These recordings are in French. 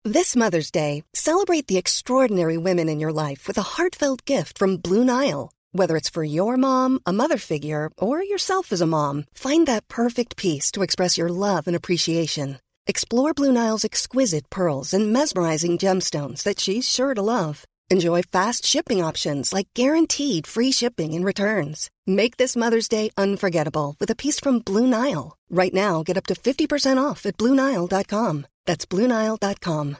This Mother's Day, celebrate the extraordinary women in your life with a heartfelt gift from Blue Nile. Whether it's for your mom, a mother figure, or yourself as a mom, find that perfect piece to express your love and appreciation. Explore Blue Nile's exquisite pearls and mesmerizing gemstones that she's sure to love. Enjoy fast shipping options like guaranteed free shipping and returns. Make this Mother's Day unforgettable with a piece from Blue Nile. Right now, get up to 50% off at BlueNile.com. That's BlueNile.com.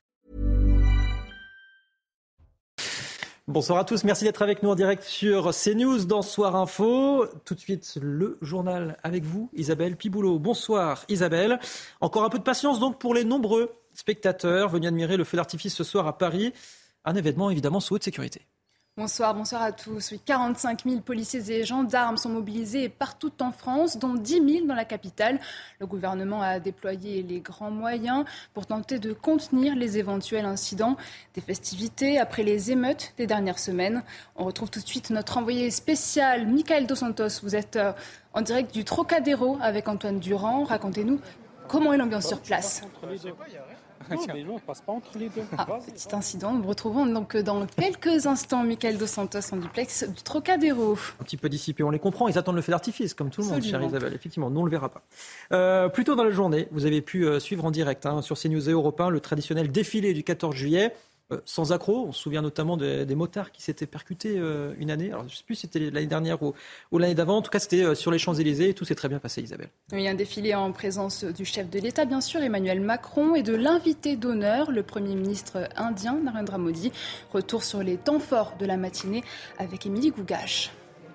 Bonsoir à tous, merci d'être avec nous en direct sur CNews dans Soir Info. Tout de suite, le journal avec vous, Isabelle Piboulot. Bonsoir Isabelle. Encore un peu de patience donc pour les nombreux spectateurs venus admirer le feu d'artifice ce soir à Paris. Un événement évidemment sous haute sécurité. Bonsoir à tous. 45 000 policiers et gendarmes sont mobilisés partout en France, dont 10 000 dans la capitale. Le gouvernement a déployé les grands moyens pour tenter de contenir les éventuels incidents des festivités après les émeutes des dernières semaines. On retrouve tout de suite notre envoyé spécial, Michael Dos Santos. Vous êtes en direct du Trocadéro avec Antoine Durand. Racontez-nous comment est l'ambiance sur place. Non, mais non, on ne passe pas entre les deux. Petit incident. Nous vous retrouvons donc dans quelques instants, Michael Dos Santos en duplex du Trocadéro. Un petit peu dissipé, on les comprend. Ils attendent le feu d'artifice, comme tout le monde, chère Isabelle. Effectivement, nous, on ne le verra pas. Plus tôt dans la journée, vous avez pu suivre en direct sur CNews et Europe 1 le traditionnel défilé du 14 juillet. Sans accroc, on se souvient notamment des motards qui s'étaient percutés une année. Alors, je ne sais plus si c'était l'année dernière ou l'année d'avant. En tout cas, c'était sur les Champs-Élysées et tout s'est très bien passé, Isabelle. Oui, un défilé en présence du chef de l'État, bien sûr, Emmanuel Macron, et de l'invité d'honneur, le Premier ministre indien, Narendra Modi. Retour sur les temps forts de la matinée avec Émilie Gougache.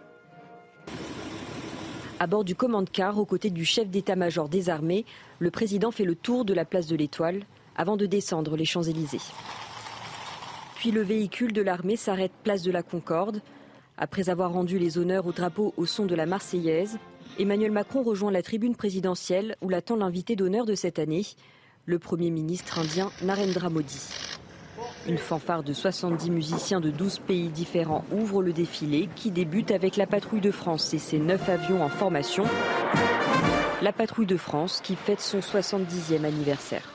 À bord du commande-car, aux côtés du chef d'état-major des armées, le président fait le tour de la place de l'Étoile avant de descendre les Champs-Élysées. Puis le véhicule de l'armée s'arrête place de la Concorde. Après avoir rendu les honneurs au drapeau au son de la Marseillaise, Emmanuel Macron rejoint la tribune présidentielle où l'attend l'invité d'honneur de cette année, le Premier ministre indien Narendra Modi. Une fanfare de 70 musiciens de 12 pays différents ouvre le défilé qui débute avec la Patrouille de France et ses 9 avions en formation. La Patrouille de France qui fête son 70e anniversaire.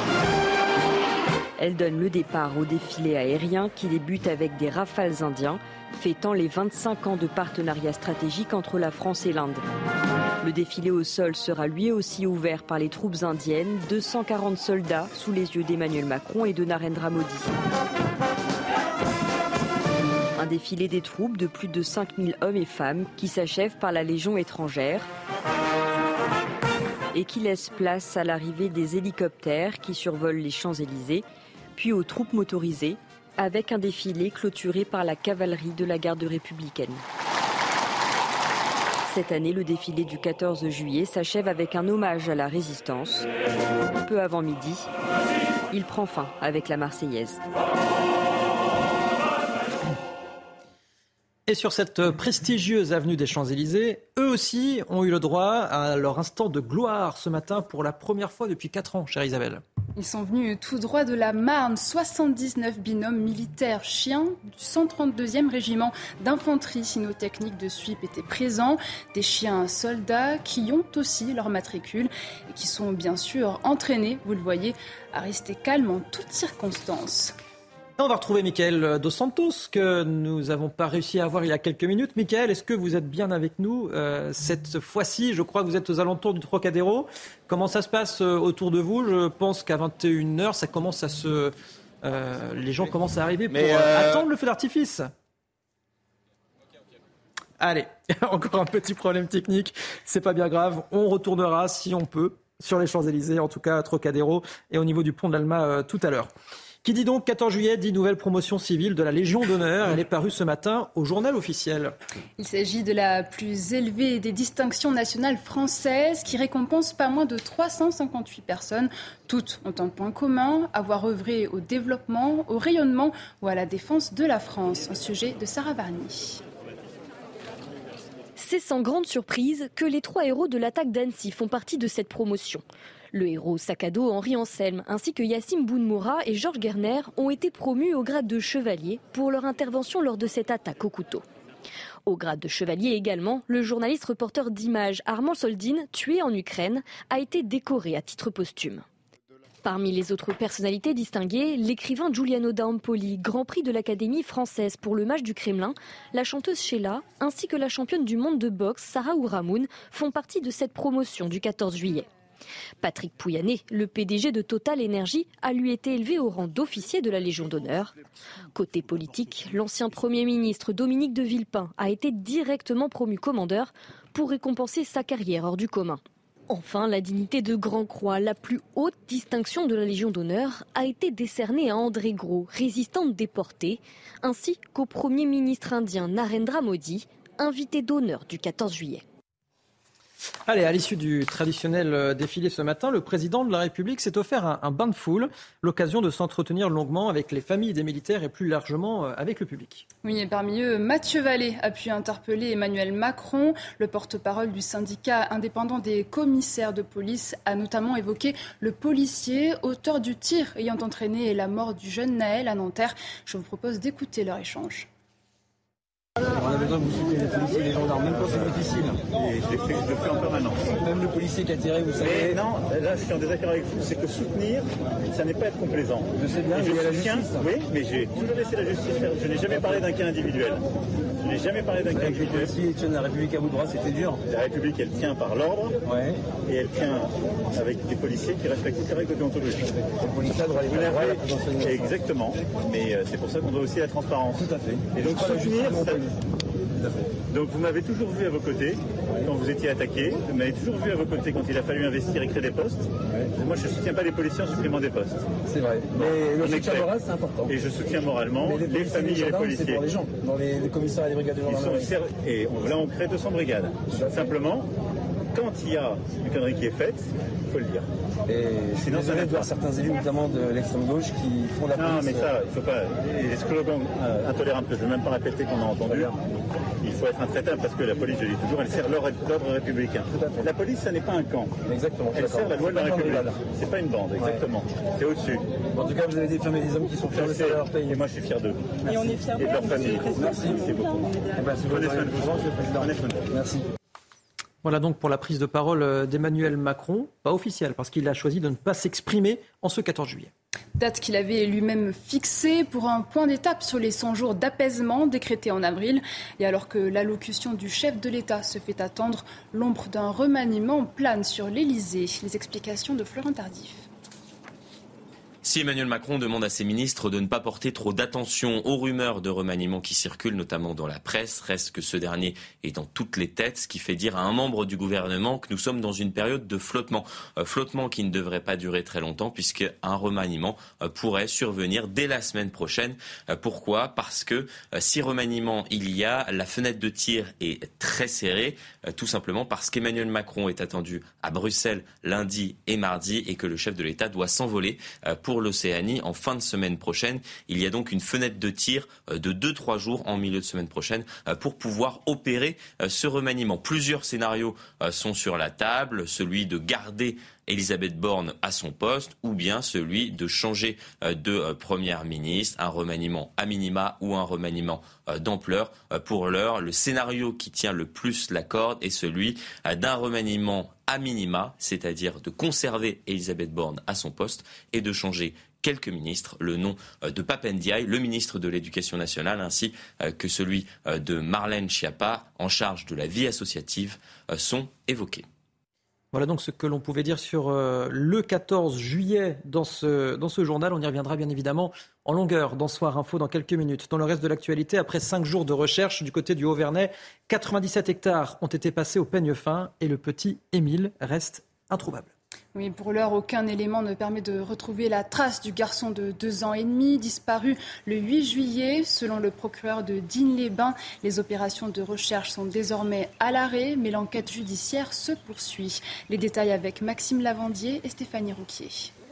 Elle donne le départ au défilé aérien qui débute avec des Rafales indiens, fêtant les 25 ans de partenariat stratégique entre la France et l'Inde. Le défilé au sol sera lui aussi ouvert par les troupes indiennes, 240 soldats sous les yeux d'Emmanuel Macron et de Narendra Modi. Un défilé des troupes de plus de 5000 hommes et femmes qui s'achève par la Légion étrangère et qui laisse place à l'arrivée des hélicoptères qui survolent les Champs-Élysées, puis aux troupes motorisées, avec un défilé clôturé par la cavalerie de la garde républicaine. Cette année, le défilé du 14 juillet s'achève avec un hommage à la résistance. Peu avant midi, il prend fin avec la Marseillaise. Et sur cette prestigieuse avenue des Champs-Élysées, eux aussi ont eu le droit à leur instant de gloire ce matin pour la première fois depuis 4 ans, chère Isabelle. Ils sont venus tout droit de la Marne, 79 binômes militaires chiens du 132e régiment d'infanterie cynotechnique de Suippes étaient présents. Des chiens soldats qui ont aussi leur matricule et qui sont bien sûr entraînés, vous le voyez, à rester calmes en toutes circonstances. On va retrouver Michael Dos Santos, que nous n'avons pas réussi à avoir il y a quelques minutes. Michael, est-ce que vous êtes bien avec nous cette fois-ci? Je crois que vous êtes aux alentours du Trocadéro. Comment ça se passe autour de vous? Je pense qu'à 21h, ça commence à se... les gens commencent à arriver pour attendre le feu d'artifice. Allez, encore un petit problème technique. C'est pas bien grave. On retournera, si on peut, sur les Champs-Élysées, en tout cas à Trocadéro et au niveau du pont de l'Alma tout à l'heure. Qui dit donc 14 juillet, dit nouvelle promotion civile de la Légion d'honneur. Elle est parue ce matin au journal officiel. Il s'agit de la plus élevée des distinctions nationales françaises qui récompense pas moins de 358 personnes. Toutes ont un point commun, avoir œuvré au développement, au rayonnement ou à la défense de la France. Un sujet de Sarah Varny. C'est sans grande surprise que les 3 héros de l'attaque d'Annecy font partie de cette promotion. Le héros sac à dos Henri Anselme ainsi que Yacine Bounmoura et Georges Gerner ont été promus au grade de chevalier pour leur intervention lors de cette attaque au couteau. Au grade de chevalier également, le journaliste reporter d'images Armand Soldin, tué en Ukraine, a été décoré à titre posthume. Parmi les autres personnalités distinguées, l'écrivain Giuliano d'Ampoli, Grand Prix de l'Académie française pour le match du Kremlin, la chanteuse Sheila, ainsi que la championne du monde de boxe Sarah Ouramoun font partie de cette promotion du 14 juillet. Patrick Pouyanné, le PDG de Total Energy, a lui été élevé au rang d'officier de la Légion d'honneur. Côté politique, l'ancien Premier ministre Dominique de Villepin a été directement promu commandeur pour récompenser sa carrière hors du commun. Enfin, la dignité de Grand Croix, la plus haute distinction de la Légion d'honneur, a été décernée à André Gros, résistant déporté, ainsi qu'au Premier ministre indien Narendra Modi, invité d'honneur du 14 juillet. Allez, à l'issue du traditionnel défilé ce matin, le président de la République s'est offert un bain de foule, l'occasion de s'entretenir longuement avec les familles des militaires et plus largement avec le public. Oui, et parmi eux, Mathieu Vallée a pu interpeller Emmanuel Macron. Le porte-parole du syndicat indépendant des commissaires de police a notamment évoqué le policier, auteur du tir ayant entraîné la mort du jeune Naël à Nanterre. Je vous propose d'écouter leur échange. On a besoin que vous souteniez les policiers et les gendarmes, même quand c'est difficile. Et je le fais en permanence. Même le policier qui a tiré, vous savez. Mais non, là je suis en désaccord avec vous, c'est que soutenir, ça n'est pas être complaisant. Je sais bien, je la soutiens, justice. Oui, mais j'ai toujours laissé la justice faire. Je n'ai jamais parlé d'un cas individuel. Je n'ai jamais parlé d'un cas individuel. Les policiers tiennent la République à bout de bras, c'était dur. La République, elle tient par l'ordre, et elle tient avec des policiers qui respectent toutes les règles de déontologie. Le policier doit aller voir la présidentielle. Exactement, mais c'est pour ça qu'on doit aussi la transparence. Tout à fait. Et donc soutenir, donc vous m'avez toujours vu à vos côtés quand vous étiez attaqué, vous m'avez toujours vu à vos côtés quand il a fallu investir et créer des postes. Moi je ne soutiens pas les policiers en supprimant des postes. C'est vrai, mais le soutien moral c'est important. Et je soutiens moralement les familles et les policiers. C'est pour les gens, dans les commissariats et les brigades de gendarmerie. Et là on crée 200 brigades. Simplement, quand il y a une connerie qui est faite, il faut le dire. Et je suis désolé de voir certains élus, notamment de l'extrême gauche, qui font la police. Non, mais ça, il ne faut pas. Les slogans intolérables que je ne vais même pas répéter qu'on a entendus, il faut être intraitable parce que la police, je dis toujours, elle sert l'ordre républicain. La police, ça n'est pas un camp. Exactement. Elle sert la loi de la République. C'est pas une bande, exactement. C'est au-dessus. En tout cas, vous avez défendu des hommes qui sont fiers de faire leur pays. Et moi, je suis fier d'eux. Et on est fiers de leur famille. Merci. Merci beaucoup. Prenez soin de vous. Merci. Voilà donc pour la prise de parole d'Emmanuel Macron, pas officielle, parce qu'il a choisi de ne pas s'exprimer en ce 14 juillet. Date qu'il avait lui-même fixée pour un point d'étape sur les 100 jours d'apaisement décrétés en avril. Et alors que l'allocution du chef de l'État se fait attendre, l'ombre d'un remaniement plane sur l'Élysée. Les explications de Florent Tardif. Si Emmanuel Macron demande à ses ministres de ne pas porter trop d'attention aux rumeurs de remaniement qui circulent, notamment dans la presse, reste que ce dernier est dans toutes les têtes, ce qui fait dire à un membre du gouvernement que nous sommes dans une période de flottement. Flottement qui ne devrait pas durer très longtemps puisque un remaniement pourrait survenir dès la semaine prochaine. Pourquoi ? Parce que si remaniement il y a, la fenêtre de tir est très serrée, tout simplement parce qu'Emmanuel Macron est attendu à Bruxelles lundi et mardi et que le chef de l'État doit s'envoler pour l'Océanie en fin de semaine prochaine. Il y a donc une fenêtre de tir de 2-3 jours en milieu de semaine prochaine pour pouvoir opérer ce remaniement. Plusieurs scénarios sont sur la table, celui de garder Elisabeth Borne à son poste ou bien celui de changer de première ministre, un remaniement à minima ou un remaniement d'ampleur. Pour l'heure, le scénario qui tient le plus la corde est celui d'un remaniement à minima, c'est-à-dire de conserver Elisabeth Borne à son poste et de changer quelques ministres. Le nom de Pape Ndiaye, le ministre de l'Éducation nationale, ainsi que celui de Marlène Schiappa, en charge de la vie associative, sont évoqués. Voilà donc ce que l'on pouvait dire sur le 14 juillet dans ce journal. On y reviendra bien évidemment en longueur dans Soir Info dans quelques minutes. Dans le reste de l'actualité, après 5 jours de recherche du côté du Haut-Vernay, 97 hectares ont été passés au peigne fin et le petit Émile reste introuvable. Oui, pour l'heure, aucun élément ne permet de retrouver la trace du garçon de 2 ans et demi, disparu le 8 juillet. Selon le procureur de Digne-les-Bains, les opérations de recherche sont désormais à l'arrêt, mais l'enquête judiciaire se poursuit. Les détails avec Maxime Lavandier et Stéphanie Rouquier.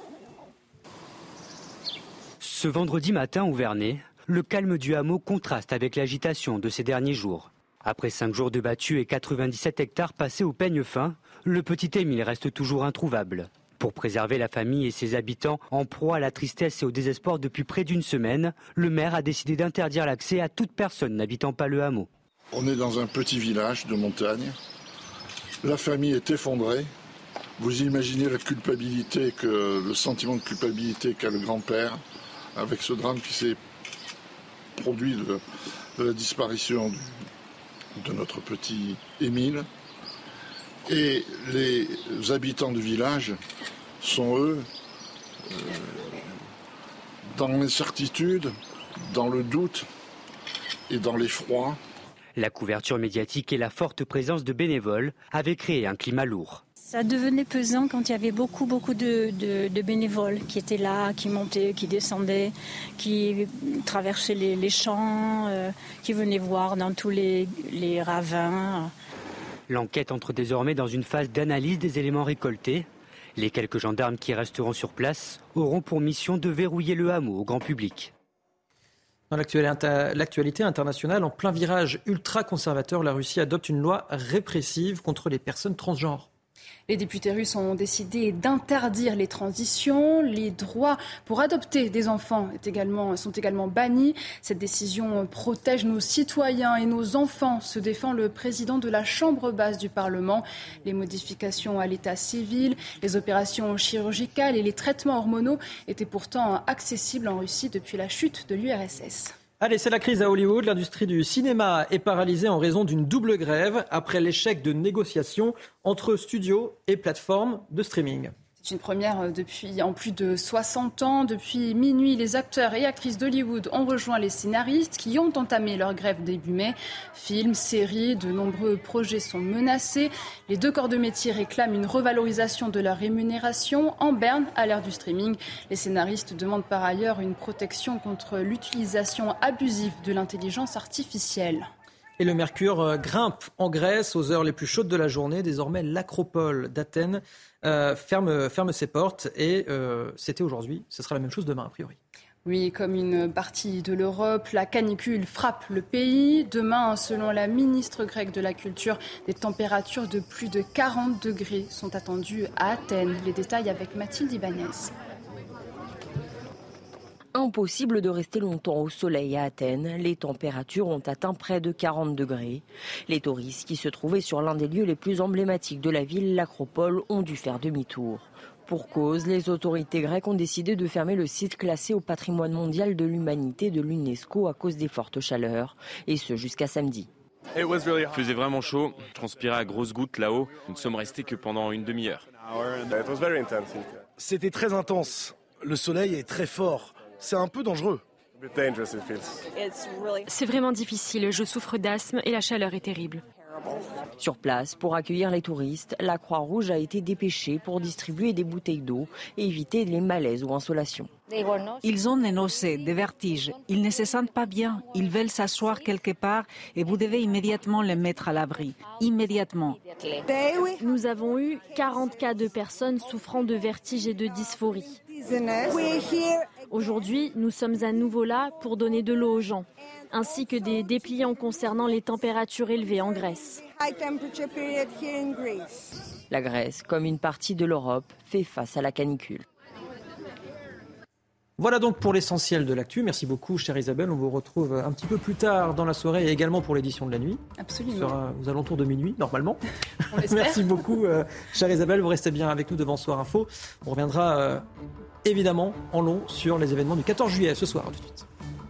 Ce vendredi matin au Vernay, le calme du hameau contraste avec l'agitation de ces derniers jours. Après 5 jours de battues et 97 hectares passés au peigne fin, le petit Émile reste toujours introuvable. Pour préserver la famille et ses habitants en proie à la tristesse et au désespoir depuis près d'une semaine, le maire a décidé d'interdire l'accès à toute personne n'habitant pas le hameau. On est dans un petit village de montagne. La famille est effondrée. Vous imaginez le sentiment de culpabilité qu'a le grand-père avec ce drame qui s'est produit de la disparition de notre petit Émile. Et les habitants du village sont, eux, dans l'incertitude, dans le doute et dans l'effroi. La couverture médiatique et la forte présence de bénévoles avaient créé un climat lourd. Ça devenait pesant quand il y avait beaucoup de bénévoles qui étaient là, qui montaient, qui descendaient, qui traversaient les champs, qui venaient voir dans tous les ravins. L'enquête entre désormais dans une phase d'analyse des éléments récoltés. Les quelques gendarmes qui resteront sur place auront pour mission de verrouiller le hameau au grand public. Dans l'actualité internationale, en plein virage ultra-conservateur, la Russie adopte une loi répressive contre les personnes transgenres. Les députés russes ont décidé d'interdire les transitions. Les droits pour adopter des enfants sont également bannis. Cette décision protège nos citoyens et nos enfants, se défend le président de la Chambre basse du Parlement. Les modifications à l'état civil, les opérations chirurgicales et les traitements hormonaux étaient pourtant accessibles en Russie depuis la chute de l'URSS. Allez, c'est la crise à Hollywood. L'industrie du cinéma est paralysée en raison d'une double grève après l'échec de négociations entre studios et plateformes de streaming. C'est une première depuis plus de 60 ans. Depuis minuit, les acteurs et actrices d'Hollywood ont rejoint les scénaristes qui ont entamé leur grève début mai. Films, séries, de nombreux projets sont menacés. Les deux corps de métier réclament une revalorisation de leur rémunération en berne à l'ère du streaming. Les scénaristes demandent par ailleurs une protection contre l'utilisation abusive de l'intelligence artificielle. Et le mercure grimpe en Grèce aux heures les plus chaudes de la journée. Désormais, l'acropole d'Athènes ferme ses portes et c'était aujourd'hui. Ce sera la même chose demain, a priori. Oui, comme une partie de l'Europe, la canicule frappe le pays. Demain, selon la ministre grecque de la Culture, des températures de plus de 40 degrés sont attendues à Athènes. Les détails avec Mathilde Ibanez. Impossible de rester longtemps au soleil à Athènes. Les températures ont atteint près de 40 degrés. Les touristes qui se trouvaient sur l'un des lieux les plus emblématiques de la ville, l'Acropole, ont dû faire demi-tour. Pour cause, les autorités grecques ont décidé de fermer le site classé au patrimoine mondial de l'humanité de l'UNESCO à cause des fortes chaleurs, et ce jusqu'à samedi. Il faisait vraiment chaud, je transpirais à grosses gouttes là-haut. Nous ne sommes restés que pendant une demi-heure. C'était très intense. Le soleil est très fort. C'est un peu dangereux. C'est vraiment difficile, je souffre d'asthme et la chaleur est terrible. Sur place, pour accueillir les touristes, la Croix-Rouge a été dépêchée pour distribuer des bouteilles d'eau et éviter les malaises ou insolations. Ils ont des nausées, des vertiges. Ils ne se sentent pas bien. Ils veulent s'asseoir quelque part et vous devez immédiatement les mettre à l'abri. Immédiatement. Nous avons eu 40 cas de personnes souffrant de vertiges et de dysphorie. Aujourd'hui, nous sommes à nouveau là pour donner de l'eau aux gens, ainsi que des dépliants concernant les températures élevées en Grèce. La Grèce, comme une partie de l'Europe, fait face à la canicule. Voilà donc pour l'essentiel de l'actu. Merci beaucoup, chère Isabelle. On vous retrouve un petit peu plus tard dans la soirée et également pour l'édition de la nuit. Absolument. Ce sera aux alentours de minuit, normalement. On l'espère. Merci beaucoup, chère Isabelle. Vous restez bien avec nous devant Soir Info. On reviendra évidemment en long sur les événements du 14 juillet ce soir. Tout de suite.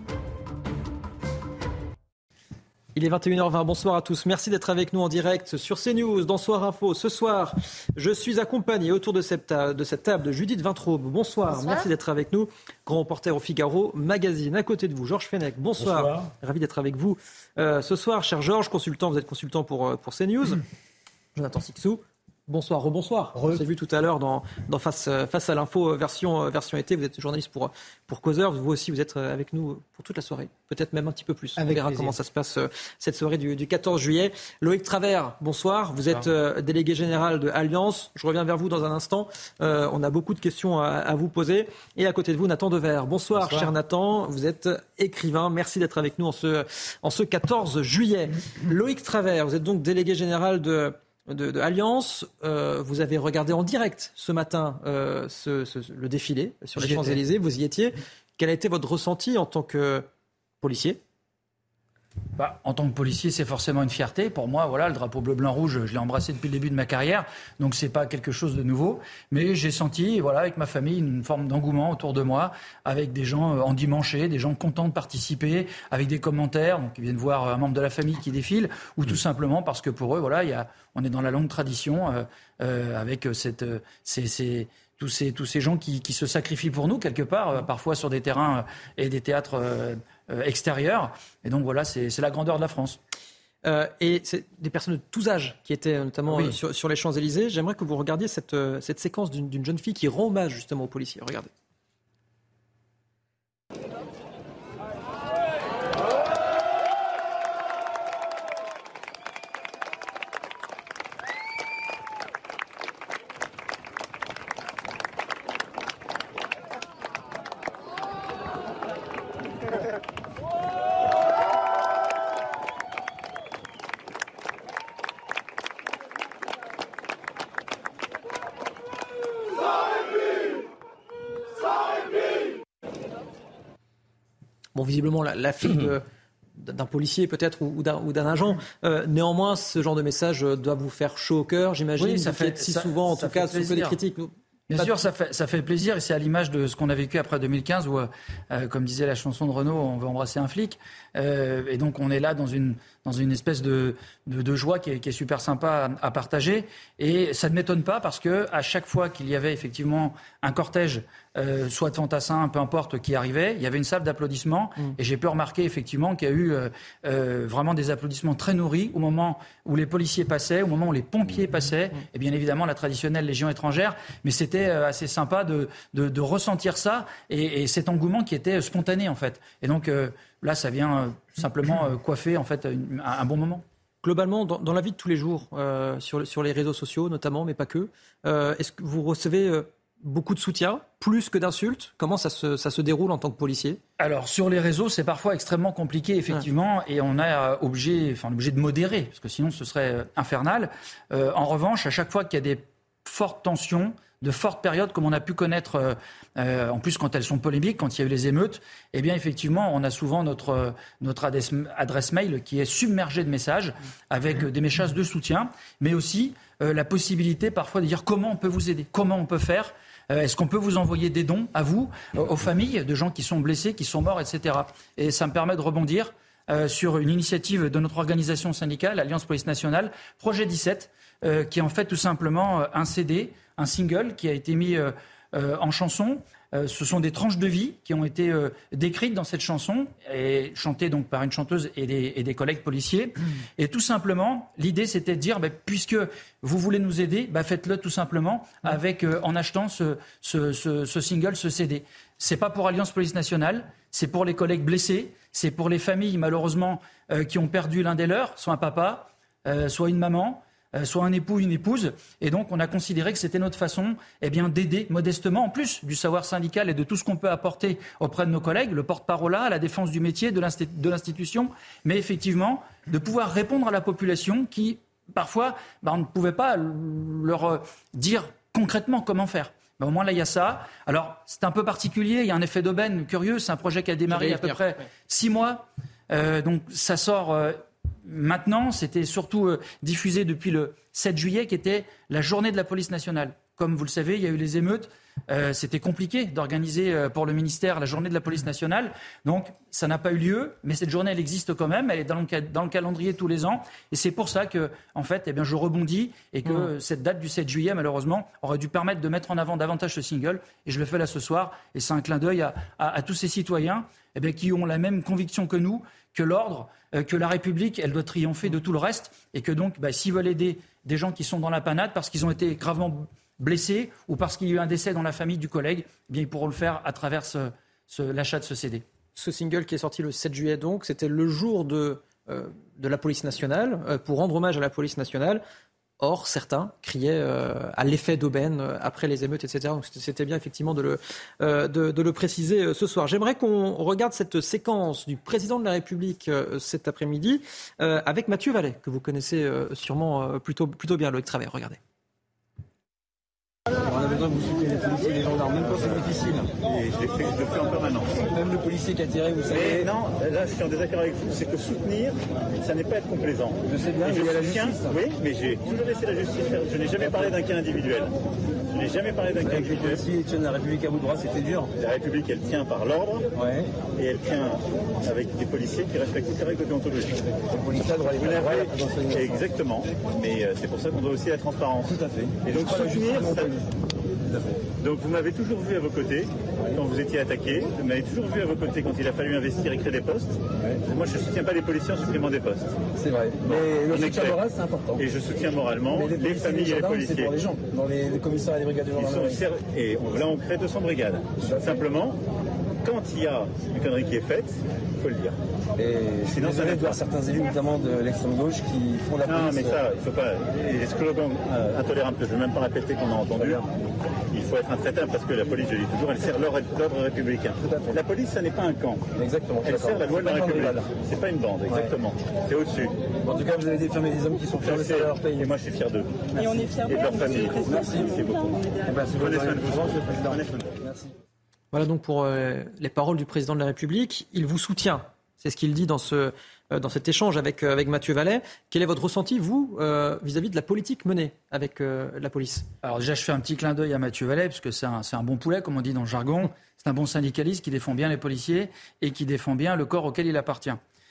Il est 21h20, bonsoir à tous. Merci d'être avec nous en direct sur CNews, dans Soir Info. Ce soir, je suis accompagné autour de cette table de Judith Vintraube. Bonsoir, merci d'être avec nous. Grand reporter au Figaro Magazine. À côté de vous, Georges Fenech. Bonsoir. Ravi d'être avec vous ce soir, cher Georges, consultant. Vous êtes consultant pour CNews. Jonathan Sixou. Bonsoir, rebonsoir. On s'est vu tout à l'heure dans Face à l'info version été. Vous êtes journaliste pour Causeur. Vous aussi, vous êtes avec nous pour toute la soirée. Peut-être même un petit peu plus. On verra comment ça se passe cette soirée du 14 juillet. Loïc Travers, bonsoir. Vous êtes délégué général de Alliance. Je reviens vers vous dans un instant. On a beaucoup de questions à vous poser. Et à côté de vous, Nathan Dever. Bonsoir, cher Nathan. Vous êtes écrivain. Merci d'être avec nous en ce 14 juillet. Loïc Travers, vous êtes donc délégué général de Alliance. Vous avez regardé en direct ce matin le défilé sur les Champs-Élysées. Vous y étiez. Quel a été votre ressenti en tant que policier ? En tant que policier, c'est forcément une fierté. Pour moi, voilà, le drapeau bleu-blanc-rouge, je l'ai embrassé depuis le début de ma carrière, donc c'est pas quelque chose de nouveau. Mais j'ai senti, voilà, avec ma famille, une forme d'engouement autour de moi, avec des gens endimanchés, des gens contents de participer, avec des commentaires, donc ils viennent voir un membre de la famille qui défile, ou tout simplement parce que pour eux, voilà, on est dans la longue tradition avec tous ces gens qui se sacrifient pour nous quelque part, parfois sur des terrains et des théâtres extérieurs. Et donc voilà, c'est la grandeur de la France. Et c'est des personnes de tous âges qui étaient notamment sur les Champs-Élysées. J'aimerais que vous regardiez cette séquence d'une jeune fille qui rend hommage justement aux policiers. Regardez. Bon, visiblement, la fille d'un policier peut-être ou d'un agent. Néanmoins, ce genre de message doit vous faire chaud au cœur, j'imagine. Oui, ça fait si souvent, en tout cas, sous des critiques. Bien sûr, ça fait plaisir et c'est à l'image de ce qu'on a vécu après 2015 où, comme disait la chanson de Renaud, on veut embrasser un flic. Et donc on est là dans une espèce de joie qui est super sympa à partager. Et ça ne m'étonne pas parce que à chaque fois qu'il y avait effectivement un cortège, soit de fantassins, peu importe, qui arrivait, il y avait une salle d'applaudissements. Et j'ai pu remarquer effectivement qu'il y a eu vraiment des applaudissements très nourris au moment où les policiers passaient, au moment où les pompiers passaient, et bien évidemment la traditionnelle Légion étrangère. Mais c'était assez sympa de ressentir ça et cet engouement qui était spontané en fait. Et donc là, ça vient simplement coiffer en fait un bon moment. Globalement, dans la vie de tous les jours, sur les réseaux sociaux notamment, mais pas que, est-ce que vous recevez beaucoup de soutien, plus que d'insultes? Comment ça se déroule en tant que policier? Alors, sur les réseaux, c'est parfois extrêmement compliqué, effectivement, et on est obligé de modérer, parce que sinon ce serait infernal. En revanche, à chaque fois qu'il y a des fortes tensions, de fortes périodes comme on a pu connaître, en plus quand elles sont polémiques, quand il y a eu les émeutes, eh bien effectivement on a souvent notre adresse mail qui est submergée de messages avec des messages de soutien, mais aussi la possibilité parfois de dire comment on peut vous aider, comment on peut faire. Est-ce qu'on peut vous envoyer des dons à vous, aux familles de gens qui sont blessés, qui sont morts, etc. Et ça me permet de rebondir sur une initiative de notre organisation syndicale, Alliance Police Nationale, Projet 17, qui est en fait tout simplement un CD, un single qui a été mis en chanson. Ce sont des tranches de vie qui ont été décrites dans cette chanson et chantées donc par une chanteuse et des collègues policiers. Et tout simplement, l'idée c'était de dire, puisque vous voulez nous aider, faites-le tout simplement en achetant ce single, ce CD. C'est pas pour Alliance Police Nationale, c'est pour les collègues blessés, c'est pour les familles malheureusement qui ont perdu l'un des leurs, soit un papa, soit une maman, soit un époux, une épouse. Et donc, on a considéré que c'était notre façon d'aider modestement, en plus du savoir syndical et de tout ce qu'on peut apporter auprès de nos collègues, le porte-parole à la défense du métier, de l'institution, mais effectivement, de pouvoir répondre à la population qui, parfois, on ne pouvait pas leur dire concrètement comment faire. Au moins, là, il y a ça. Alors, c'est un peu particulier. Il y a un effet d'aubaine curieux. C'est un projet qui a démarré il y a à peu près 6 mois. Donc, ça sort... Maintenant, c'était surtout diffusé depuis le 7 juillet, qui était la journée de la police nationale. Comme vous le savez, il y a eu les émeutes. C'était compliqué d'organiser pour le ministère la journée de la police nationale. Donc, ça n'a pas eu lieu, mais cette journée, elle existe quand même. Elle est dans le calendrier tous les ans. Et c'est pour ça que, en fait, je rebondis et que cette date du 7 juillet, malheureusement, aurait dû permettre de mettre en avant davantage ce single. Et je le fais là ce soir. Et c'est un clin d'œil à tous ces citoyens qui ont la même conviction que nous, que l'ordre, que la République, elle doit triompher de tout le reste. Et que donc, s'ils veulent aider des gens qui sont dans la panade parce qu'ils ont été gravement blessés ou parce qu'il y a eu un décès dans la famille du collègue, ils pourront le faire à travers l'achat de ce CD. Ce single qui est sorti le 7 juillet, donc, c'était le jour de la police nationale, pour rendre hommage à la police nationale. Or, certains criaient à l'effet d'aubaine après les émeutes, etc. Donc, c'était bien effectivement de le préciser ce soir. J'aimerais qu'on regarde cette séquence du président de la République cet après-midi avec Mathieu Vallet, que vous connaissez sûrement plutôt bien, Loïc Travers. Regardez. On a besoin que vous souteniez les policiers et les gendarmes, même quand c'est difficile. Et je le fais en permanence. Même le policier qui a tiré, vous savez. Mais non, là, je suis en désaccord avec vous. C'est que soutenir, ça n'est pas être complaisant. Je sais bien, mais il y a la justice. Oui, mais j'ai toujours laissé la justice faire. Je n'ai jamais parlé d'un cas individuel. Je n'ai jamais parlé d'un cas individuel. Si ils tiennent la République à bout de bras, c'était dur. La République, elle tient par l'ordre. Ouais. Et elle tient avec des policiers qui respectent toutes les règles de déontologie. Le policier doit aller faire exactement. Mais c'est pour ça qu'on doit aussi la transparence. Tout à fait. Et donc soutenir, donc vous m'avez toujours vu à vos côtés quand vous étiez attaqué. Vous m'avez toujours vu à vos côtés quand il a fallu investir et créer des postes. Ouais. Moi, je ne soutiens pas les policiers en supprimant des postes. C'est vrai. Mais le soutien moral, c'est important. Et je soutiens moralement les familles et les policiers. C'est pour les gens. Dans les commissariats et les brigades de gendarmerie. Et là, on crée 200 brigades. Simplement, quand il y a une connerie qui est faite, il faut le dire. Et je suis désolé de voir certains élus, notamment de l'extrême gauche, qui font la police. Non, mais ça, il ne faut pas. Les slogans intolérables que je ne vais même pas répéter qu'on a entendus, il faut être intraitable parce que la police, je dis toujours, elle sert l'ordre républicain. La police, ça n'est pas un camp. Exactement. Elle sert la loi de la République. C'est pas une bande, exactement. Ouais. C'est au-dessus. En tout cas, vous avez déféré des hommes qui sont fiers de ça, leur pays. Et moi, je suis fier d'eux. Et on est fiers de leur famille. Merci. Merci beaucoup. Prenez soin de vous. Merci. Voilà donc pour les paroles du président de la République. Il vous soutient. C'est ce qu'il dit dans cet échange avec Mathieu Vallet. Quel est votre ressenti, vous, vis-à-vis de la politique menée avec la police ? Alors déjà, je fais un petit clin d'œil à Mathieu Vallet, parce que c'est un bon poulet, comme on dit dans le jargon. C'est un bon syndicaliste qui défend bien les policiers et qui défend bien le corps auquel il appartient.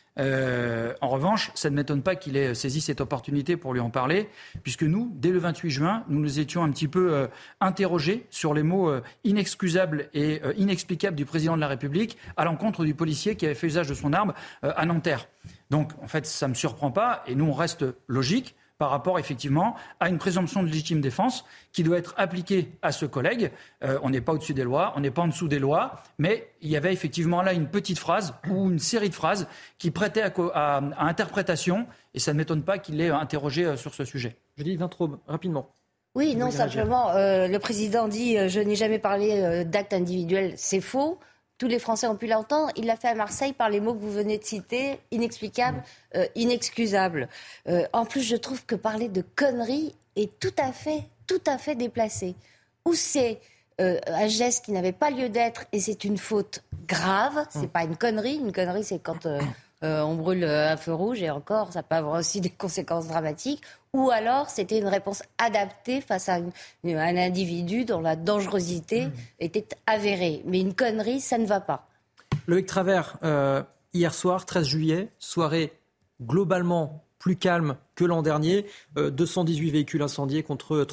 En revanche, ça ne m'étonne pas qu'il ait saisi cette opportunité pour lui en parler, puisque nous, dès le 28 juin, nous nous étions un petit peu interrogés sur les mots inexcusables et inexplicables du président de la République à l'encontre du policier qui avait fait usage de son arme à Nanterre. Donc, en fait, ça ne me surprend pas, et nous, on reste logique par rapport, effectivement, à une présomption de légitime défense qui doit être appliquée à ce collègue. On n'est pas au-dessus des lois, on n'est pas en dessous des lois, mais il y avait effectivement là une petite phrase ou une série de phrases qui prêtaient à interprétation, et ça ne m'étonne pas qu'il l'ait interrogé sur ce sujet. Je dis Vintraube, rapidement. Oui, non, simplement, le président dit « je n'ai jamais parlé d'actes individuels », c'est faux. Tous les Français ont pu l'entendre. Il l'a fait à Marseille par les mots que vous venez de citer, inexplicable, inexcusable. En plus, je trouve que parler de conneries est tout à fait déplacé. Ou c'est un geste qui n'avait pas lieu d'être et c'est une faute grave, c'est pas une connerie. Une connerie, c'est quand on brûle un feu rouge et encore, ça peut avoir aussi des conséquences dramatiques. Ou alors, c'était une réponse adaptée face à un individu dont la dangerosité était avérée. Mais une connerie, ça ne va pas. Loïc Travers, hier soir, 13 juillet, soirée globalement plus calme que l'an dernier. 218 véhicules incendiés contre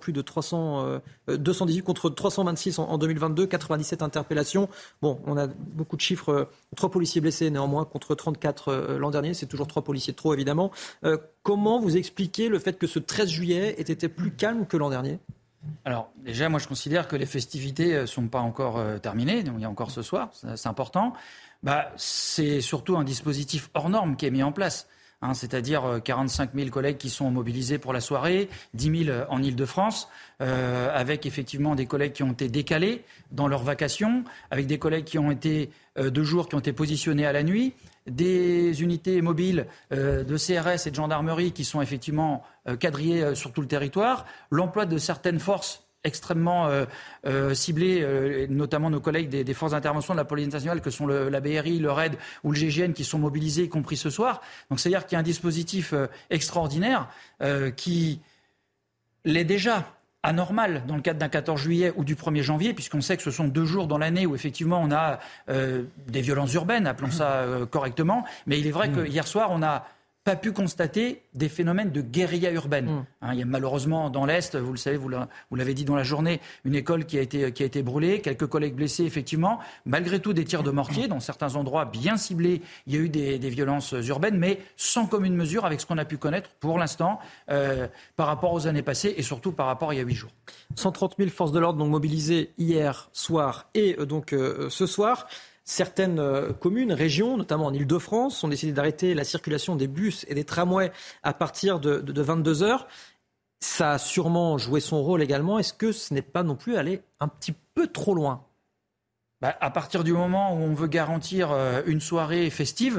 218 contre 326 en 2022, 97 interpellations. Bon, on a beaucoup de chiffres. 3 policiers blessés néanmoins contre 34 l'an dernier. C'est toujours 3 policiers de trop, évidemment. Comment vous expliquez le fait que ce 13 juillet ait été plus calme que l'an dernier ? Alors, déjà, moi, je considère que les festivités ne sont pas encore terminées. Donc, il y a encore ce soir, c'est important. C'est surtout un dispositif hors norme qui est mis en place. C'est-à-dire 45 000 collègues qui sont mobilisés pour la soirée, 10 000 en Ile-de-France, avec effectivement des collègues qui ont été décalés dans leurs vacations, avec des collègues qui ont été de jour, qui ont été positionnés à la nuit, des unités mobiles de CRS et de gendarmerie qui sont effectivement quadrillées sur tout le territoire, l'emploi de certaines forces extrêmement ciblés, notamment nos collègues des forces d'intervention de la police nationale que sont la BRI, le RAID ou le GIGN qui sont mobilisés, y compris ce soir. Donc c'est-à-dire qu'il y a un dispositif extraordinaire qui l'est déjà anormal dans le cadre d'un 14 juillet ou du 1er janvier, puisqu'on sait que ce sont 2 jours dans l'année où effectivement on a des violences urbaines, appelons ça correctement. Mais il est vrai que hier soir, on n'a pas pu constater des phénomènes de guérilla urbaine. Il y a malheureusement dans l'Est, vous le savez, vous l'avez dit dans la journée, une école qui a été brûlée, quelques collègues blessés effectivement. Malgré tout, des tirs de mortier dans certains endroits bien ciblés. Il y a eu des violences urbaines, mais sans commune mesure avec ce qu'on a pu connaître pour l'instant par rapport aux années passées et surtout par rapport à il y a 8 jours. 130 000 forces de l'ordre donc mobilisées hier soir et donc ce soir. Certaines communes, régions, notamment en Ile-de-France, ont décidé d'arrêter la circulation des bus et des tramways à partir de 22h. Ça a sûrement joué son rôle également. Est-ce que ce n'est pas non plus aller un petit peu trop loin ? À partir du moment où on veut garantir une soirée festive,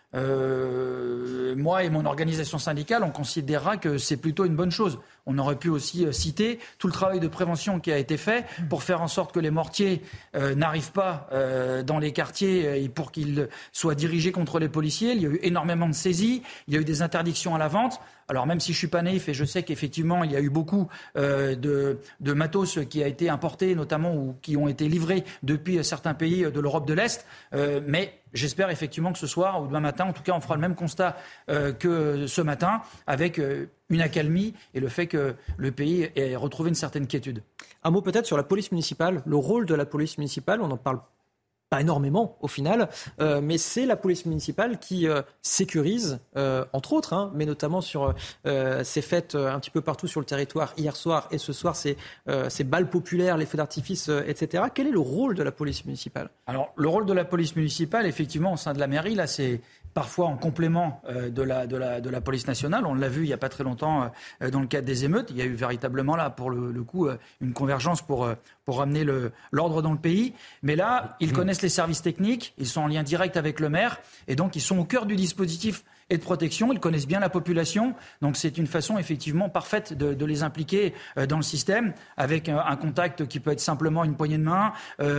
moi et mon organisation syndicale, on considérera que c'est plutôt une bonne chose. On aurait pu aussi citer tout le travail de prévention qui a été fait pour faire en sorte que les mortiers n'arrivent pas dans les quartiers et pour qu'ils soient dirigés contre les policiers. Il y a eu énormément de saisies, il y a eu des interdictions à la vente. Alors même si je suis pas naïf et je sais qu'effectivement il y a eu beaucoup de matos qui a été importé notamment ou qui ont été livrés depuis certains pays de l'Europe de l'Est, mais j'espère effectivement que ce soir ou demain matin, en tout cas on fera le même constat que ce matin avec une accalmie et le fait que le pays ait retrouvé une certaine quiétude. Un mot peut-être sur la police municipale, le rôle de la police municipale, on en parle pas énormément au final, mais c'est la police municipale qui sécurise, entre autres, mais notamment sur ces fêtes un petit peu partout sur le territoire hier soir et ce soir, ces balles populaires, les feux d'artifice, etc. Quel est le rôle de la police municipale ? Alors, le rôle de la police municipale, effectivement, au sein de la mairie, là, c'est parfois en complément de la police nationale. On l'a vu il n'y a pas très longtemps dans le cadre des émeutes. Il y a eu véritablement là, pour le coup, une convergence pour ramener l'ordre dans le pays. Mais là, ils connaissent les services techniques, ils sont en lien direct avec le maire et donc ils sont au cœur du dispositif et de protection. Ils connaissent bien la population. Donc c'est une façon effectivement parfaite de les impliquer dans le système avec un contact qui peut être simplement une poignée de main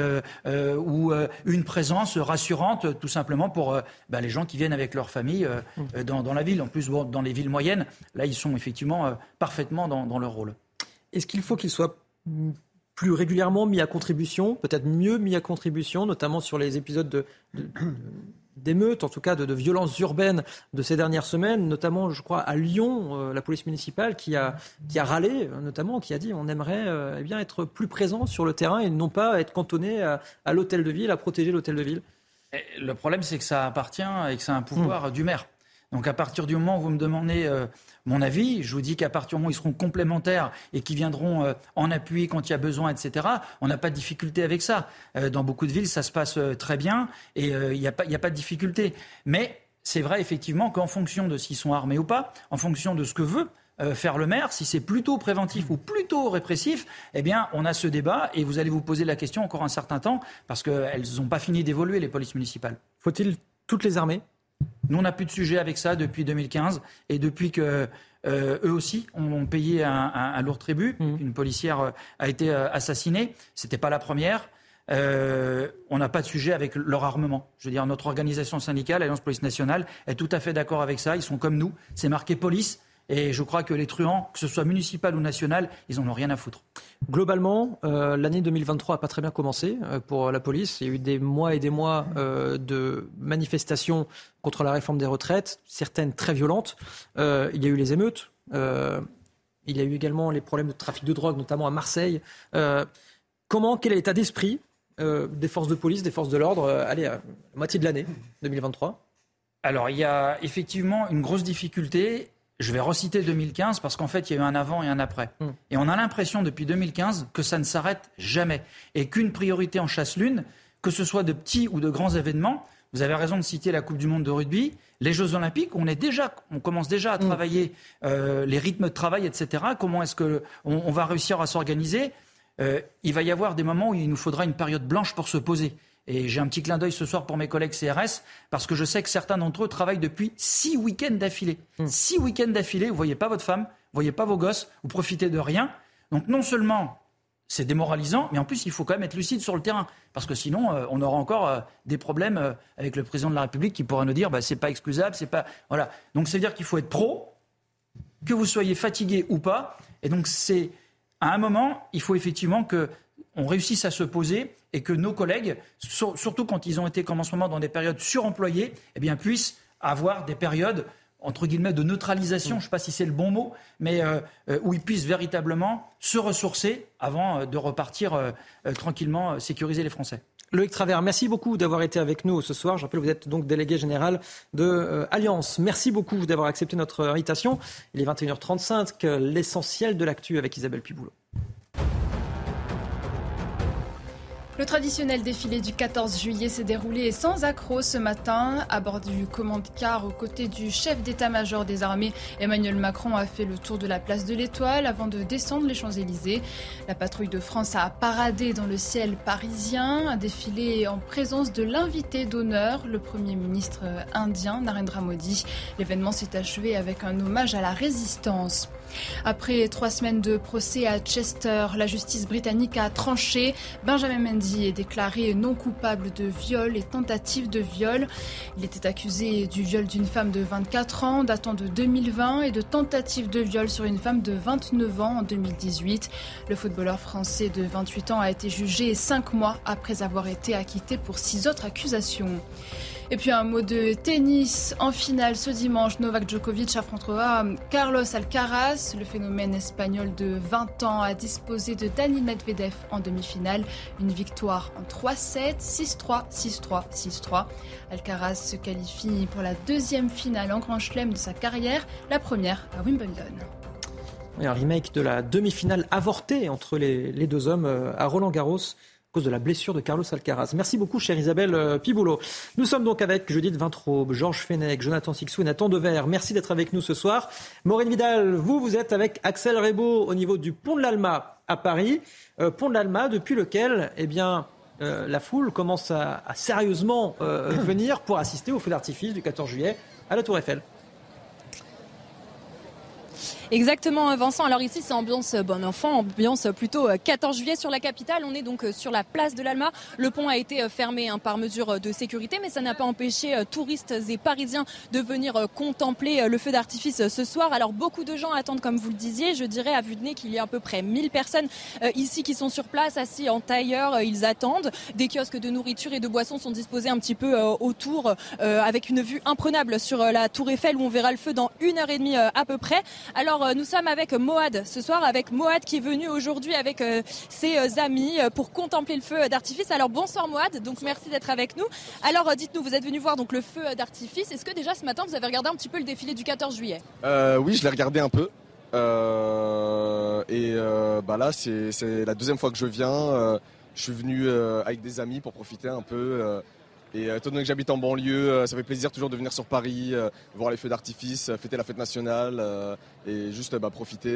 ou une présence rassurante tout simplement pour les gens qui viennent avec leur famille dans la ville. En plus, dans les villes moyennes, là, ils sont effectivement parfaitement dans leur rôle. Est-ce qu'il faut qu'ils soient plus régulièrement mis à contribution, peut-être mieux mis à contribution, notamment sur les épisodes d'émeutes, en tout cas de violences urbaines de ces dernières semaines, notamment, je crois, à Lyon, la police municipale qui a râlé, notamment, qui a dit on aimerait être plus présent sur le terrain et non pas être cantonné à l'hôtel de ville, à protéger l'hôtel de ville. Et le problème, c'est que ça appartient et que c'est un pouvoir du maire. Donc à partir du moment où vous me demandez mon avis, je vous dis qu'à partir du moment où ils seront complémentaires et qu'ils viendront en appui quand il y a besoin, etc., on n'a pas de difficulté avec ça. Dans beaucoup de villes, ça se passe très bien et il n'y a pas de difficulté. Mais c'est vrai effectivement qu'en fonction de s'ils sont armés ou pas, en fonction de ce que veut faire le maire, si c'est plutôt préventif ou plutôt répressif, eh bien on a ce débat et vous allez vous poser la question encore un certain temps parce qu'elles n'ont pas fini d'évoluer, les polices municipales. Faut-il toutes les armer ? Nous, on n'a plus de sujet avec ça depuis 2015 et depuis que eux aussi ont payé un lourd tribut. Une policière a été assassinée. C'était pas la première. On n'a pas de sujet avec leur armement. Je veux dire, notre organisation syndicale, Alliance Police Nationale, est tout à fait d'accord avec ça. Ils sont comme nous. C'est marqué police. Et je crois que les truands, que ce soit municipal ou national, ils n'en ont rien à foutre. Globalement, l'année 2023 n'a pas très bien commencé pour la police. Il y a eu des mois et des mois de manifestations contre la réforme des retraites, certaines très violentes. Il y a eu les émeutes. Il y a eu également les problèmes de trafic de drogue, notamment à Marseille. Quel est l'état d'esprit des forces de police, des forces de l'ordre, à la moitié de l'année 2023 ? Alors, il y a effectivement une grosse difficulté. Je vais reciter 2015 parce qu'en fait, il y a eu un avant et un après. Et on a l'impression depuis 2015 que ça ne s'arrête jamais. Et qu'une priorité en chasse l'une, que ce soit de petits ou de grands événements. Vous avez raison de citer la Coupe du Monde de rugby, les Jeux Olympiques. On commence déjà à travailler les rythmes de travail, etc. Comment est-ce qu'on va réussir à s'organiser ? Il va y avoir des moments où il nous faudra une période blanche pour se poser. Et j'ai un petit clin d'œil ce soir pour mes collègues CRS, parce que je sais que certains d'entre eux travaillent depuis 6 week-ends d'affilée. 6 week-ends d'affilée, vous ne voyez pas votre femme, vous ne voyez pas vos gosses, vous profitez de rien. Donc non seulement c'est démoralisant, mais en plus il faut quand même être lucide sur le terrain. Parce que sinon, on aura encore des problèmes avec le président de la République qui pourra nous dire c'est pas excusable, c'est pas... Voilà. Donc c'est à dire qu'il faut être pro, que vous soyez fatigué ou pas. Et donc c'est... À un moment, il faut effectivement qu'on réussisse à se poser et que nos collègues, surtout quand ils ont été comme en ce moment dans des périodes suremployées, eh bien, puissent avoir des périodes, entre guillemets, de neutralisation, je ne sais pas si c'est le bon mot, mais où ils puissent véritablement se ressourcer avant de repartir tranquillement sécuriser les Français. Loïc Travers, merci beaucoup d'avoir été avec nous ce soir. Je rappelle que vous êtes donc délégué général de Alliance. Merci beaucoup d'avoir accepté notre invitation. Il est 21h35, l'essentiel de l'actu avec Isabelle Piboulot. Le traditionnel défilé du 14 juillet s'est déroulé sans accroc ce matin. À bord du commande-car, aux côtés du chef d'état-major des armées, Emmanuel Macron a fait le tour de la place de l'Étoile avant de descendre les Champs-Élysées. La patrouille de France a paradé dans le ciel parisien, un défilé en présence de l'invité d'honneur, le Premier ministre indien Narendra Modi. L'événement s'est achevé avec un hommage à la résistance. Après 3 semaines de procès à Chester, la justice britannique a tranché. Benjamin Mendy est déclaré non coupable de viol et tentative de viol. Il était accusé du viol d'une femme de 24 ans datant de 2020 et de tentative de viol sur une femme de 29 ans en 2018. Le footballeur français de 28 ans a été jugé 5 mois après avoir été acquitté pour 6 autres accusations. Et puis un mot de tennis. En finale ce dimanche, Novak Djokovic affrontera Carlos Alcaraz. Le phénomène espagnol de 20 ans a disposé de Daniil Medvedev en demi-finale. Une victoire en 3-7, 6-3, 6-3, 6-3. Alcaraz se qualifie pour la 2e finale en Grand Chelem de sa carrière, la première à Wimbledon. Et un remake de la demi-finale avortée entre les deux hommes à Roland-Garros, à cause de la blessure de Carlos Alcaraz. Merci beaucoup, chère Isabelle Piboulot. Nous sommes donc avec Judith Vintraube, Georges Fenech, Jonathan Sixou et Nathan Dever. Merci d'être avec nous ce soir. Maureen Vidal, vous êtes avec Axel Rebaud au niveau du pont de l'Alma à Paris. Pont de l'Alma, depuis lequel, la foule commence à sérieusement venir pour assister au feu d'artifice du 14 juillet à la Tour Eiffel. Exactement, Vincent. Alors ici, c'est ambiance bon enfant, ambiance plutôt 14 juillet sur la capitale. On est donc sur la place de l'Alma. Le pont a été fermé par mesure de sécurité, mais ça n'a pas empêché touristes et Parisiens de venir contempler le feu d'artifice ce soir. Alors beaucoup de gens attendent, comme vous le disiez. Je dirais à vue de nez qu'il y a à peu près 1000 personnes ici qui sont sur place, assis en tailleur. Ils attendent. Des kiosques de nourriture et de boissons sont disposés un petit peu autour, avec une vue imprenable sur la Tour Eiffel où on verra le feu dans 1h30 à peu près. Alors nous sommes avec Moad ce soir, avec Moad qui est venu aujourd'hui avec ses amis pour contempler le feu d'artifice. Alors bonsoir Moad, donc merci d'être avec nous. Alors dites-nous, vous êtes venu voir donc le feu d'artifice. Est-ce que déjà ce matin vous avez regardé un petit peu le défilé du 14 juillet ? Oui, je l'ai regardé un peu. Là c'est la 2e fois que je viens. Je suis venu avec des amis pour profiter un peu. Et étant donné que j'habite en banlieue, ça fait plaisir toujours de venir sur Paris, voir les feux d'artifice, fêter la fête nationale et juste profiter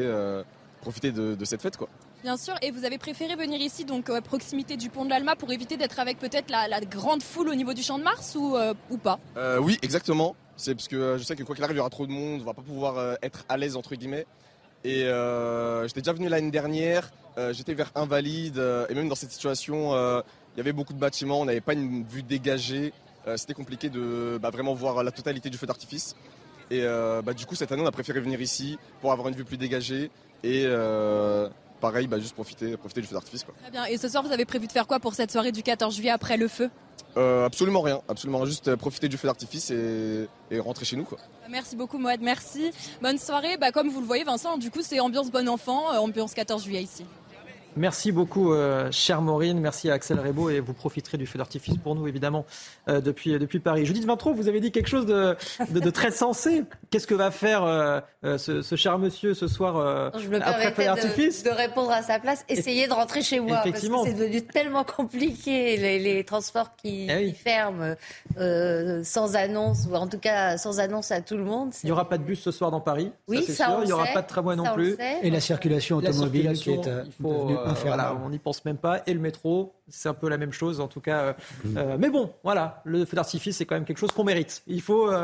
de cette fête, quoi. Bien sûr, et vous avez préféré venir ici donc à proximité du pont de l'Alma pour éviter d'être avec peut-être la grande foule au niveau du Champ de Mars ou pas ? Oui, exactement. C'est parce que je sais que quoi qu'il arrive, il y aura trop de monde, on va pas pouvoir être à l'aise entre guillemets. Et j'étais déjà venu l'année dernière, j'étais vers Invalides et même dans cette situation. Il y avait beaucoup de bâtiments, on n'avait pas une vue dégagée. C'était compliqué de vraiment voir la totalité du feu d'artifice. Et du coup, cette année, on a préféré venir ici pour avoir une vue plus dégagée. Et pareil, juste profiter du feu d'artifice, quoi. Très bien. Et ce soir, vous avez prévu de faire quoi pour cette soirée du 14 juillet après le feu ? Absolument rien. Absolument juste profiter du feu d'artifice et rentrer chez nous, quoi. Merci beaucoup, Moed. Merci. Bonne soirée. Comme vous le voyez, Vincent, du coup, c'est ambiance bon enfant, ambiance 14 juillet ici. Merci beaucoup, chère Maureen. Merci à Axel Rebaud et vous profiterez du feu d'artifice pour nous, évidemment, depuis Paris. Judith Vintraube, vous avez dit quelque chose de très sensé. Qu'est-ce que va faire ce cher monsieur ce soir je me après le feu d'artifice ? De répondre à sa place, essayer de rentrer chez moi. Parce que c'est devenu tellement compliqué, les transports qui ferment sans annonce, ou en tout cas sans annonce à tout le monde. Il n'y aura pas de bus ce soir dans Paris, oui, ça c'est sûr. Il n'y aura pas de tramway non plus. Et la circulation automobile qui est on n'y pense même pas. Et le métro, c'est un peu la même chose en tout cas. Mais bon, voilà, le feu d'artifice, c'est quand même quelque chose qu'on mérite. Le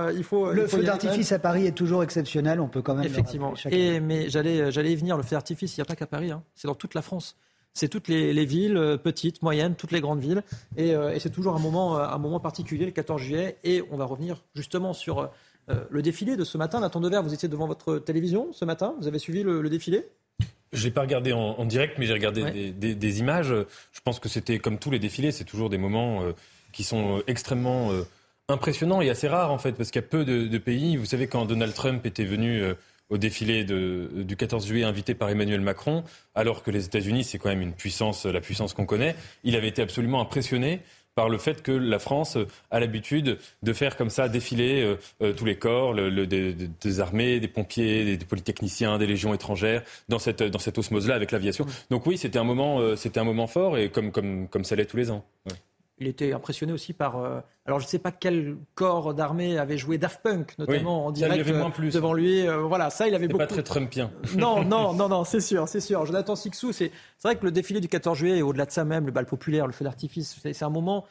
feu d'artifice à Paris est toujours exceptionnel, on peut quand même. Effectivement. Mais j'allais y venir. Le feu d'artifice, il n'y a pas qu'à Paris. C'est dans toute la France. C'est toutes les villes, petites, moyennes, toutes les grandes villes. Et c'est toujours un moment particulier, le 14 juillet. Et on va revenir justement sur le défilé de ce matin. Nathan Dever, vous étiez devant votre télévision ce matin. Vous avez suivi le défilé ? Je l'ai pas regardé en direct, mais j'ai regardé des images. Je pense que c'était comme tous les défilés, c'est toujours des moments qui sont extrêmement impressionnants et assez rares en fait, parce qu'il y a peu de pays. Vous savez, quand Donald Trump était venu au défilé du 14 juillet invité par Emmanuel Macron, alors que les États-Unis, c'est quand même la puissance qu'on connaît, il avait été absolument impressionné par le fait que la France a l'habitude de faire comme ça défiler tous les corps, des armées, des pompiers, des polytechniciens, des légions étrangères, dans cette osmose-là avec l'aviation. Donc oui, c'était un moment fort, et comme ça l'est tous les ans. Ouais. Il était impressionné aussi par... alors, je ne sais pas quel corps d'armée avait joué Daft Punk, notamment en direct devant lui. Voilà, ça, il avait beaucoup... pas très trumpien. Non, c'est sûr. Jonathan Sicsou, c'est vrai que le défilé du 14 juillet, et au-delà de ça même, le bal populaire, le feu d'artifice, c'est un moment,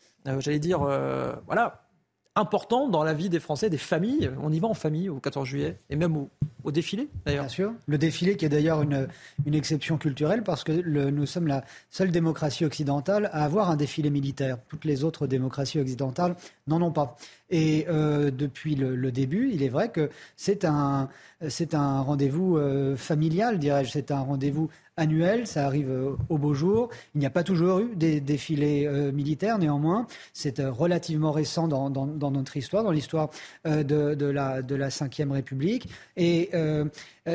important dans la vie des Français, des familles. On y va en famille au 14 juillet, et même au défilé, d'ailleurs. Bien sûr. Le défilé qui est d'ailleurs une exception culturelle, parce que nous sommes la seule démocratie occidentale à avoir un défilé militaire. Toutes les autres démocraties occidentales n'en ont pas. Et depuis le début, il est vrai que c'est un rendez-vous familial, dirais-je. C'est un rendez-vous annuel, ça arrive au beau jour. Il n'y a pas toujours eu des défilés militaires, néanmoins. C'est relativement récent dans notre histoire, dans l'histoire de la Ve République. Et on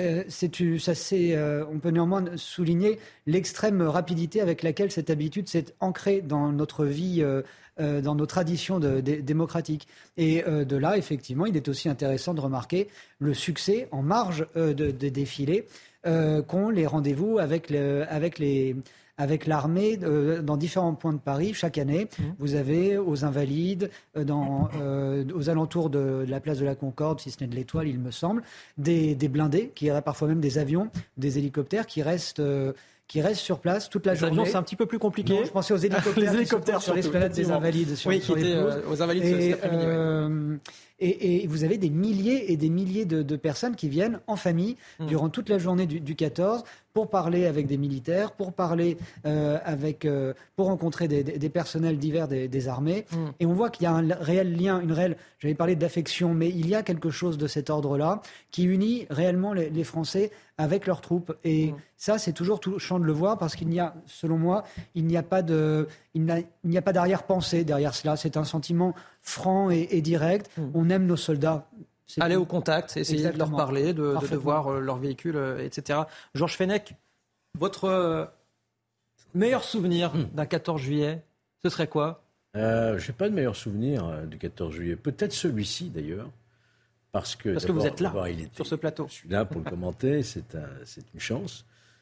peut néanmoins souligner l'extrême rapidité avec laquelle cette habitude s'est ancrée dans notre vie, dans nos traditions démocratiques. Et de là, effectivement, il est aussi intéressant de remarquer le succès en marge des défilés qu'ont les rendez-vous avec l'armée dans différents points de Paris chaque année. Vous avez aux Invalides, aux alentours de la place de la Concorde, si ce n'est de l'Étoile, il me semble, des blindés, parfois même des avions, des hélicoptères qui restent sur place toute la journée. Les avions, c'est un petit peu plus compliqué. Non, je pensais aux hélicoptères, les hélicoptères sur l'esplanade des Invalides. Sur qui étaient aux Invalides cet après-midi. Et vous avez des milliers et des milliers de personnes qui viennent en famille durant toute la journée du 14 pour parler avec des militaires, pour rencontrer des personnels divers des armées. Et on voit qu'il y a un réel lien, j'avais parlé d'affection, mais il y a quelque chose de cet ordre-là qui unit réellement les Français avec leurs troupes. Et ça, c'est toujours touchant de le voir, parce qu'il n'y a, selon moi, il n'y a pas d'arrière-pensée derrière cela. C'est un sentiment franc et direct. On aime nos soldats. Aller au contact, essayer de leur parler, de voir leur véhicule, etc. Georges Fenech, votre meilleur souvenir d'un 14 juillet, ce serait quoi ? Je n'ai pas de meilleur souvenir du 14 juillet. Peut-être celui-ci, d'ailleurs. Parce que vous êtes là, sur ce plateau. Je suis là pour le commenter, c'est une chance.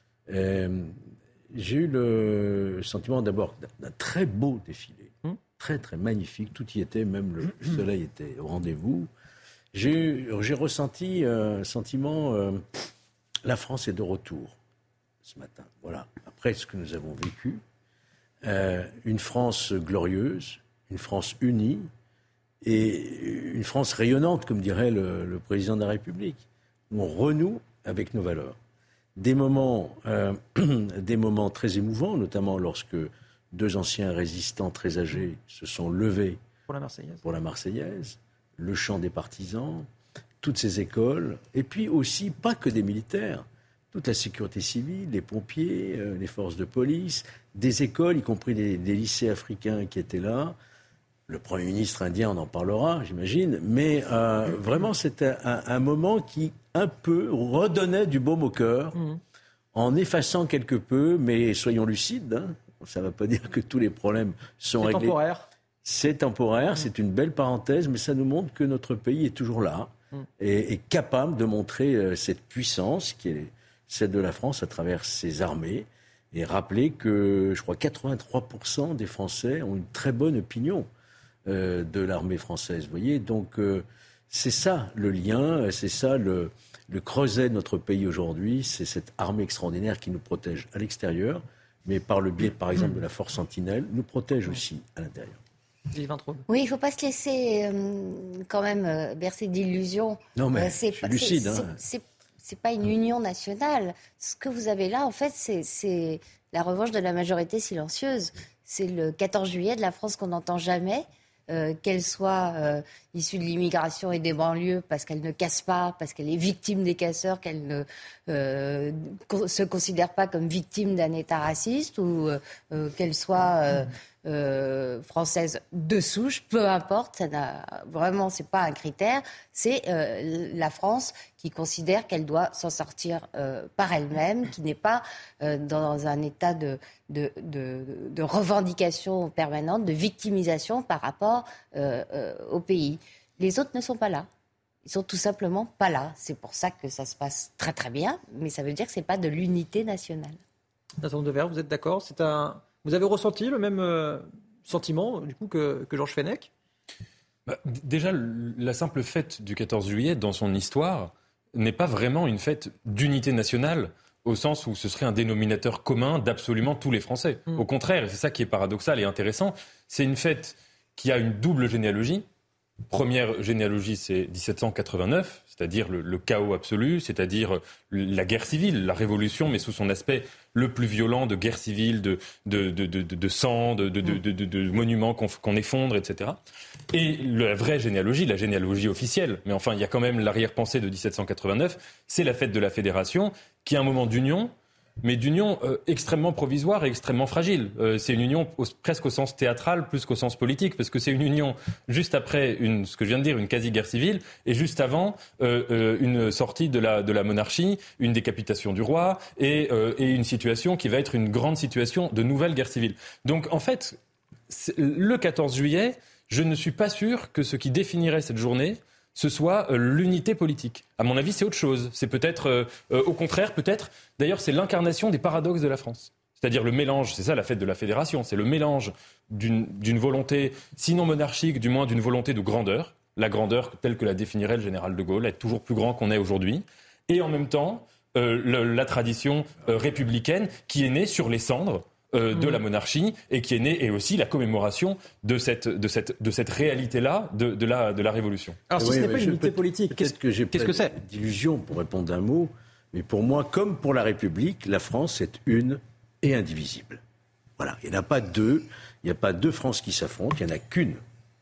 J'ai eu le sentiment d'abord d'un très beau défilé, très très magnifique, tout y était, même le soleil était au rendez-vous. J'ai ressenti un sentiment, la France est de retour ce matin, voilà, après ce que nous avons vécu, une France glorieuse, une France unie, et une France rayonnante, comme dirait le président de la République, où on renoue avec nos valeurs. Des moments très émouvants, notamment lorsque deux anciens résistants très âgés se sont levés pour la Marseillaise, le chant des partisans, toutes ces écoles, et puis aussi, pas que des militaires, toute la sécurité civile, les pompiers, les forces de police, des écoles, y compris des lycées africains qui étaient là. Le Premier ministre indien, on en parlera, j'imagine. Mais vraiment, c'était un moment qui, un peu, redonnait du baume au cœur, en effaçant quelque peu, mais soyons lucides, hein, ça ne va pas dire que tous les problèmes sont réglés. C'est temporaire. C'est temporaire, c'est une belle parenthèse, mais ça nous montre que notre pays est toujours là et capable de montrer cette puissance qui est celle de la France à travers ses armées. Et rappeler que, je crois, 83% des Français ont une très bonne opinion de l'armée française. Vous voyez, donc c'est ça le lien, c'est ça le creuset de notre pays aujourd'hui, c'est cette armée extraordinaire qui nous protège à l'extérieur, mais par le biais, par exemple, de la force Sentinelle, nous protège aussi à l'intérieur. Oui, il ne faut pas se laisser quand même bercer d'illusions. Non, mais je suis lucide. C'est pas une union nationale. Ce que vous avez là, en fait, c'est la revanche de la majorité silencieuse. C'est le 14 juillet de la France qu'on n'entend jamais. Qu'elle soit issue de l'immigration et des banlieues parce qu'elle ne casse pas, parce qu'elle est victime des casseurs, qu'elle ne se considère pas comme victime d'un État raciste, ou qu'elle soit française de souche, peu importe, c'est pas un critère, c'est la France qui considère qu'elle doit s'en sortir par elle-même, qui n'est pas dans un état de revendication permanente, de victimisation par rapport au pays. Les autres ne sont pas là. Ils sont tout simplement pas là. C'est pour ça que ça se passe très très bien, mais ça veut dire que c'est pas de l'unité nationale. Nathan Devers, vous êtes d'accord ? Vous avez ressenti le même sentiment du coup que Georges Fenech ? Déjà, la simple fête du 14 juillet, dans son histoire, n'est pas vraiment une fête d'unité nationale, au sens où ce serait un dénominateur commun d'absolument tous les Français. Au contraire, et c'est ça qui est paradoxal et intéressant, c'est une fête qui a une double généalogie. Première généalogie, c'est 1789, c'est-à-dire le chaos absolu, c'est-à-dire la guerre civile, la révolution, mais sous son aspect le plus violent de guerre civile, de sang, de monuments qu'on effondre, etc. Et la vraie généalogie, la généalogie officielle, mais enfin, il y a quand même l'arrière-pensée de 1789, c'est la fête de la Fédération, qui est un moment d'union, mais d'union extrêmement provisoire et extrêmement fragile. C'est une union presque au sens théâtral plus qu'au sens politique, parce que c'est une union juste après ce que je viens de dire, une quasi-guerre civile, et juste avant une sortie de la monarchie, une décapitation du roi, et une situation qui va être une grande situation de nouvelle guerre civile. Donc en fait, le 14 juillet, je ne suis pas sûr que ce qui définirait cette journée, ce soit l'unité politique. À mon avis, c'est autre chose. C'est peut-être, au contraire, d'ailleurs, c'est l'incarnation des paradoxes de la France. C'est-à-dire le mélange, c'est ça la fête de la Fédération, c'est le mélange d'une volonté, sinon monarchique, du moins d'une volonté de grandeur, la grandeur telle que la définirait le général de Gaulle, être toujours plus grand qu'on est aujourd'hui, et en même temps, la tradition républicaine qui est née sur les cendres de la monarchie et qui est née, et aussi la commémoration de cette réalité-là de la Révolution. Alors si ce n'est pas une unité politique, qu'est-ce que c'est ? D'illusion pour répondre d'un mot, mais pour moi, comme pour la République, la France est une et indivisible. Voilà, il n'y en a pas deux, il n'y a pas deux France qui s'affrontent, il n'y en a qu'une.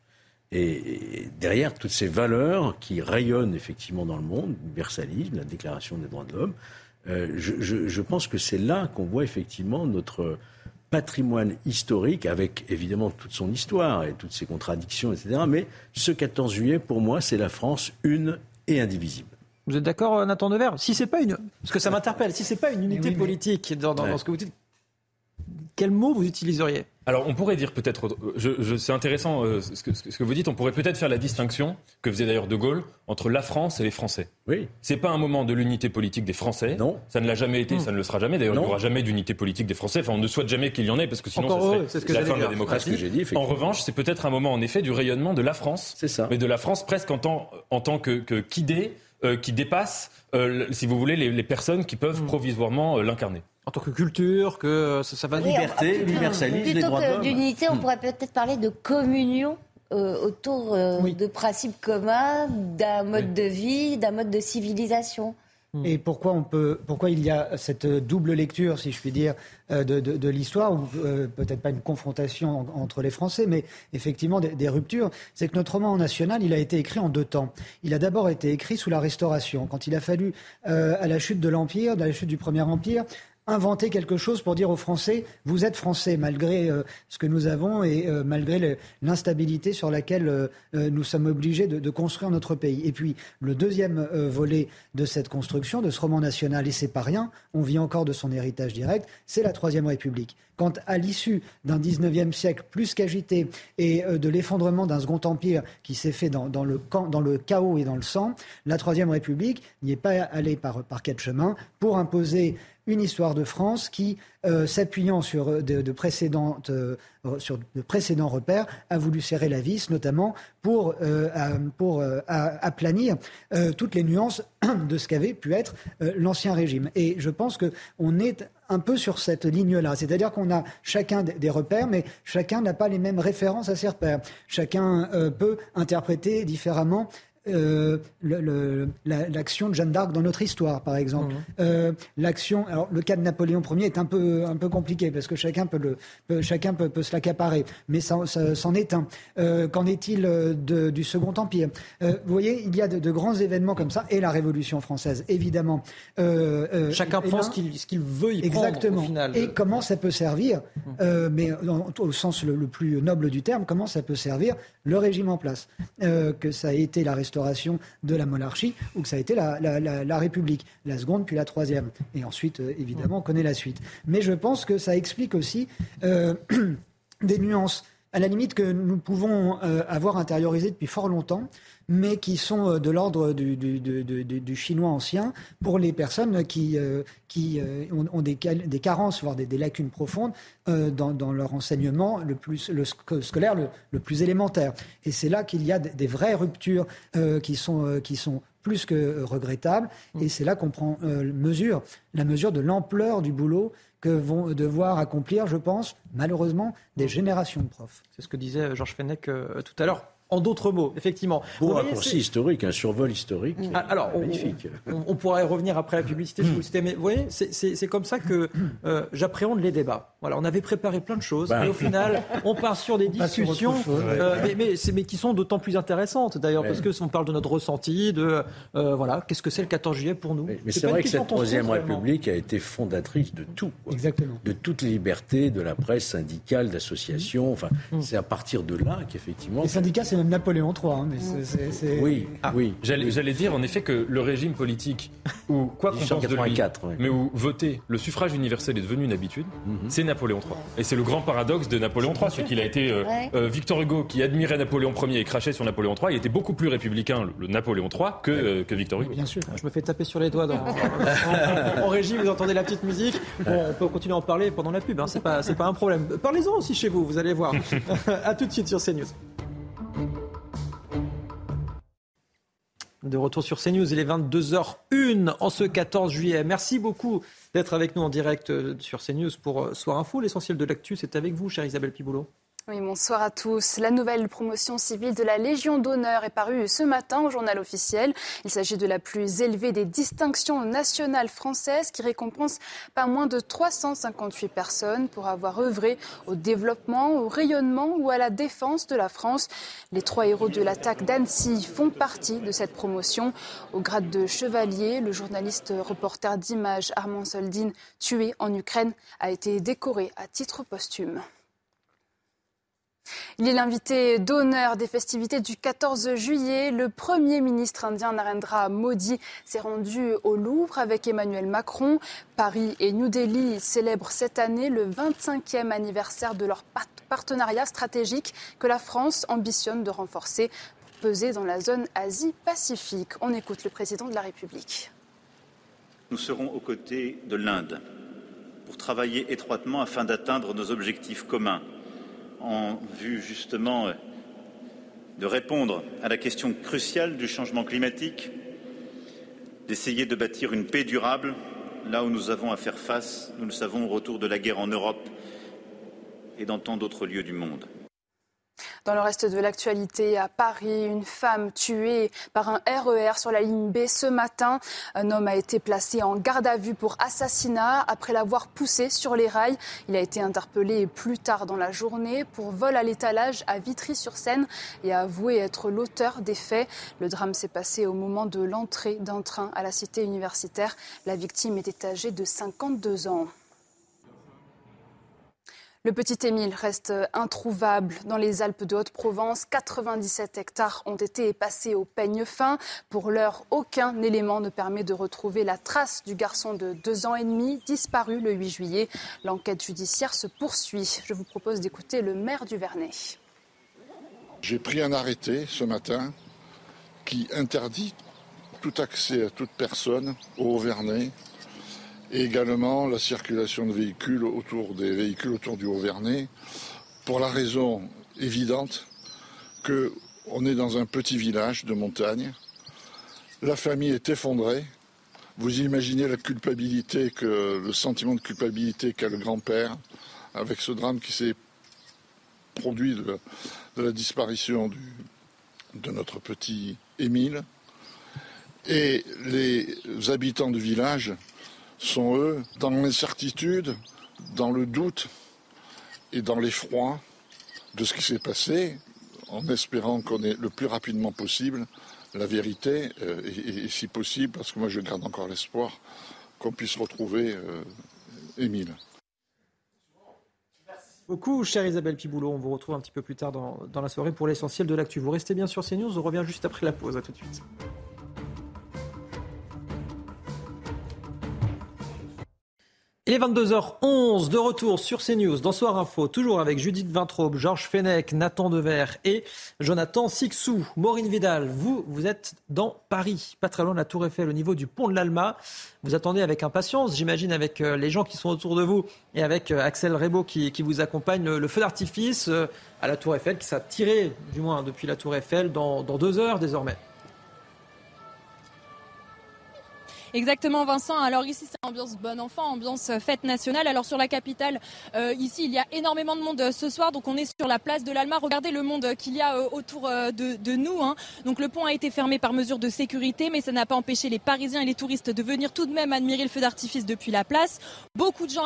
Et derrière toutes ces valeurs qui rayonnent effectivement dans le monde, l'universalisme, la Déclaration des droits de l'homme, je pense que c'est là qu'on voit effectivement notre patrimoine historique, avec évidemment toute son histoire et toutes ses contradictions, etc. Mais ce 14 juillet, pour moi, c'est la France une et indivisible. Vous êtes d'accord, Nathan Devers ? Si c'est pas parce que ça m'interpelle, si c'est pas une unité politique dans ce que vous dites, quel mot vous utiliseriez ? Alors, on pourrait dire peut-être, c'est intéressant ce que vous dites, on pourrait peut-être faire la distinction, que faisait d'ailleurs De Gaulle, entre la France et les Français. Oui. C'est pas un moment de l'unité politique des Français. Non. Ça ne l'a jamais été, ça ne le sera jamais. D'ailleurs, il n'y aura jamais d'unité politique des Français. Enfin, on ne souhaite jamais qu'il y en ait, parce que sinon, ça serait la fin de la démocratie. C'est ce que j'ai dit, en revanche, c'est peut-être un moment, en effet, du rayonnement de la France. C'est ça. Mais de la France presque en tant qu'idée qui dépasse, si vous voulez, les personnes qui peuvent provisoirement l'incarner. En tant que culture, que ça va... Liberté, l'universalisme, les droits de l'homme. Plutôt que d'unité, on pourrait peut-être parler de communion autour de principes communs, d'un mode de vie, d'un mode de civilisation. Et pourquoi il y a cette double lecture, si je puis dire, de l'histoire, ou peut-être pas une confrontation entre les Français, mais effectivement des ruptures. C'est que notre roman national, il a été écrit en deux temps. Il a d'abord été écrit sous la Restauration, quand il a fallu, à la chute de l'Empire, à la chute du Premier Empire, inventer quelque chose pour dire aux Français, vous êtes Français, malgré ce que nous avons et malgré l'instabilité sur laquelle nous sommes obligés de construire notre pays. Et puis, le deuxième volet de cette construction, de ce roman national, et c'est pas rien, on vit encore de son héritage direct, c'est la Troisième République. Quand, à l'issue d'un 19e siècle plus qu'agité et de l'effondrement d'un Second Empire qui s'est fait dans le chaos et dans le sang, la Troisième République n'y est pas allée par quatre chemins pour imposer une histoire de France qui, s'appuyant sur de précédents repères, a voulu serrer la vis, notamment pour aplanir toutes les nuances de ce qu'avait pu être l'Ancien Régime. Et je pense qu'on est un peu sur cette ligne-là. C'est-à-dire qu'on a chacun des repères, mais chacun n'a pas les mêmes références à ses repères. Chacun peut interpréter différemment l'action de Jeanne d'Arc dans notre histoire, par exemple. L'action, alors le cas de Napoléon Ier est un peu compliqué parce que chacun peut se l'accaparer, mais ça c'en est un. Qu'en est-il du Second Empire? Vous voyez, il y a de grands événements comme ça, et la Révolution française, évidemment. Chacun prend ce qu'il veut y prendre, exactement. Au final. Et comment ça peut servir, mais au sens le plus noble du terme, comment ça peut servir le régime en place, que ça a été la restauration de la monarchie ou que ça a été la République, la seconde puis la troisième. Et ensuite, évidemment, on connaît la suite. Mais je pense que ça explique aussi des nuances, à la limite que nous pouvons avoir intériorisées depuis fort longtemps, mais qui sont de l'ordre du chinois ancien pour les personnes qui ont des carences, voire des lacunes profondes dans leur enseignement scolaire le plus élémentaire. Et c'est là qu'il y a des vraies ruptures qui sont plus que regrettables. Et c'est là qu'on prend la mesure de l'ampleur du boulot que vont devoir accomplir, je pense, malheureusement, des générations de profs. C'est ce que disait Georges Fenech tout à l'heure. En d'autres mots, effectivement. Beau raccourci historique, un survol historique. Alors, magnifique. On pourrait revenir après la publicité, si vous le citez, mais vous voyez, c'est comme ça que j'appréhende les débats. Voilà, on avait préparé plein de choses, et au final, on part sur des discussions, mais qui sont d'autant plus intéressantes, d'ailleurs, parce qu'on parle de notre ressenti, qu'est-ce que c'est le 14 juillet pour nous. Mais c'est vrai que cette Troisième République a été fondatrice de tout. Exactement. De toutes les libertés, de la presse syndicale, d'association. Enfin, c'est à partir de là qu'effectivement... Les syndicats, c'est même Napoléon III. Hein, mais Oui. J'allais dire, en effet, que le régime politique, où quoi qu'on pense de lui, mais où voter, le suffrage universel est devenu une habitude, c'est Napoléon III. Et c'est le grand paradoxe de Napoléon III, c'est qu'il a été Victor Hugo, qui admirait Napoléon Ier et crachait sur Napoléon III, il était beaucoup plus républicain, le Napoléon III, que Victor Hugo. Bien sûr. Je me fais taper sur les doigts en régie, vous entendez la petite musique. Bon, on peut continuer à en parler pendant la pub, hein, c'est pas un problème. Parlez-en aussi chez vous, vous allez voir. À tout de suite sur CNews. De retour sur CNews, il est 22h01 en ce 14 juillet. Merci beaucoup d'être avec nous en direct sur CNews pour Soir Info. L'essentiel de l'actu, c'est avec vous, chère Isabelle Piboulot. Oui, bonsoir à tous. La nouvelle promotion civile de la Légion d'honneur est parue ce matin au journal officiel. Il s'agit de la plus élevée des distinctions nationales françaises qui récompense pas moins de 358 personnes pour avoir œuvré au développement, au rayonnement ou à la défense de la France. Les 3 héros de l'attaque d'Annecy font partie de cette promotion. Au grade de chevalier, le journaliste reporter d'Images Armand Soldin, tué en Ukraine, a été décoré à titre posthume. Il est l'invité d'honneur des festivités du 14 juillet. Le Premier ministre indien Narendra Modi s'est rendu au Louvre avec Emmanuel Macron. Paris et New Delhi célèbrent cette année le 25e anniversaire de leur partenariat stratégique que la France ambitionne de renforcer pour peser dans la zone Asie-Pacifique. On écoute le président de la République. Nous serons aux côtés de l'Inde pour travailler étroitement afin d'atteindre nos objectifs communs, en vue justement de répondre à la question cruciale du changement climatique, d'essayer de bâtir une paix durable là où nous avons à faire face, nous le savons, au retour de la guerre en Europe et dans tant d'autres lieux du monde. Dans le reste de l'actualité, à Paris, une femme tuée par un RER sur la ligne B ce matin. Un homme a été placé en garde à vue pour assassinat après l'avoir poussé sur les rails. Il a été interpellé plus tard dans la journée pour vol à l'étalage à Vitry-sur-Seine et a avoué être l'auteur des faits. Le drame s'est passé au moment de l'entrée d'un train à la cité universitaire. La victime était âgée de 52 ans. Le petit Émile reste introuvable dans les Alpes de Haute-Provence. 97 hectares ont été passés au peigne fin. Pour l'heure, aucun élément ne permet de retrouver la trace du garçon de 2 ans et demi disparu le 8 juillet. L'enquête judiciaire se poursuit. Je vous propose d'écouter le maire du Vernet. J'ai pris un arrêté ce matin qui interdit tout accès à toute personne au Haut-Vernay. Et également la circulation de véhicules autour du Haut-Vernay, pour la raison évidente qu'on est dans un petit village de montagne. La famille est effondrée. Vous imaginez la culpabilité, le sentiment de culpabilité qu'a le grand-père avec ce drame qui s'est produit de la disparition de notre petit Émile. Et les habitants du village sont, eux, dans l'incertitude, dans le doute et dans l'effroi de ce qui s'est passé, en espérant qu'on ait le plus rapidement possible la vérité, et si possible, parce que moi je garde encore l'espoir qu'on puisse retrouver Émile. Beaucoup, chère Isabelle Piboulot. On vous retrouve un petit peu plus tard dans la soirée pour l'essentiel de l'actu. Vous restez bien sur CNews, on revient juste après la pause. À tout de suite. Il est 22h11, de retour sur CNews dans Soir Info, toujours avec Judith Vintraube, Georges Fenech, Nathan Dever et Jonathan Sixou. Maureen Vidal, vous êtes dans Paris, pas très loin de la Tour Eiffel, au niveau du pont de l'Alma. Vous attendez avec impatience, j'imagine, avec les gens qui sont autour de vous et avec Axel Rebaud qui vous accompagne, le feu d'artifice à la Tour Eiffel, qui s'est tiré, du moins depuis la Tour Eiffel, dans 2 heures désormais. Exactement, Vincent. Alors ici, c'est ambiance bon enfant, ambiance fête nationale. Alors sur la capitale, ici, il y a énormément de monde ce soir. Donc on est sur la place de l'Alma. Regardez le monde qu'il y a autour de nous. Hein. Donc le pont a été fermé par mesure de sécurité, mais ça n'a pas empêché les Parisiens et les touristes de venir tout de même admirer le feu d'artifice depuis la place. Beaucoup de gens...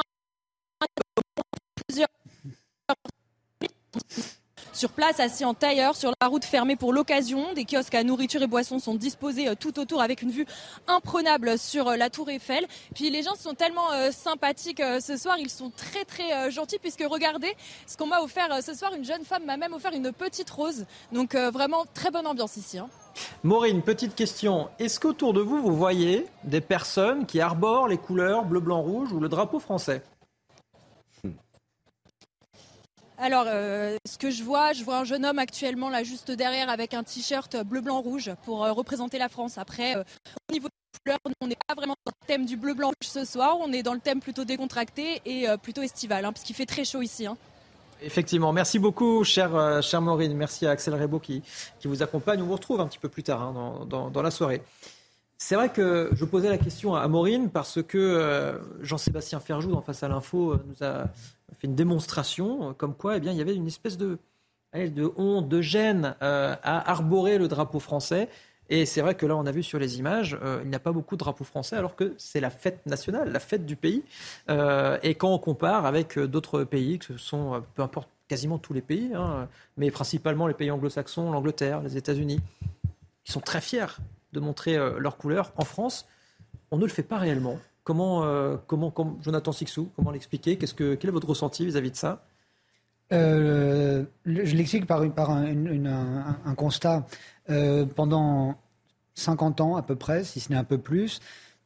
Sur place, assis en tailleur, sur la route fermée pour l'occasion. Des kiosques à nourriture et boissons sont disposés tout autour avec une vue imprenable sur la Tour Eiffel. Puis les gens sont tellement sympathiques ce soir, ils sont très très gentils puisque regardez ce qu'on m'a offert ce soir. Une jeune femme m'a même offert une petite rose. Donc vraiment très bonne ambiance ici. Hein. Maureen, petite question. Est-ce qu'autour de vous, vous voyez des personnes qui arborent les couleurs bleu, blanc, rouge ou le drapeau français ? Alors, ce que je vois un jeune homme actuellement là juste derrière avec un t-shirt bleu, blanc, rouge pour représenter la France. Après, au niveau des couleurs, on n'est pas vraiment dans le thème du bleu, blanc, rouge ce soir. On est dans le thème plutôt décontracté et plutôt estival, hein, parce qu'il fait très chaud ici. Hein. Effectivement. Merci beaucoup, chère Maureen. Merci à Axel Rebaud qui vous accompagne. On vous retrouve un petit peu plus tard hein, dans la soirée. C'est vrai que je posais la question à Maureen parce que Jean-Sébastien Ferjou, dans Face à l'info, nous a fait une démonstration comme quoi il y avait une espèce de honte, de gêne à arborer le drapeau français. Et c'est vrai que là, on a vu sur les images, il n'y a pas beaucoup de drapeaux français alors que c'est la fête nationale, la fête du pays. Et quand on compare avec d'autres pays, que ce sont, peu importe, quasiment tous les pays, hein, mais principalement les pays anglo-saxons, l'Angleterre, les États-Unis, qui sont très fiers de montrer leurs couleurs. En France, on ne le fait pas réellement. Comment Jonathan Sixou, comment l'expliquer ? Quel est votre ressenti vis-à-vis de ça ? Je l'explique par un constat. Pendant 50 ans à peu près, si ce n'est un peu plus,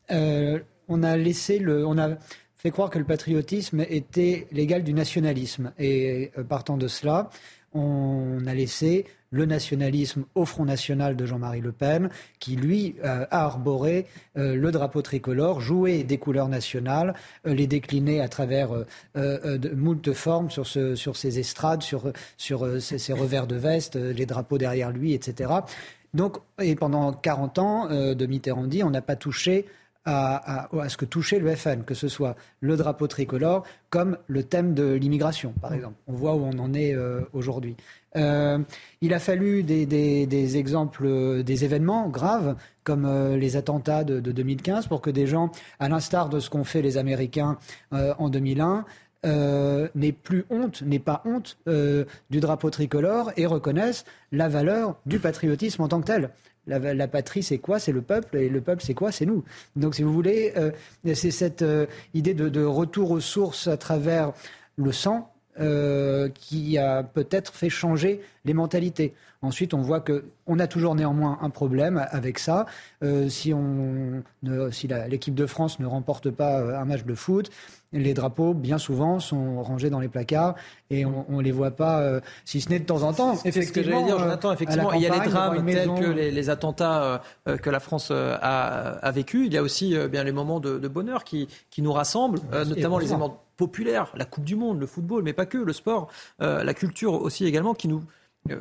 on a fait croire que le patriotisme était l'égal du nationalisme. Et partant de cela, on a laissé le nationalisme au Front National de Jean-Marie Le Pen, qui, lui, a arboré le drapeau tricolore, joué des couleurs nationales, les décliné à travers de moult formes sur ses estrades, sur ses revers de veste, les drapeaux derrière lui, etc. Donc, et pendant 40 ans, de Mitterrand dit, on n'a pas touché à ce que touchait le FN, que ce soit le drapeau tricolore comme le thème de l'immigration, par exemple. On voit où on en est aujourd'hui. Il a fallu des exemples, des événements graves comme les attentats de 2015 pour que des gens, à l'instar de ce qu'ont fait les Américains en 2001, n'aient pas honte du drapeau tricolore et reconnaissent la valeur du patriotisme en tant que tel. La patrie, c'est quoi ? C'est le peuple. Et le peuple, c'est quoi ? C'est nous. Donc, si vous voulez, c'est cette idée de retour aux sources à travers le sang qui a peut-être fait changer les mentalités. Ensuite, on voit qu'on a toujours néanmoins un problème avec ça. Si l'équipe de France ne remporte pas un match de foot, les drapeaux, bien souvent, sont rangés dans les placards et on ne les voit pas, si ce n'est de temps en temps. C'est ce que j'allais dire, Jonathan. Effectivement, il y a les drames tels que les attentats que la France a vécu. Il y a aussi bien les moments de bonheur qui nous rassemblent, notamment les événements populaires, la Coupe du Monde, le football, mais pas que, le sport, la culture aussi également, qui nous...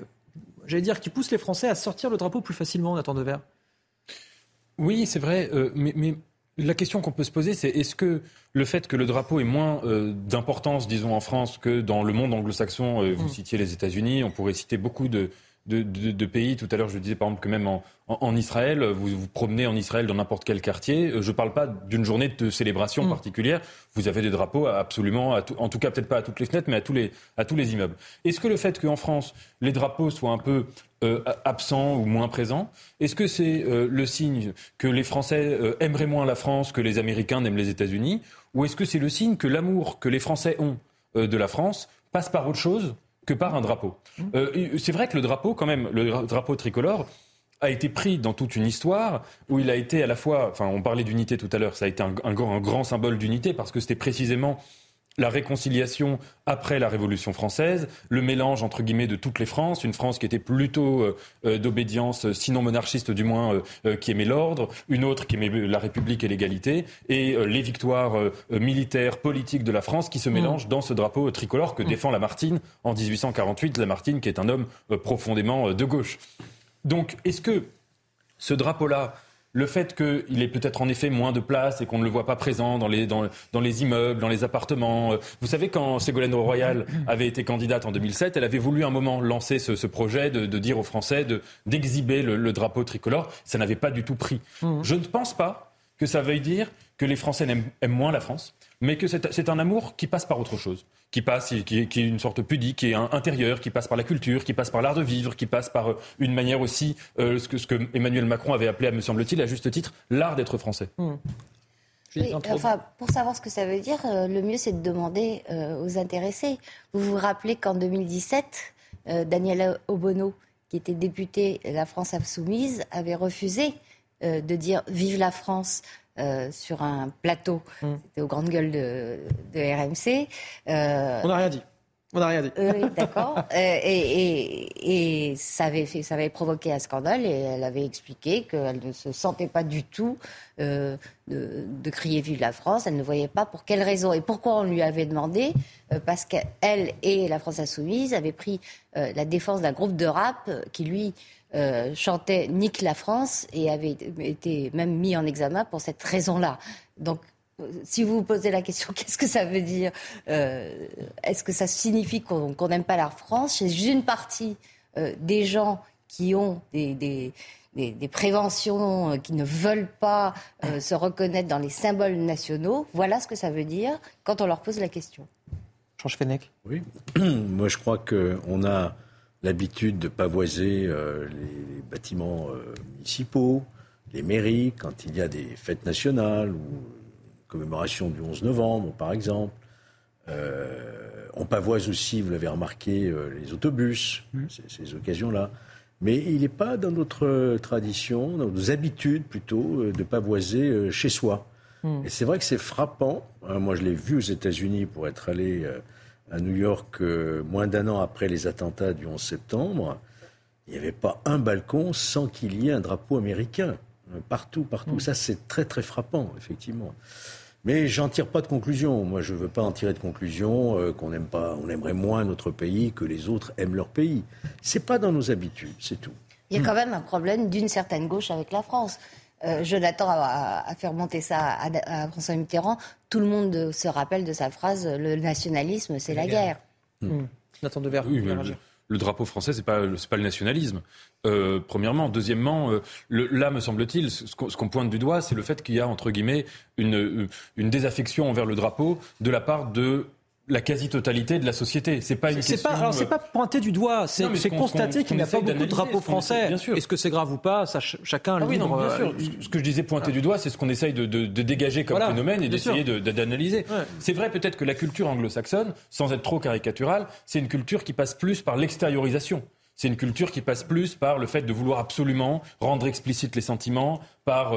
qui pousse les Français à sortir le drapeau plus facilement, Nathan Dever. Oui, c'est vrai, mais la question qu'on peut se poser, c'est est-ce que le fait que le drapeau ait moins d'importance, disons, en France que dans le monde anglo-saxon, vous citiez les États-Unis, on pourrait citer beaucoup de pays. Tout à l'heure, je disais par exemple que même en Israël, vous vous promenez en Israël dans n'importe quel quartier. Je ne parle pas d'une journée de célébration particulière. Vous avez des drapeaux absolument, en tout cas peut-être pas à toutes les fenêtres, mais à tous les immeubles. Est-ce que le fait qu'en France, les drapeaux soient un peu absents ou moins présents, est-ce que c'est le signe que les Français aimeraient moins la France que les Américains n'aiment les États-Unis, ou est-ce que c'est le signe que l'amour que les Français ont de la France passe par autre chose que par un drapeau? C'est vrai que le drapeau, quand même, le drapeau tricolore, a été pris dans toute une histoire où il a été à la fois, enfin on parlait d'unité tout à l'heure, ça a été un grand symbole d'unité parce que c'était précisément la réconciliation après la Révolution française, le mélange entre guillemets de toutes les Frances, une France qui était plutôt d'obédience, sinon monarchiste du moins, qui aimait l'ordre, une autre qui aimait la République et l'égalité, et les victoires militaires, politiques de la France qui se mélangent dans ce drapeau tricolore que défend Lamartine en 1848, Lamartine qui est un homme profondément de gauche. Donc, est-ce que ce drapeau-là, le fait qu'il ait peut-être en effet moins de place et qu'on ne le voit pas présent dans les immeubles, dans les appartements. Vous savez, quand Ségolène Royal avait été candidate en 2007, elle avait voulu un moment lancer ce projet de dire aux Français d'exhiber le drapeau tricolore. Ça n'avait pas du tout pris. Je ne pense pas que ça veuille dire que les Français aiment moins la France, mais que c'est un amour qui passe par autre chose, qui est une sorte pudique, qui est intérieur, qui passe par la culture, qui passe par l'art de vivre, qui passe par une manière aussi, ce que Emmanuel Macron avait appelé, me semble-t-il, à juste titre, l'art d'être français. Oui, pour savoir ce que ça veut dire, le mieux c'est de demander aux intéressés. Vous vous rappelez qu'en 2017, Daniel Obono, qui était député La France Insoumise, avait refusé de dire « Vive la France ». Sur un plateau, c'était aux grandes gueules de RMC. On n'a rien dit. Oui, d'accord. Et ça avait provoqué un scandale et elle avait expliqué qu'elle ne se sentait pas du tout de crier « Vive la France ». Elle ne voyait pas pour quelle raison. Et pourquoi on lui avait demandé parce qu'elle et la France Insoumise avaient pris la défense d'un groupe de rap qui, lui, chantait « Nique la France » et avait été même mis en examen pour cette raison-là. Donc, si vous vous posez la question, qu'est-ce que ça veut dire ? Est-ce que ça signifie qu'on n'aime pas la France ? C'est juste une partie des gens qui ont des préventions, qui ne veulent pas se reconnaître dans les symboles nationaux. Voilà ce que ça veut dire quand on leur pose la question. Georges Fenech. Oui, moi je crois qu'on a l'habitude de pavoiser les bâtiments municipaux, les mairies, quand il y a des fêtes nationales ou commémoration du 11 novembre, par exemple. On pavoise aussi, vous l'avez remarqué, les autobus, ces occasions-là. Mais il n'est pas dans notre tradition, dans nos habitudes plutôt, de pavoiser chez soi. Et c'est vrai que c'est frappant. Moi, je l'ai vu aux États-Unis pour être allé à New York moins d'un an après les attentats du 11 septembre. Il n'y avait pas un balcon sans qu'il y ait un drapeau américain. Partout. Ça, c'est très, très frappant, effectivement. Mais j'en tire pas de conclusion. Moi, je veux pas en tirer de conclusion qu'on aimerait moins notre pays que les autres aiment leur pays. C'est pas dans nos habitudes, c'est tout. Il y a quand même un problème d'une certaine gauche avec la France. Jonathan a fait remonter ça à François Mitterrand. Tout le monde se rappelle de sa phrase « Le nationalisme, c'est la guerre ». Nathan Devers. Oui, le drapeau français, c'est pas le nationalisme. Premièrement. Deuxièmement, là, me semble-t-il, ce qu'on pointe du doigt, c'est le fait qu'il y a, entre guillemets, une désaffection envers le drapeau de la part de la quasi-totalité de la société. C'est pas une question... c'est pas pointer du doigt, c'est constater qu'il n'y a pas beaucoup de drapeaux français. Bien sûr. Est-ce que c'est grave ou pas, ça, chacun libre. Oui, non, bien sûr. Ce que je disais pointer du doigt, c'est ce qu'on essaye de dégager comme phénomène et d'essayer d'analyser. Ouais. C'est vrai peut-être que la culture anglo-saxonne, sans être trop caricaturale, c'est une culture qui passe plus par l'extériorisation. C'est une culture qui passe plus par le fait de vouloir absolument rendre explicites les sentiments, par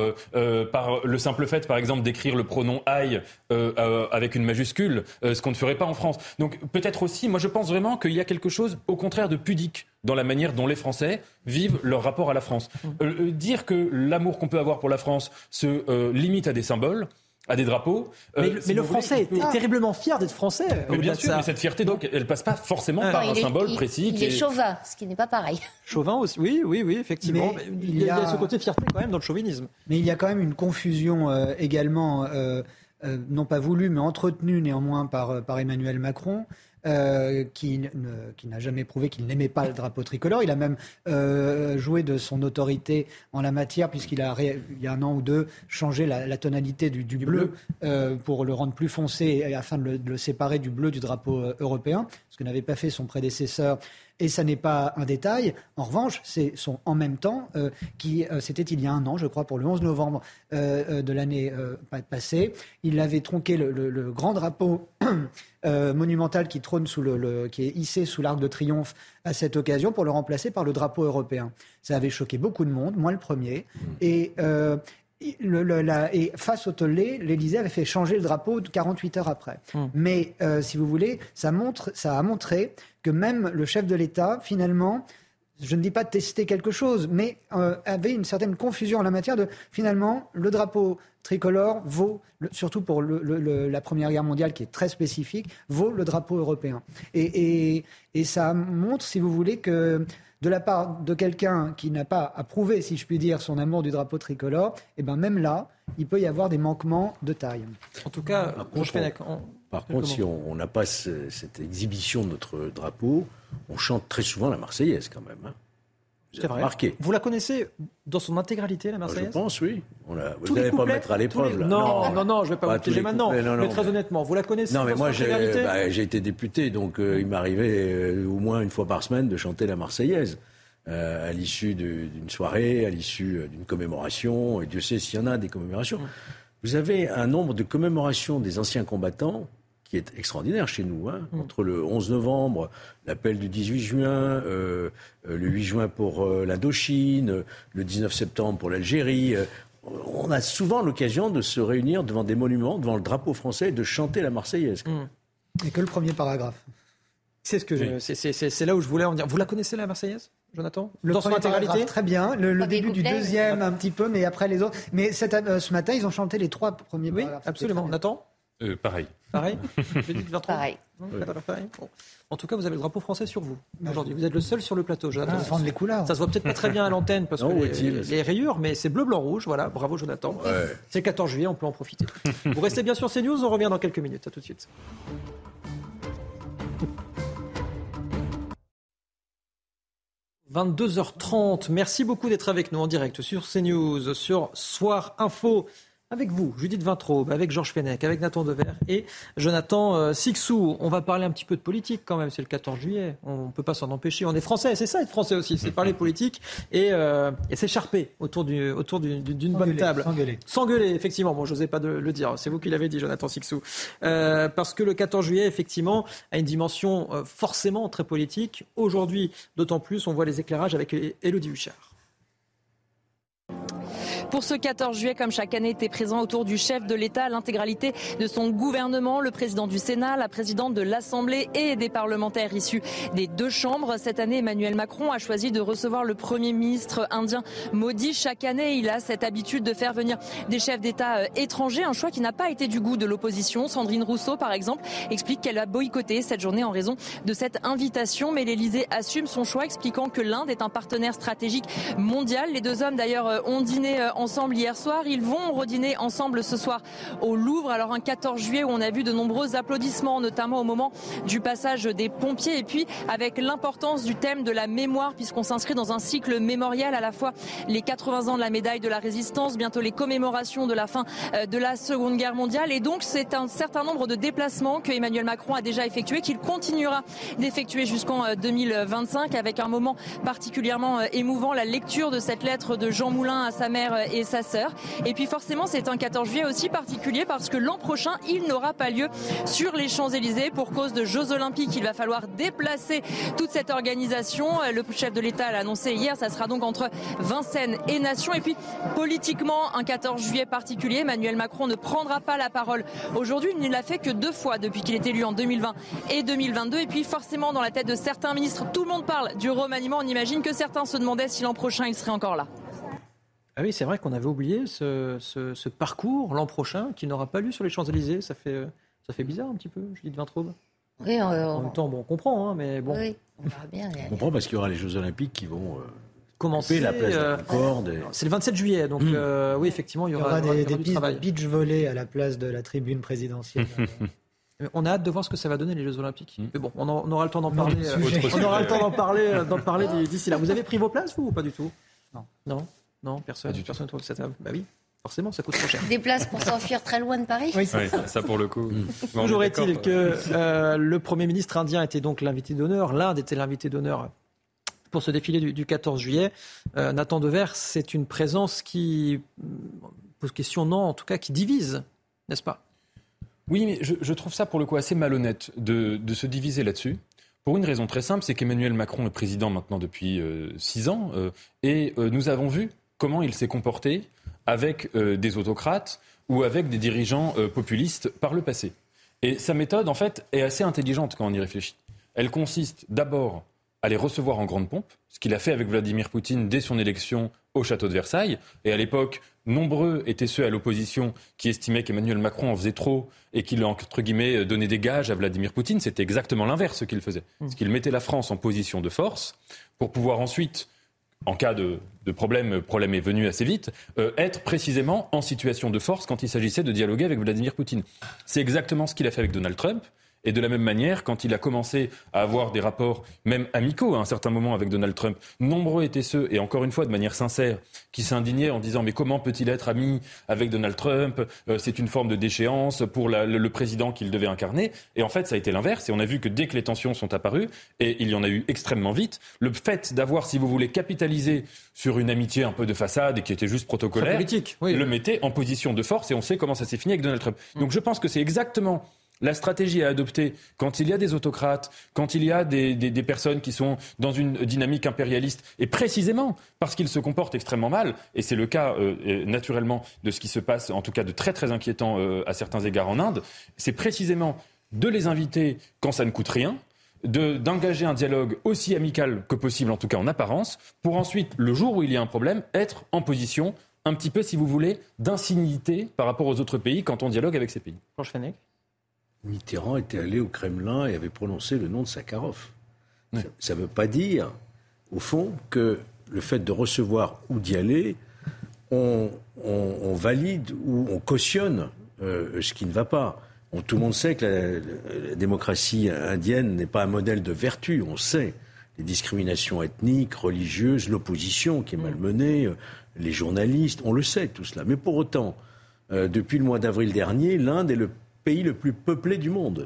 le simple fait, par exemple, d'écrire le pronom I avec une majuscule, ce qu'on ne ferait pas en France. Donc peut-être aussi, moi je pense vraiment qu'il y a quelque chose, au contraire, de pudique dans la manière dont les Français vivent leur rapport à la France. Dire que l'amour qu'on peut avoir pour la France se limite à des symboles, à des drapeaux. Mais le Français est terriblement fier d'être Français. Mais bien sûr, mais cette fierté, donc, elle passe pas forcément par un symbole précis. Il est chauvin, ce qui n'est pas pareil. Chauvin aussi, oui, effectivement. Mais il y a ce côté fierté quand même dans le chauvinisme. Mais il y a quand même une confusion également, non pas voulue, mais entretenue néanmoins par Emmanuel Macron, qui n'a jamais prouvé qu'il n'aimait pas le drapeau tricolore. Il a même joué de son autorité en la matière, puisqu'il a, il y a un an ou deux, changé la tonalité du bleu pour le rendre plus foncé et afin de le séparer du bleu du drapeau européen, ce que n'avait pas fait son prédécesseur. Et ça n'est pas un détail. En revanche, c'est son en même temps c'était il y a un an, je crois, pour le 11 novembre de l'année passée. Il avait tronqué le grand drapeau monumental qui trône qui est hissé sous l'Arc de Triomphe à cette occasion pour le remplacer par le drapeau européen. Ça avait choqué beaucoup de monde, moi le premier. Et face au tollé, l'Élysée avait fait changer le drapeau 48 heures après. Mais si vous voulez, ça a montré que même le chef de l'État, finalement, je ne dis pas tester quelque chose, mais avait une certaine confusion en la matière de, finalement, le drapeau tricolore vaut, surtout pour la Première Guerre mondiale, qui est très spécifique, vaut le drapeau européen. Et ça montre, si vous voulez, que de la part de quelqu'un qui n'a pas approuvé, si je puis dire, son amour du drapeau tricolore, et ben même là, il peut y avoir des manquements de taille. En tout cas, par contre, si on n'a pas cette exhibition de notre drapeau, on chante très souvent la Marseillaise quand même. Hein. C'est vrai. Remarqué. Vous la connaissez dans son intégralité, la Marseillaise ? Je pense, oui. Vous n'allez pas me mettre à l'épreuve. Là. Non, je ne vais pas vous piéger maintenant. Mais très honnêtement, vous la connaissez dans son intégralité ? J'ai été député, donc il m'arrivait au moins une fois par semaine de chanter la Marseillaise. À l'issue d'une soirée, à l'issue d'une commémoration, et Dieu sait s'il y en a des commémorations. Vous avez un nombre de commémorations des anciens combattants qui est extraordinaire chez nous. Hein. Entre le 11 novembre, l'appel du 18 juin, le 8 juin pour l'Indochine, le 19 septembre pour l'Algérie. On a souvent l'occasion de se réunir devant des monuments, devant le drapeau français, et de chanter la Marseillaise. Et que le premier paragraphe. C'est là où je voulais en dire. Vous la connaissez, la Marseillaise, Jonathan ? Dans son intégralité ? Très bien. Le début du deuxième, un petit peu, mais après les autres. Mais ce matin, ils ont chanté les 3 premiers paragraphes. Oui, absolument. Nathan ? Pareil. Pareil ? Pareil. Pareil. Bon. En tout cas, vous avez le drapeau français sur vous aujourd'hui. Vous êtes le seul sur le plateau, Jonathan. Les couleurs. Ça se voit peut-être pas très bien à l'antenne parce que les rayures, mais c'est bleu, blanc, rouge. Voilà, bravo Jonathan. Ouais. C'est le 14 juillet, on peut en profiter. Vous restez bien sur CNews, on revient dans quelques minutes. À tout de suite. – 22h30. Merci beaucoup d'être avec nous en direct sur CNews, sur Soir Info. Avec vous, Judith Vintraube, avec Georges Fenech, avec Nathan Dever et Jonathan Sicsou. On va parler un petit peu de politique quand même, c'est le 14 juillet. On ne peut pas s'en empêcher. On est français, c'est ça être français aussi, c'est parler politique et s'écharper autour d'une bonne table. S'engueuler, effectivement. Bon, je n'osais pas le dire, c'est vous qui l'avez dit, Jonathan Sicsou. Parce que le 14 juillet, effectivement, a une dimension forcément très politique. Aujourd'hui, d'autant plus, on voit les éclairages avec Élodie Huchard. Pour ce 14 juillet, comme chaque année, était présent autour du chef de l'État, l'intégralité de son gouvernement, le président du Sénat, la présidente de l'Assemblée et des parlementaires issus des 2 chambres. Cette année, Emmanuel Macron a choisi de recevoir le Premier ministre indien Modi. Chaque année, il a cette habitude de faire venir des chefs d'État étrangers, un choix qui n'a pas été du goût de l'opposition. Sandrine Rousseau, par exemple, explique qu'elle a boycotté cette journée en raison de cette invitation. Mais l'Élysée assume son choix, expliquant que l'Inde est un partenaire stratégique mondial. Les 2 hommes, d'ailleurs, ont dîné ensemble hier soir. Ils vont redîner ensemble ce soir au Louvre. Alors un 14 juillet où on a vu de nombreux applaudissements, notamment au moment du passage des pompiers. Et puis avec l'importance du thème de la mémoire, puisqu'on s'inscrit dans un cycle mémorial, à la fois les 80 ans de la médaille de la Résistance, bientôt les commémorations de la fin de la Seconde Guerre mondiale. Et donc c'est un certain nombre de déplacements que Emmanuel Macron a déjà effectués, qu'il continuera d'effectuer jusqu'en 2025, avec un moment particulièrement émouvant, la lecture de cette lettre de Jean Moulin à sa mère et sa sœur. Et puis forcément, c'est un 14 juillet aussi particulier parce que l'an prochain, il n'aura pas lieu sur les Champs-Élysées pour cause de Jeux Olympiques. Il va falloir déplacer toute cette organisation. Le chef de l'État l'a annoncé hier, ça sera donc entre Vincennes et Nation. Et puis politiquement, un 14 juillet particulier. Emmanuel Macron ne prendra pas la parole aujourd'hui. Il ne l'a fait que 2 fois depuis qu'il est élu en 2020 et 2022. Et puis forcément, dans la tête de certains ministres, tout le monde parle du remaniement. On imagine que certains se demandaient si l'an prochain, il serait encore là. Ah oui, c'est vrai qu'on avait oublié ce parcours l'an prochain qui n'aura pas lieu sur les Champs-Élysées. Ça fait bizarre un petit peu, Judith Vintraube. Oui, en même temps, bon, on comprend, hein, mais bon. Oui, on verra bien. On comprend parce qu'il y aura les Jeux Olympiques qui vont commencer la place de la Concorde. C'est le 27 juillet, donc oui, effectivement, il y aura des du travail. beach volés à la place de la tribune présidentielle. On a hâte de voir ce que ça va donner les Jeux Olympiques. Mais bon, on aura le temps d'en parler. On aura le temps d'en parler d'ici là. Vous avez pris vos places, vous, ou pas du tout ? Non, personne. Personne autour de cette table. Bah oui. Forcément, ça coûte trop cher. Des places pour s'enfuir très loin de Paris ? Oui, ça pour le coup. Toujours est-il que le Premier ministre indien était donc l'invité d'honneur. L'Inde était l'invité d'honneur pour ce défilé du 14 juillet. Nathan Devers, c'est une présence qui pose question, non, en tout cas qui divise, n'est-ce pas ? Oui, mais je trouve ça pour le coup assez malhonnête de se diviser là-dessus. Pour une raison très simple, c'est qu'Emmanuel Macron est président maintenant depuis 6 ans et nous avons vu comment il s'est comporté avec des autocrates ou avec des dirigeants populistes par le passé. Et sa méthode, en fait, est assez intelligente quand on y réfléchit. Elle consiste d'abord à les recevoir en grande pompe, ce qu'il a fait avec Vladimir Poutine dès son élection au château de Versailles. Et à l'époque, nombreux étaient ceux à l'opposition qui estimaient qu'Emmanuel Macron en faisait trop et qu'il, entre guillemets, donnait des gages à Vladimir Poutine. C'était exactement l'inverse ce qu'il faisait. Parce qu'il mettait la France en position de force pour pouvoir ensuite, en cas de problème est venu assez vite, être précisément en situation de force quand il s'agissait de dialoguer avec Vladimir Poutine. C'est exactement ce qu'il a fait avec Donald Trump. Et de la même manière, quand il a commencé à avoir des rapports, même amicaux à un certain moment avec Donald Trump, nombreux étaient ceux, et encore une fois de manière sincère, qui s'indignaient en disant « mais comment peut-il être ami avec Donald Trump ? C'est une forme de déchéance pour le président qu'il devait incarner. » Et en fait, ça a été l'inverse. Et on a vu que dès que les tensions sont apparues, et il y en a eu extrêmement vite, le fait d'avoir, si vous voulez, capitalisé sur une amitié un peu de façade et qui était juste protocolaire, le mettait en position de force. Et on sait comment ça s'est fini avec Donald Trump. Donc je pense que c'est exactement la stratégie à adopter quand il y a des autocrates, quand il y a des personnes qui sont dans une dynamique impérialiste, et précisément parce qu'ils se comportent extrêmement mal, et c'est le cas naturellement de ce qui se passe, en tout cas de très très inquiétant à certains égards en Inde, c'est précisément de les inviter quand ça ne coûte rien, d'engager un dialogue aussi amical que possible, en tout cas en apparence, pour ensuite, le jour où il y a un problème, être en position un petit peu, si vous voulez, d'incivilité par rapport aux autres pays quand on dialogue avec ces pays. Georges Fenech. Mitterrand était allé au Kremlin et avait prononcé le nom de Sakharov. Ça ne veut pas dire, au fond, que le fait de recevoir ou d'y aller, on valide ou on cautionne ce qui ne va pas. Tout le monde sait que la démocratie indienne n'est pas un modèle de vertu. On sait les discriminations ethniques, religieuses, l'opposition qui est malmenée, les journalistes, on le sait tout cela. Mais pour autant, depuis le mois d'avril dernier, l'Inde est le pays le plus peuplé du monde.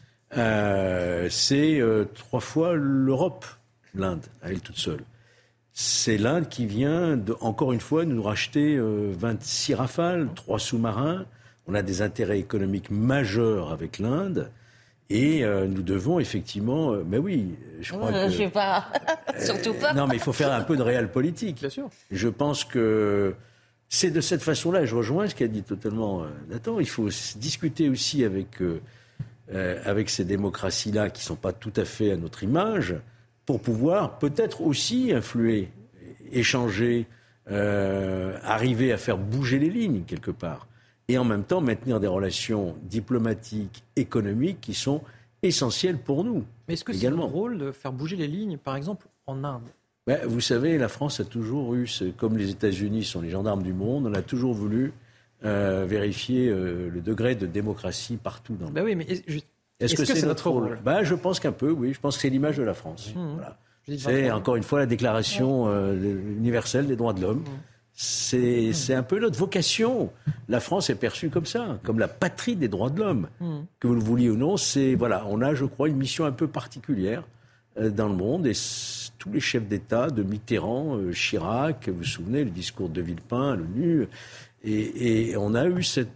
C'est 3 fois l'Europe, l'Inde, à elle toute seule. C'est l'Inde qui vient, encore une fois, nous racheter 26 Rafales, 3 sous-marins. On a des intérêts économiques majeurs avec l'Inde. Et nous devons effectivement... mais oui, je crois que... Je sais pas. Surtout pas. Non, mais il faut faire un peu de réel politique. Bien sûr. Je pense que... C'est de cette façon-là, je rejoins ce qu'a dit totalement Nathan, il faut discuter aussi avec ces démocraties-là qui ne sont pas tout à fait à notre image, pour pouvoir peut-être aussi influer, échanger, arriver à faire bouger les lignes quelque part, et en même temps maintenir des relations diplomatiques, économiques qui sont essentielles pour nous. Mais est-ce que c'est notre rôle de faire bouger les lignes, par exemple, en Inde ? Vous savez, la France a toujours eu, comme les États-Unis sont les gendarmes du monde, on a toujours voulu vérifier le degré de démocratie partout dans le monde. Oui, mais est-ce que c'est notre rôle ? Je pense qu'un peu, oui. Je pense que c'est l'image de la France. Voilà. C'est encore une fois la déclaration universelle des droits de l'homme. C'est un peu notre vocation. La France est perçue comme ça, comme la patrie des droits de l'homme. Que vous le vouliez ou non, on a, je crois, une mission un peu particulière dans le monde. Et tous les chefs d'État, de Mitterrand, Chirac, vous vous souvenez, le discours de Villepin à l'ONU, et on a eu ce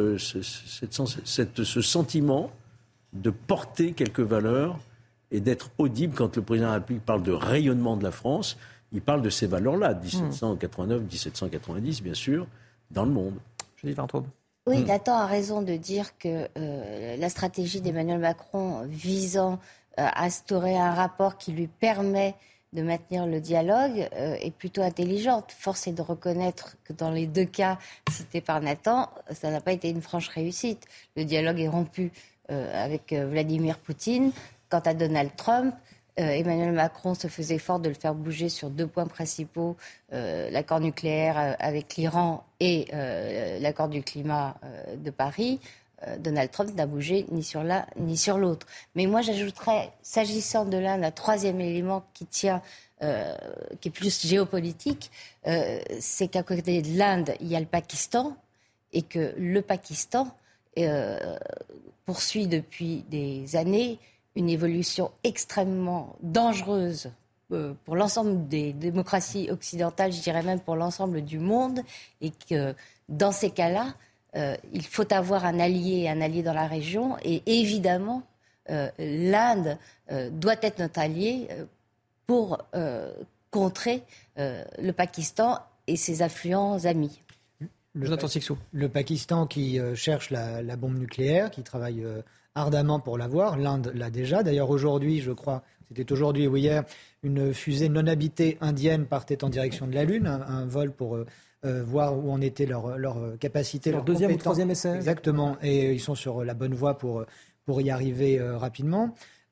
sentiment de porter quelques valeurs et d'être audible quand le président de la République parle de rayonnement de la France. Il parle de ces valeurs-là, 1789, 1790, bien sûr, dans le monde. Je dis Vintraube. Oui, Nathan a raison de dire que la stratégie d'Emmanuel Macron visant à instaurer un rapport qui lui permet de maintenir le dialogue est plutôt intelligente. Force est de reconnaître que dans les 2 cas cités par Nathan, ça n'a pas été une franche réussite. Le dialogue est rompu avec Vladimir Poutine. Quant à Donald Trump, Emmanuel Macron se faisait fort de le faire bouger sur 2 points principaux, l'accord nucléaire avec l'Iran et l'accord du climat de Paris. Donald Trump n'a bougé ni sur l'un ni sur l'autre. Mais moi, j'ajouterais, s'agissant de l'Inde, un troisième élément qui est plus géopolitique, c'est qu'à côté de l'Inde, il y a le Pakistan, et que le Pakistan poursuit depuis des années une évolution extrêmement dangereuse pour l'ensemble des démocraties occidentales, je dirais même pour l'ensemble du monde, et que dans ces cas-là, il faut avoir un allié dans la région, et évidemment, l'Inde doit être notre allié pour contrer le Pakistan et ses influents amis. Le Pakistan qui cherche la bombe nucléaire, qui travaille ardemment pour l'avoir, l'Inde l'a déjà. D'ailleurs, aujourd'hui, je crois, c'était aujourd'hui ou hier, une fusée non habitée indienne partait en direction de la Lune, un vol pour voir où en était leur capacité, leur deuxième compétence. ou troisième essai. Exactement, et ils sont sur la bonne voie pour y arriver rapidement.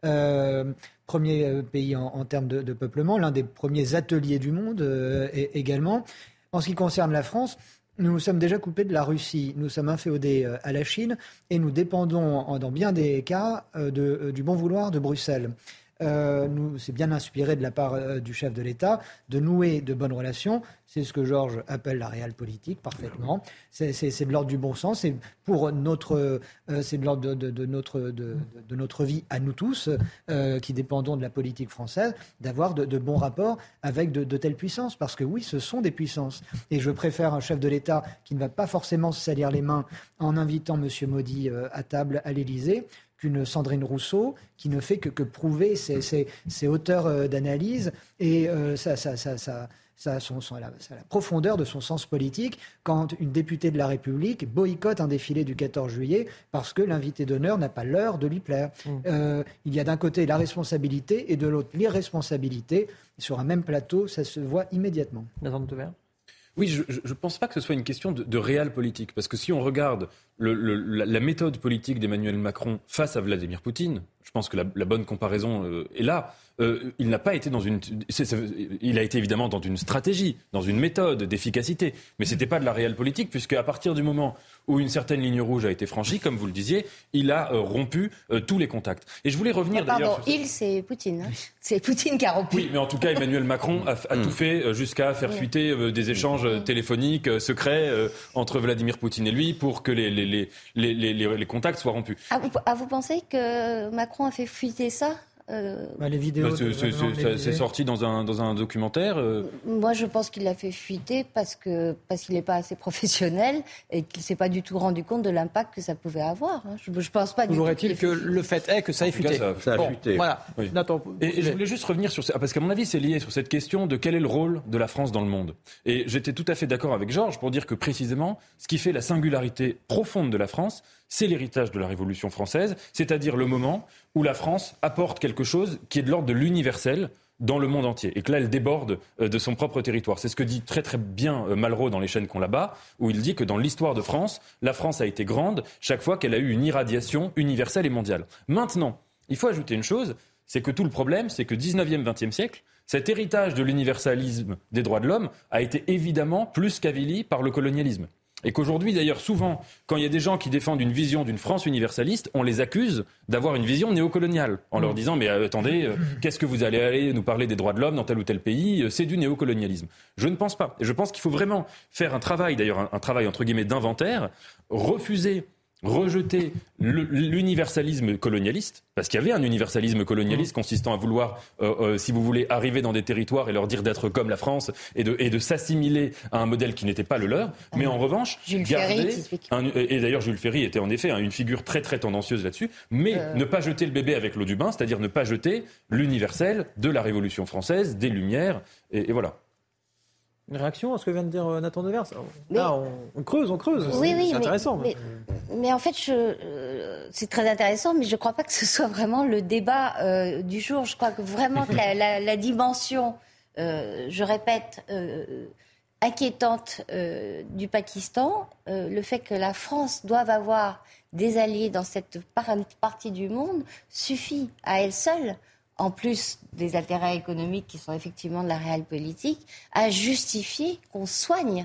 Premier pays en termes de peuplement, l'un des premiers ateliers du monde également. En ce qui concerne la France, nous nous sommes déjà coupés de la Russie, nous sommes inféodés à la Chine et nous dépendons dans bien des cas du bon vouloir de Bruxelles. C'est bien inspiré de la part du chef de l'État de nouer de bonnes relations. C'est ce que Georges appelle la réelle-politique, parfaitement. C'est de l'ordre du bon sens. C'est c'est de l'ordre de notre vie à nous tous, qui dépendons de la politique française, d'avoir de bons rapports avec de telles puissances. Parce que oui, ce sont des puissances. Et je préfère un chef de l'État qui ne va pas forcément se salir les mains en invitant M. Modi à table à l'Élysée, qu'une Sandrine Rousseau qui ne fait que prouver ses hauteurs d'analyse et la profondeur de son sens politique quand une députée de la République boycotte un défilé du 14 juillet parce que l'invité d'honneur n'a pas l'heure de lui plaire. Il y a d'un côté la responsabilité et de l'autre l'irresponsabilité. Sur un même plateau, ça se voit immédiatement. Oui, je ne pense pas que ce soit une question de réelle politique. Parce que si on regarde la méthode politique d'Emmanuel Macron face à Vladimir Poutine, je pense que la bonne comparaison est là. Il n'a pas été il a été évidemment dans une stratégie, dans une méthode d'efficacité. Mais ce n'était pas de la réelle politique, puisque à partir du moment où une certaine ligne rouge a été franchie, comme vous le disiez, il a rompu tous les contacts. Et je voulais revenir d'ailleurs... C'est Poutine. Hein. C'est Poutine qui a rompu. Oui, mais en tout cas, Emmanuel Macron a tout fait jusqu'à faire fuiter des échanges téléphoniques secrets entre Vladimir Poutine et lui pour que les contacts soient rompus. Vous pensez que Macron a fait fuiter ça les vidéos. C'est sorti dans un documentaire. Moi, je pense qu'il l'a fait fuiter parce qu'il n'est pas assez professionnel et qu'il ne s'est pas du tout rendu compte de l'impact que ça pouvait avoir. Je pense pas. Toujours est-il que le fait est que ça ait fuité. Ça a fuité. Voilà. Oui. Et je voulais juste revenir sur ça, parce qu'à mon avis, c'est lié sur cette question de quel est le rôle de la France dans le monde. Et j'étais tout à fait d'accord avec Georges pour dire que précisément, ce qui fait la singularité profonde de la France, c'est l'héritage de la Révolution française, c'est-à-dire le moment où la France apporte quelque chose qui est de l'ordre de l'universel dans le monde entier, et que là, elle déborde de son propre territoire. C'est ce que dit très très bien Malraux dans Les chaînes qu'on l'abat, où il dit que dans l'histoire de France, la France a été grande chaque fois qu'elle a eu une irradiation universelle et mondiale. Maintenant, il faut ajouter une chose, c'est que tout le problème, c'est que 19e, 20e siècle, cet héritage de l'universalisme des droits de l'homme a été évidemment plus qu'avili par le colonialisme. Et qu'aujourd'hui, d'ailleurs, souvent, quand il y a des gens qui défendent une vision d'une France universaliste, on les accuse d'avoir une vision néocoloniale, en leur disant « mais attendez, qu'est-ce que vous allez aller nous parler des droits de l'homme dans tel ou tel pays ? C'est du néocolonialisme. » Je ne pense pas. Et je pense qu'il faut vraiment faire un travail, d'ailleurs un travail entre guillemets d'inventaire, rejeter l'universalisme colonialiste, parce qu'il y avait un universalisme colonialiste consistant à vouloir, si vous voulez, arriver dans des territoires et leur dire d'être comme la France et de s'assimiler à un modèle qui n'était pas le leur. Mais en revanche, et d'ailleurs Jules Ferry était en effet une figure très très tendancieuse là-dessus, mais ne pas jeter le bébé avec l'eau du bain, c'est-à-dire ne pas jeter l'universel de la Révolution française, des Lumières, et voilà. Une réaction à ce que vient de dire Nathan Devers. Là, on creuse. Oui, c'est intéressant. Mais en fait, c'est très intéressant, mais je ne crois pas que ce soit vraiment le débat du jour. Je crois que vraiment que la dimension, je répète, inquiétante du Pakistan, le fait que la France doive avoir des alliés dans cette partie du monde, suffit à elle seule, en plus des intérêts économiques qui sont effectivement de la réelle politique, à justifier qu'on soigne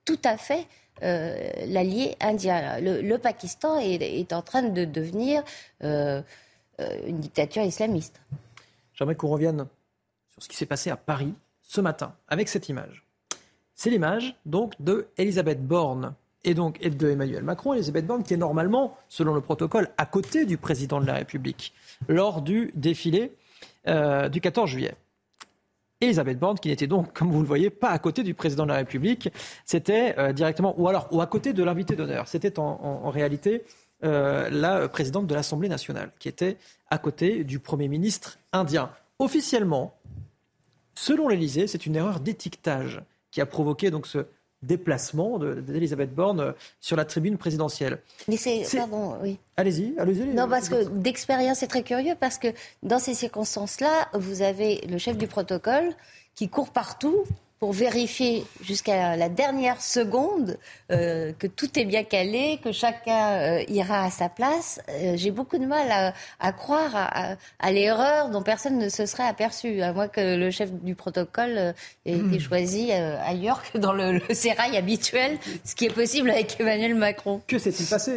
tout à fait l'allié indien. Le Pakistan est en train de devenir une dictature islamiste. J'aimerais qu'on revienne sur ce qui s'est passé à Paris ce matin avec cette image. C'est l'image donc de Elisabeth Borne et de Emmanuel Macron. Elisabeth Borne qui est normalement, selon le protocole, à côté du président de la République lors du défilé du 14 juillet. Elisabeth Borne qui n'était donc, comme vous le voyez, pas à côté du président de la République, c'était directement, ou à côté de l'invité d'honneur. C'était en réalité la présidente de l'Assemblée nationale qui était à côté du Premier ministre indien. Officiellement, selon l'Élysée, c'est une erreur d'étiquetage qui a provoqué donc ce déplacement d'Elisabeth Borne sur la tribune présidentielle. Mais pardon, oui. Allez-y. Non, parce que d'expérience, c'est très curieux, parce que dans ces circonstances-là, vous avez le chef du protocole qui court partout pour vérifier jusqu'à la dernière seconde que tout est bien calé, que chacun ira à sa place. J'ai beaucoup de mal à croire à l'erreur dont personne ne se serait aperçu, à moins que le chef du protocole ait été choisi ailleurs que dans le sérail habituel, ce qui est possible avec Emmanuel Macron. Que s'est-il passé ?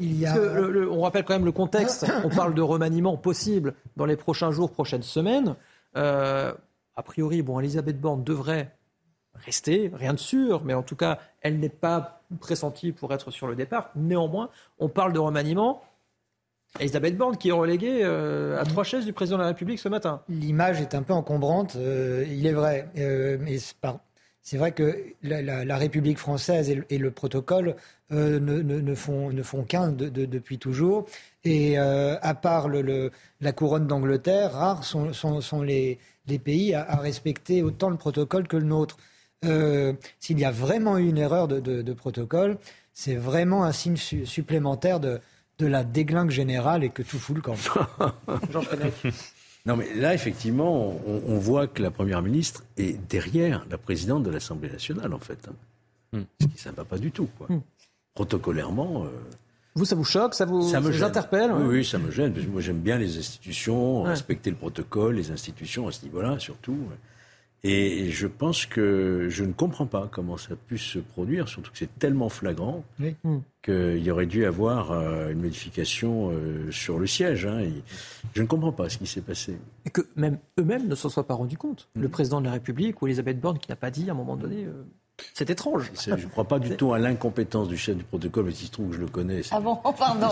On rappelle quand même le contexte. On parle de remaniement possible dans les prochains jours, prochaines semaines. A priori, Elisabeth Borne devrait rester, rien de sûr, mais en tout cas, elle n'est pas pressentie pour être sur le départ. Néanmoins, on parle de remaniement. Elisabeth Borne qui est reléguée à 3 chaises du président de la République ce matin. L'image est un peu encombrante, il est vrai. Mais c'est vrai que la République française et le protocole ne font qu'un depuis toujours. Et à part la couronne d'Angleterre, rares sont les pays à respecter autant le protocole que le nôtre. S'il y a vraiment eu une erreur de protocole, c'est vraiment un signe supplémentaire de la déglingue générale et que tout fout le camp. Georges Fenech. Non, mais là, effectivement, on voit que la Première ministre est derrière la présidente de l'Assemblée nationale, en fait. Ce qui ne va pas du tout, quoi. Protocolairement... Vous, ça vous choque, ça vous interpelle? Oui, ça me gêne. Parce que moi, j'aime bien les institutions, respecter le protocole, les institutions à ce niveau-là, surtout. Et je pense que je ne comprends pas comment ça a pu se produire, surtout que c'est tellement flagrant qu'il y aurait dû avoir une modification sur le siège. Je ne comprends pas ce qui s'est passé. Et que même eux-mêmes ne s'en soient pas rendus compte. Le président de la République ou Elisabeth Borne qui n'a pas dit à un moment donné... C'est étrange. Je ne crois pas du tout à l'incompétence du chef du protocole, mais il se trouve que je le connais. Pardon.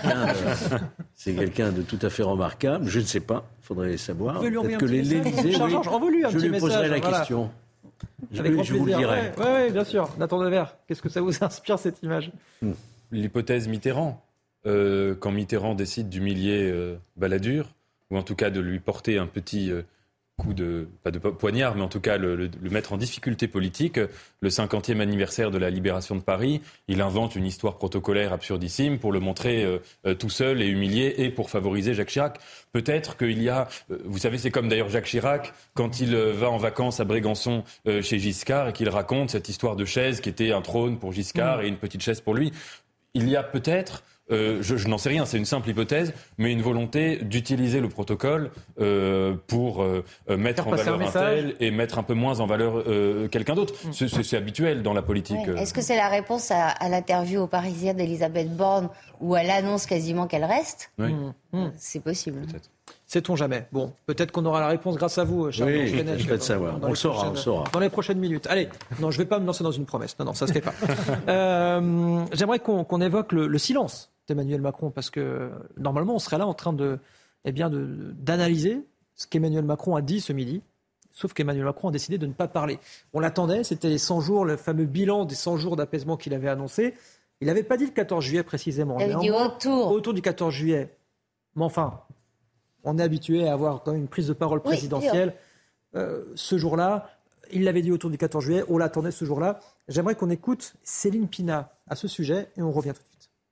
C'est quelqu'un de tout à fait remarquable. Je ne sais pas, il faudrait savoir. Peut-être que l'Élysée, je lui poserai la question. Je vous le dirai. Oui, bien sûr. Nathan Devers, qu'est-ce que ça vous inspire, cette image? L'hypothèse Mitterrand. Quand Mitterrand décide d'humilier Balladur, ou en tout cas de lui porter un petit... coup pas de poignard, mais en tout cas le mettre en difficulté politique. Le 50e anniversaire de la libération de Paris, il invente une histoire protocolaire absurdissime pour le montrer tout seul et humilié et pour favoriser Jacques Chirac. Peut-être qu'il y a... vous savez, c'est comme d'ailleurs Jacques Chirac, quand il va en vacances à Brégançon chez Giscard et qu'il raconte cette histoire de chaise qui était un trône pour Giscard et une petite chaise pour lui. Il y a peut-être... je n'en sais rien, c'est une simple hypothèse, mais une volonté d'utiliser le protocole pour mettre en valeur un tel et mettre un peu moins en valeur quelqu'un d'autre. C'est habituel dans la politique. Oui. Est-ce que c'est la réponse à l'interview aux Parisiens d'Elisabeth Borne où elle annonce quasiment qu'elle reste? Oui. C'est possible. Peut-être. Sait-on jamais. Bon, peut-être qu'on aura la réponse grâce à vous, Charles. Oui, je vais savoir. On le saura. Dans les prochaines minutes. Allez, non, je ne vais pas me lancer dans une promesse. Non, ça ne se fait pas. J'aimerais qu'on évoque le silence d'Emmanuel Macron, parce que normalement, on serait là en train d'analyser ce qu'Emmanuel Macron a dit ce midi, sauf qu'Emmanuel Macron a décidé de ne pas parler. On l'attendait, c'était les 100 jours, le fameux bilan des 100 jours d'apaisement qu'il avait annoncé. Il n'avait pas dit le 14 juillet précisément. Il avait dit autour du 14 juillet. Mais enfin, on est habitué à avoir quand même une prise de parole présidentielle. Ce jour-là, il l'avait dit autour du 14 juillet, on l'attendait ce jour-là. J'aimerais qu'on écoute Céline Pina à ce sujet et on revient tout de suite.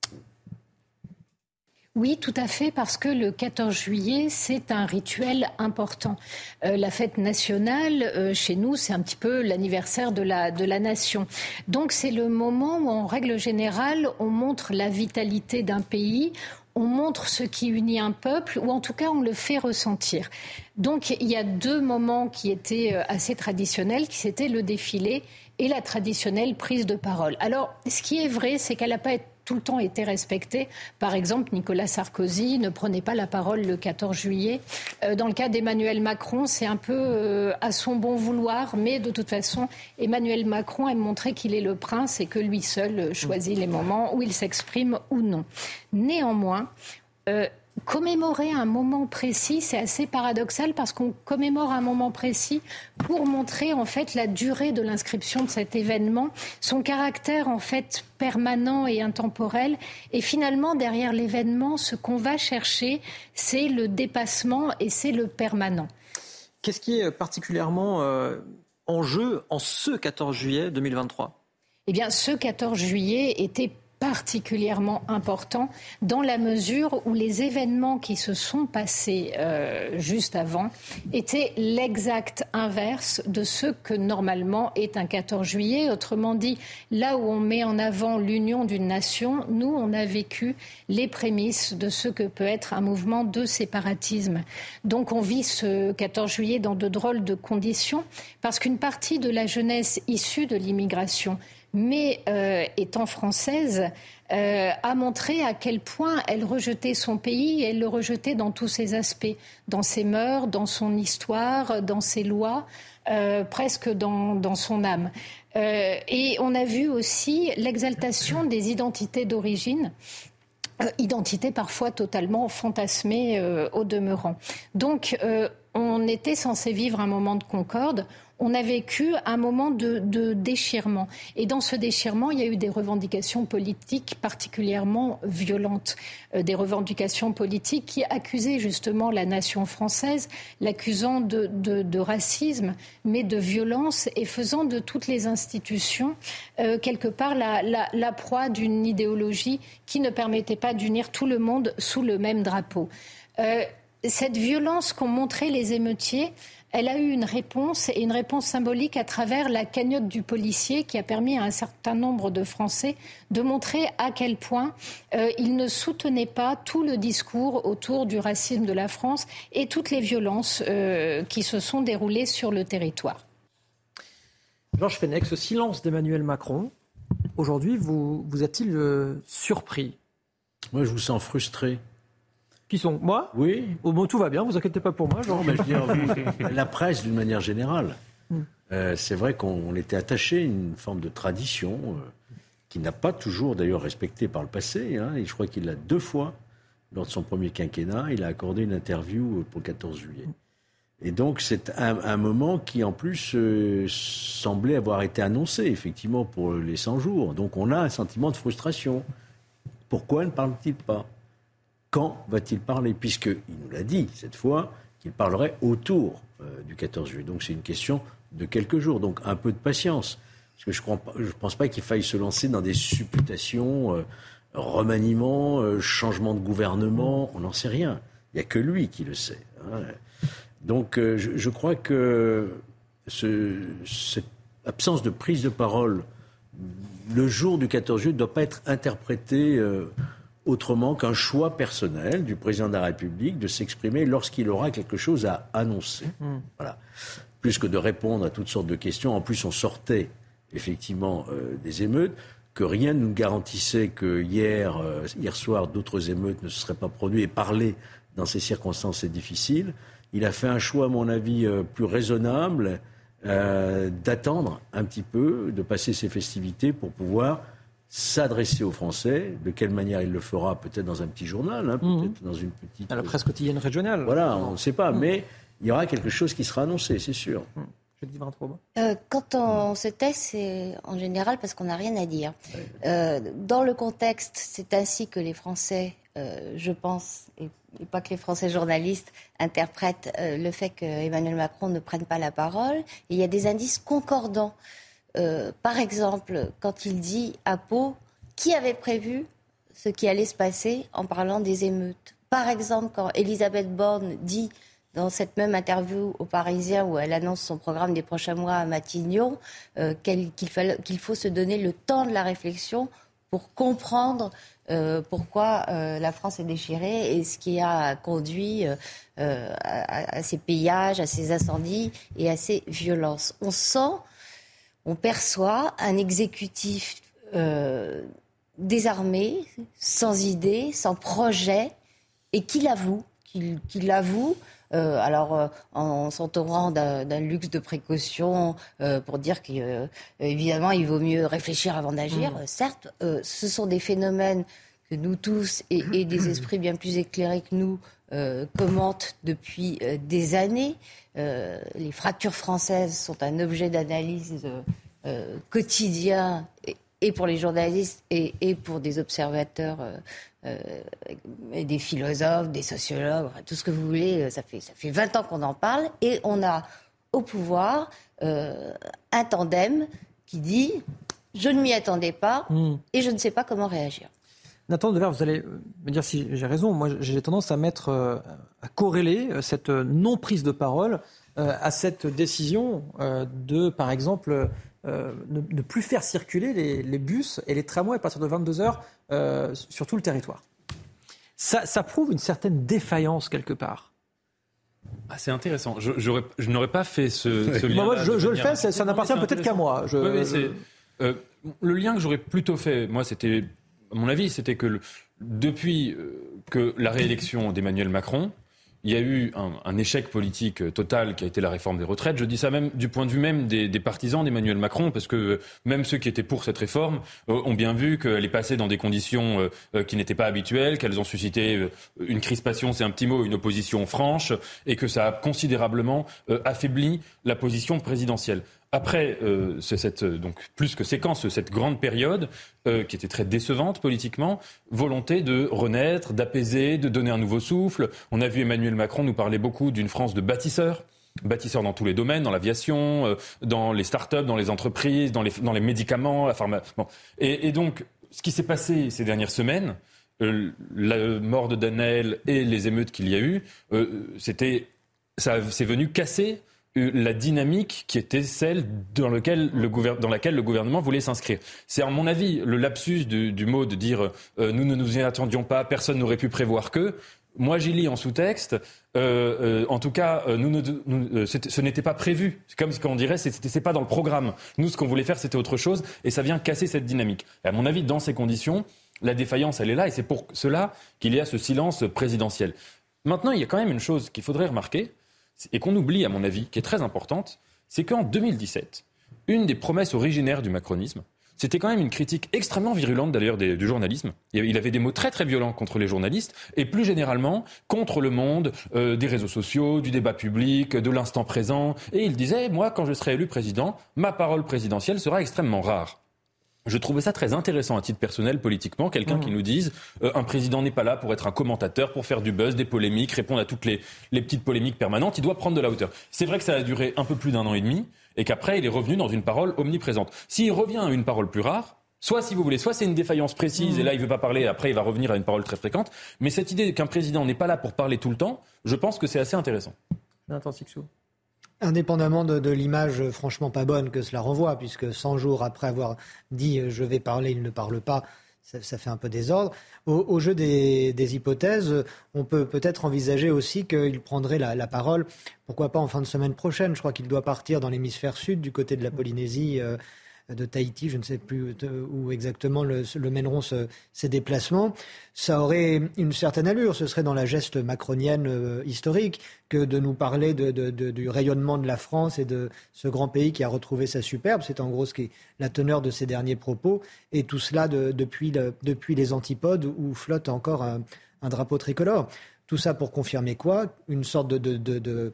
Oui, tout à fait, parce que le 14 juillet, c'est un rituel important. La fête nationale, chez nous, c'est un petit peu l'anniversaire de la nation. Donc c'est le moment où, en règle générale, on montre la vitalité d'un pays, on montre ce qui unit un peuple, ou en tout cas on le fait ressentir. Donc il y a 2 moments qui étaient assez traditionnels, qui c'était le défilé et la traditionnelle prise de parole. Alors ce qui est vrai, c'est qu'elle n'a pas tout le temps été respectée. Par exemple, Nicolas Sarkozy ne prenait pas la parole le 14 juillet. Dans le cas d'Emmanuel Macron, c'est un peu à son bon vouloir, mais de toute façon, Emmanuel Macron aime montrer qu'il est le prince et que lui seul choisit les moments où il s'exprime ou non. Néanmoins, commémorer un moment précis, c'est assez paradoxal parce qu'on commémore un moment précis pour montrer en fait la durée de l'inscription de cet événement, son caractère en fait permanent et intemporel. Et finalement, derrière l'événement, ce qu'on va chercher, c'est le dépassement et c'est le permanent. Qu'est-ce qui est particulièrement en jeu en ce 14 juillet 2023 ? Eh bien, ce 14 juillet était particulièrement important dans la mesure où les événements qui se sont passés juste avant étaient l'exact inverse de ce que normalement est un 14 juillet. Autrement dit, là où on met en avant l'union d'une nation, nous, on a vécu les prémices de ce que peut être un mouvement de séparatisme. Donc on vit ce 14 juillet dans de drôles de conditions parce qu'une partie de la jeunesse issue de l'immigration, mais étant française, a montré à quel point elle rejetait son pays et elle le rejetait dans tous ses aspects, dans ses mœurs, dans son histoire, dans ses lois, presque dans son âme. Et on a vu aussi l'exaltation des identités d'origine, identités parfois totalement fantasmées au demeurant. Donc on était censé vivre un moment de concorde. On a vécu un moment de déchirement. Et dans ce déchirement, il y a eu des revendications politiques particulièrement violentes. Des revendications politiques qui accusaient justement la nation française, l'accusant de racisme, mais de violence, et faisant de toutes les institutions, quelque part, la proie d'une idéologie qui ne permettait pas d'unir tout le monde sous le même drapeau. Cette violence qu'ont montré les émeutiers, elle a eu une réponse, et une réponse symbolique à travers la cagnotte du policier qui a permis à un certain nombre de Français de montrer à quel point ils ne soutenaient pas tout le discours autour du racisme de la France et toutes les violences qui se sont déroulées sur le territoire. Georges Fenech, ce silence d'Emmanuel Macron, aujourd'hui, vous a-t-il surpris ? Moi, je vous sens frustré. Qui sont ? Moi ? Oui. Oh, bon, tout va bien, vous inquiétez pas pour moi. Non, mais je veux dire, la presse, d'une manière générale, c'est vrai qu'on était attaché à une forme de tradition qui n'a pas toujours, d'ailleurs, respecté par le passé. Et je crois qu'il l'a 2 fois, lors de son premier quinquennat, il a accordé une interview pour le 14 juillet. Et donc, c'est un moment qui, en plus, semblait avoir été annoncé, effectivement, pour les 100 jours. Donc, on a un sentiment de frustration. Pourquoi ne parle-t-il pas ? Quand va-t-il parler ? Puisqu'il nous l'a dit, cette fois, qu'il parlerait autour du 14 juillet. Donc c'est une question de quelques jours. Donc un peu de patience. Parce que je ne pense pas qu'il faille se lancer dans des supputations, remaniement, changement de gouvernement. On n'en sait rien. Il n'y a que lui qui le sait. Donc je crois que cette absence de prise de parole le jour du 14 juillet ne doit pas être interprétée autrement qu'un choix personnel du président de la République de s'exprimer lorsqu'il aura quelque chose à annoncer. Voilà. Plus que de répondre à toutes sortes de questions. En plus, on sortait effectivement des émeutes, que rien ne nous garantissait que hier soir, d'autres émeutes ne se seraient pas produites. Et parler dans ces circonstances, c'est difficile. Il a fait un choix, à mon avis, plus raisonnable, d'attendre un petit peu, de passer ces festivités pour pouvoir s'adresser aux Français. De quelle manière il le fera ? Peut-être dans un petit journal, peut-être dans une petite... À la presse quotidienne régionale. Voilà, on ne sait pas, mais il y aura quelque chose qui sera annoncé, c'est sûr. Quand on se tait, c'est en général parce qu'on n'a rien à dire. Dans le contexte, c'est ainsi que les Français, je pense, et pas que les Français journalistes, interprètent le fait qu'Emmanuel Macron ne prenne pas la parole. Et il y a des indices concordants. Par exemple, quand il dit à Pau, qui avait prévu ce qui allait se passer en parlant des émeutes ? Par exemple, quand Elisabeth Borne dit dans cette même interview aux Parisiens où elle annonce son programme des prochains mois à Matignon qu'il faut se donner le temps de la réflexion pour comprendre pourquoi la France est déchirée et ce qui a conduit à ces pillages, à ces incendies et à ces violences. On perçoit un exécutif désarmé, sans idée, sans projet, et qui l'avoue. En s'entourant d'un luxe de précaution pour dire qu'évidemment, il vaut mieux réfléchir avant d'agir. Certes, ce sont des phénomènes que nous tous, et des esprits bien plus éclairés que nous, commentent depuis des années. Les fractures françaises sont un objet d'analyse quotidien, et pour les journalistes et pour des observateurs et des philosophes, des sociologues, tout ce que vous voulez. Ça fait 20 ans qu'on en parle, et on a au pouvoir un tandem qui dit « je ne m'y attendais pas et je ne sais pas comment réagir ». Nathan Devers, vous allez me dire si j'ai raison. Moi, j'ai tendance à corréler cette non-prise de parole à cette décision de, par exemple, ne plus faire circuler les bus et les tramways à partir de 22h sur tout le territoire. Ça prouve une certaine défaillance quelque part. Ah, c'est intéressant. Je n'aurais pas fait ce lien. Moi, je le fais, ça n'appartient peut-être qu'à moi. Le lien que j'aurais plutôt fait, moi, c'était, à mon avis, c'était que depuis que la réélection d'Emmanuel Macron, il y a eu un échec politique total qui a été la réforme des retraites. Je dis ça même du point de vue même des partisans d'Emmanuel Macron, parce que même ceux qui étaient pour cette réforme ont bien vu qu'elle est passée dans des conditions qui n'étaient pas habituelles, qu'elles ont suscité une crispation, c'est un petit mot, une opposition franche, et que ça a considérablement affaibli la position présidentielle. Après donc plus que séquence, cette grande période qui était très décevante politiquement, volonté de renaître, d'apaiser, de donner un nouveau souffle. On a vu Emmanuel Macron nous parler beaucoup d'une France de bâtisseurs dans tous les domaines, dans l'aviation, dans les start-up, dans les entreprises, dans les médicaments, la pharmacie. Bon. Et donc, ce qui s'est passé ces dernières semaines, la mort de Danaël et les émeutes qu'il y a eu, c'est venu casser la dynamique qui était celle dans laquelle le gouvernement voulait s'inscrire. C'est à mon avis le lapsus du mot de dire nous ne nous y attendions pas, personne n'aurait pu prévoir que. Moi j'y lis en sous-texte, en tout cas ce n'était pas prévu. C'est comme quand on dirait c'est pas dans le programme. Nous ce qu'on voulait faire c'était autre chose, et ça vient casser cette dynamique. Et à mon avis dans ces conditions, la défaillance elle est là, et c'est pour cela qu'il y a ce silence présidentiel. Maintenant il y a quand même une chose qu'il faudrait remarquer, et qu'on oublie à mon avis, qui est très importante, c'est qu'en 2017, une des promesses originaires du macronisme, c'était quand même une critique extrêmement virulente d'ailleurs du journalisme. Il avait des mots très très violents contre les journalistes, et plus généralement contre le monde des réseaux sociaux, du débat public, de l'instant présent. Et il disait, moi quand je serai élu président, ma parole présidentielle sera extrêmement rare. Je trouvais ça très intéressant à titre personnel, politiquement, quelqu'un qui nous dise un président n'est pas là pour être un commentateur, pour faire du buzz, des polémiques, répondre à toutes les petites polémiques permanentes, il doit prendre de la hauteur. C'est vrai que ça a duré un peu plus d'1 an et demi, et qu'après il est revenu dans une parole omniprésente. S'il revient à une parole plus rare, soit si vous voulez, soit c'est une défaillance précise, et là il veut pas parler, après il va revenir à une parole très fréquente, mais cette idée qu'un président n'est pas là pour parler tout le temps, je pense que c'est assez intéressant. Nathan Sixou. Indépendamment de l'image franchement pas bonne que cela renvoie, puisque 100 jours après avoir dit « je vais parler », il ne parle pas, ça fait un peu désordre. Au jeu des hypothèses, on peut peut-être envisager aussi qu'il prendrait la parole, pourquoi pas en fin de semaine prochaine. Je crois qu'il doit partir dans l'hémisphère sud, du côté de la Polynésie, de Tahiti, je ne sais plus où exactement le mèneront ces déplacements. Ça aurait une certaine allure, ce serait dans la geste macronienne historique que de nous parler du rayonnement de la France et de ce grand pays qui a retrouvé sa superbe. C'est en gros ce qui est la teneur de ses derniers propos, et tout cela depuis les antipodes où flotte encore un drapeau tricolore. Tout ça pour confirmer quoi ? Une sorte de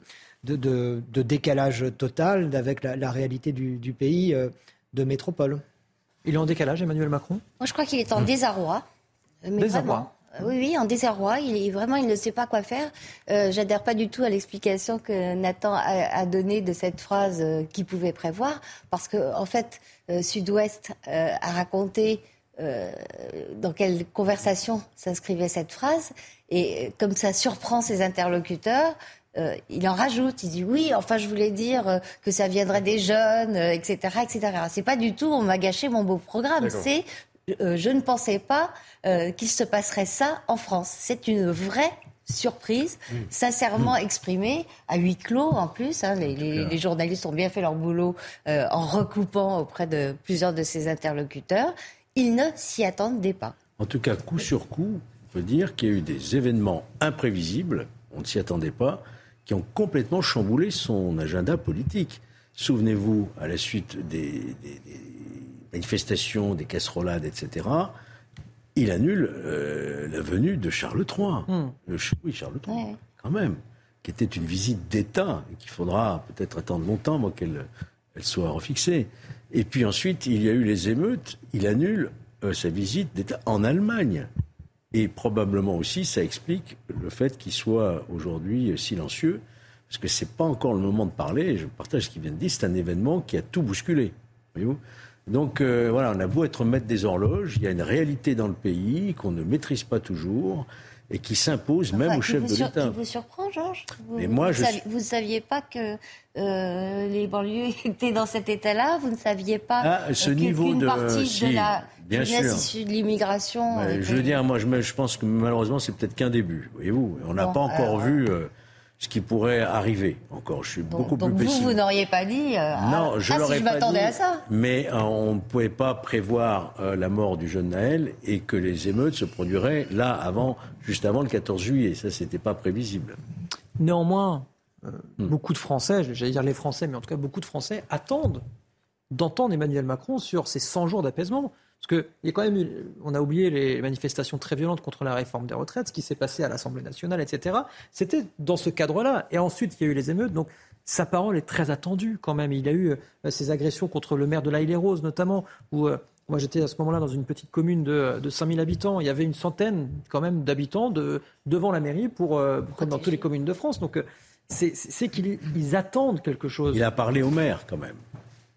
décalage total avec la réalité du pays de métropole. Il est en décalage, Emmanuel Macron ? Moi, je crois qu'il est en désarroi. Désarroi ? Oui, en désarroi. Il ne sait pas quoi faire. J'adhère pas du tout à l'explication que Nathan a donnée de cette phrase qu'il pouvait prévoir, parce que en fait, Sud-Ouest a raconté dans quelle conversation s'inscrivait cette phrase, et comme ça surprend ses interlocuteurs, il en rajoute, il dit oui, enfin je voulais dire que ça viendrait des jeunes, etc., etc. C'est pas du tout, on m'a gâché mon beau programme, c'est Je ne pensais pas qu'il se passerait ça en France. C'est une vraie surprise, sincèrement exprimée, à huis clos en plus. Les journalistes ont bien fait leur boulot en recoupant auprès de plusieurs de ses interlocuteurs. Ils ne s'y attendaient pas. En tout cas, coup sur coup, on peut dire qu'il y a eu des événements imprévisibles, on ne s'y attendait pas, qui ont complètement chamboulé son agenda politique. Souvenez-vous, à la suite des manifestations, des casserolades, etc., il annule la venue de Charles III. Oui, Charles III, quand même, qui était une visite d'État, et qu'il faudra peut-être attendre longtemps avant qu'elle soit refixée. Et puis ensuite, il y a eu les émeutes, il annule sa visite d'État en Allemagne. Et probablement aussi, ça explique le fait qu'il soit aujourd'hui silencieux, parce que c'est pas encore le moment de parler, je partage ce qu'il vient de dire, c'est un événement qui a tout bousculé, voyez-vous. Donc voilà, on a beau être maître des horloges, il y a une réalité dans le pays qu'on ne maîtrise pas toujours et qui s'impose même au chef de l'État. Qui vous surprend, Georges ? Vous ne saviez pas que les banlieues étaient dans cet état-là ? Vous ne saviez pas qu'une partie de la jeunesse issue de l'immigration... Je veux dire, moi je pense que malheureusement c'est peut-être qu'un début, voyez-vous. On n'a pas encore vu... ce qui pourrait arriver encore. Je suis beaucoup plus pessimiste. Donc vous n'auriez pas dit non, je l'aurais pas m'attendais dit, à ça. Mais on ne pouvait pas prévoir la mort du jeune Naël et que les émeutes se produiraient là, juste avant le 14 juillet. Ça, c'était pas prévisible. Néanmoins, beaucoup de Français, j'allais dire les Français, mais en tout cas beaucoup de Français attendent d'entendre Emmanuel Macron sur ces 100 jours d'apaisement. Parce que il y a quand même on a oublié les manifestations très violentes contre la réforme des retraites, ce qui s'est passé à l'Assemblée nationale, etc. C'était dans ce cadre-là. Et ensuite, il y a eu les émeutes. Donc, sa parole est très attendue quand même. Il y a eu ces agressions contre le maire de l'Haye-les-Roses, notamment, où moi j'étais à ce moment-là dans une petite commune de 5000 habitants. Il y avait une centaine quand même d'habitants devant la mairie, comme dans toutes les communes de France. Donc, c'est qu'ils attendent quelque chose. Il a parlé au maire quand même.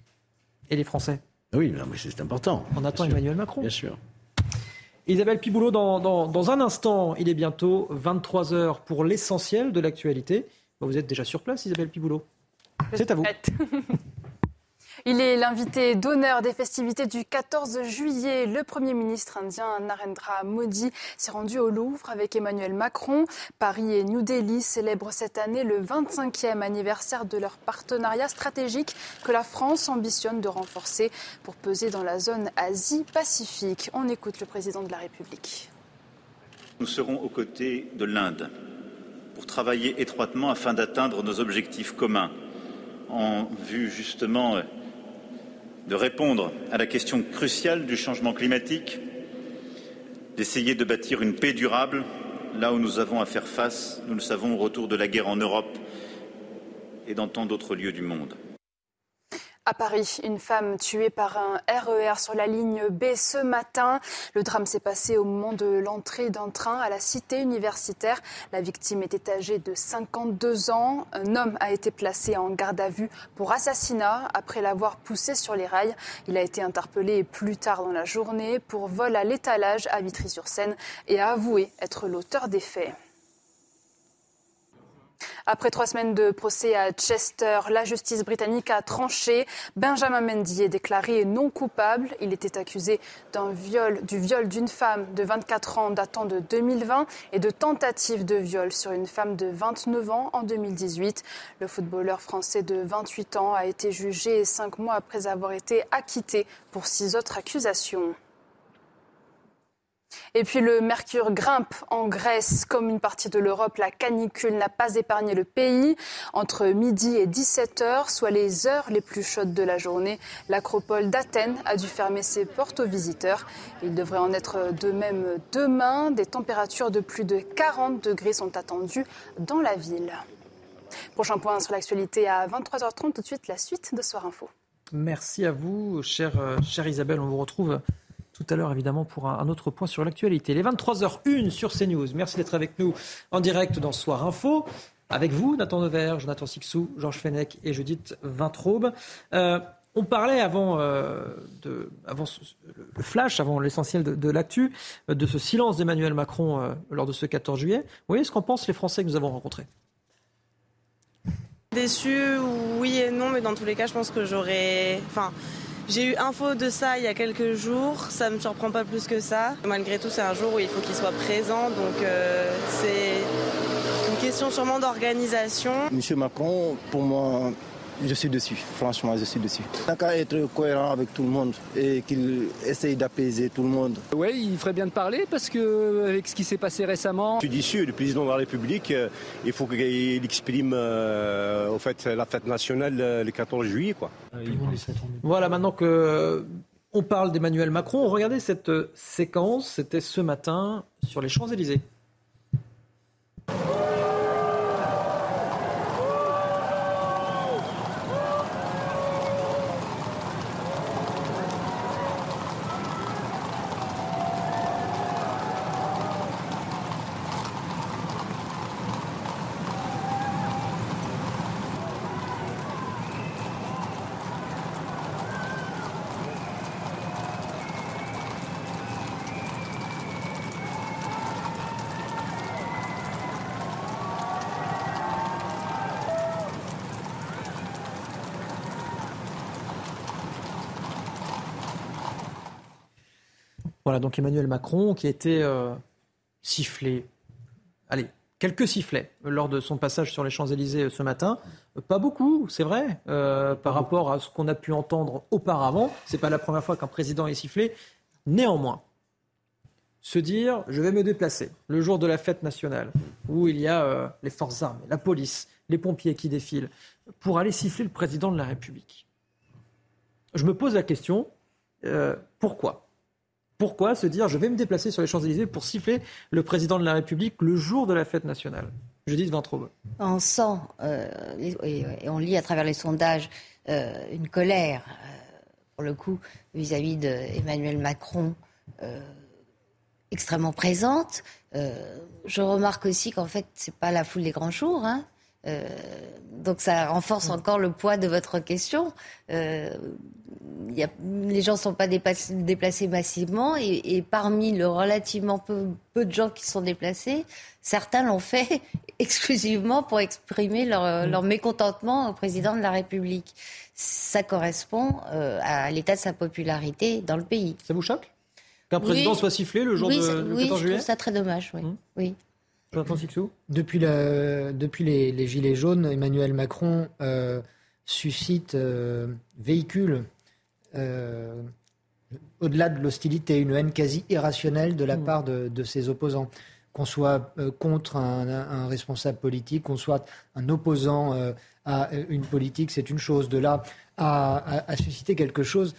Et les Français. Oui, mais c'est important. On attend Emmanuel Macron. Bien sûr. Isabelle Piboulot, dans un instant, il est bientôt 23h pour l'essentiel de l'actualité. Vous êtes déjà sur place, Isabelle Piboulot. C'est à vous. Il est l'invité d'honneur des festivités du 14 juillet. Le Premier ministre indien Narendra Modi s'est rendu au Louvre avec Emmanuel Macron. Paris et New Delhi célèbrent cette année le 25e anniversaire de leur partenariat stratégique que la France ambitionne de renforcer pour peser dans la zone Asie-Pacifique. On écoute le président de la République. Nous serons aux côtés de l'Inde pour travailler étroitement afin d'atteindre nos objectifs communs en vue justement de répondre à la question cruciale du changement climatique, d'essayer de bâtir une paix durable là où nous avons à faire face, nous le savons, au retour de la guerre en Europe et dans tant d'autres lieux du monde. À Paris, une femme tuée par un RER sur la ligne B ce matin. Le drame s'est passé au moment de l'entrée d'un train à la cité universitaire. La victime était âgée de 52 ans. Un homme a été placé en garde à vue pour assassinat après l'avoir poussé sur les rails. Il a été interpellé plus tard dans la journée pour vol à l'étalage à Vitry-sur-Seine et a avoué être l'auteur des faits. Après 3 semaines de procès à Chester, la justice britannique a tranché. Benjamin Mendy est déclaré non coupable. Il était accusé du viol d'une femme de 24 ans datant de 2020 et de tentative de viol sur une femme de 29 ans en 2018. Le footballeur français de 28 ans a été jugé 5 mois après avoir été acquitté pour 6 autres accusations. Et puis le mercure grimpe en Grèce. Comme une partie de l'Europe, la canicule n'a pas épargné le pays. Entre midi et 17h, soit les heures les plus chaudes de la journée, l'acropole d'Athènes a dû fermer ses portes aux visiteurs. Il devrait en être de même demain. Des températures de plus de 40 degrés sont attendues dans la ville. Prochain point sur l'actualité à 23h30. Tout de suite, la suite de Soir Info. Merci à vous, chère Isabelle. On vous retrouve tout à l'heure, évidemment, pour un autre point sur l'actualité. Les 23h01 sur CNews. Merci d'être avec nous en direct dans Soir Info. Avec vous, Nathan Dever, Jonathan Sixou, Georges Fenech et Judith Vintraube. On parlait avant le flash, avant l'essentiel de l'actu, de ce silence d'Emmanuel Macron lors de ce 14 juillet. Vous voyez ce qu'en pensent les Français que nous avons rencontrés? Déçu, oui et non, mais dans tous les cas, je pense que J'ai eu info de ça il y a quelques jours, ça ne me surprend pas plus que ça. Malgré tout, c'est un jour où il faut qu'il soit présent, donc c'est une question sûrement d'organisation. Monsieur Macron, pour moi, je suis dessus. Franchement, je suis dessus. Il n'a qu'à être cohérent avec tout le monde et qu'il essaye d'apaiser tout le monde. Oui, il ferait bien de parler parce que avec ce qui s'est passé récemment... Je suis déçu, le président de la République, il faut qu'il exprime la fête nationale le 14 juillet. Quoi. Voilà, maintenant que on parle d'Emmanuel Macron, regardez cette séquence, c'était ce matin sur les Champs-Élysées. Voilà, donc Emmanuel Macron qui a été sifflé, quelques sifflets lors de son passage sur les Champs-Élysées ce matin. Pas beaucoup, c'est vrai, par rapport à ce qu'on a pu entendre auparavant. C'est pas la première fois qu'un président est sifflé. Néanmoins, se dire, je vais me déplacer le jour de la fête nationale, où il y a les forces armées, la police, les pompiers qui défilent, pour aller siffler le président de la République. Je me pose la question, pourquoi ? Pourquoi se dire, je vais me déplacer sur les Champs-Élysées pour siffler le président de la République le jour de la fête nationale ? Judith Vintraube. On sent, et on lit à travers les sondages, une colère, pour le coup, vis-à-vis d'Emmanuel Macron, extrêmement présente. Je remarque aussi qu'en fait, c'est pas la foule des grands jours, hein. Donc ça renforce encore le poids de votre question. Les gens ne sont pas déplacés massivement et parmi le relativement peu de gens qui sont déplacés, certains l'ont fait exclusivement pour exprimer leur mécontentement au président de la République. Ça correspond à l'état de sa popularité dans le pays. Ça vous choque ? Qu'un président soit sifflé le jour du 14 juillet ? Oui, je trouve ça très dommage, oui. Oui. Depuis les Gilets jaunes, Emmanuel Macron suscite, véhicule, au-delà de l'hostilité, une haine quasi irrationnelle de la part de ses opposants. Qu'on soit contre un responsable politique, qu'on soit un opposant à une politique, c'est une chose. De là à susciter quelque chose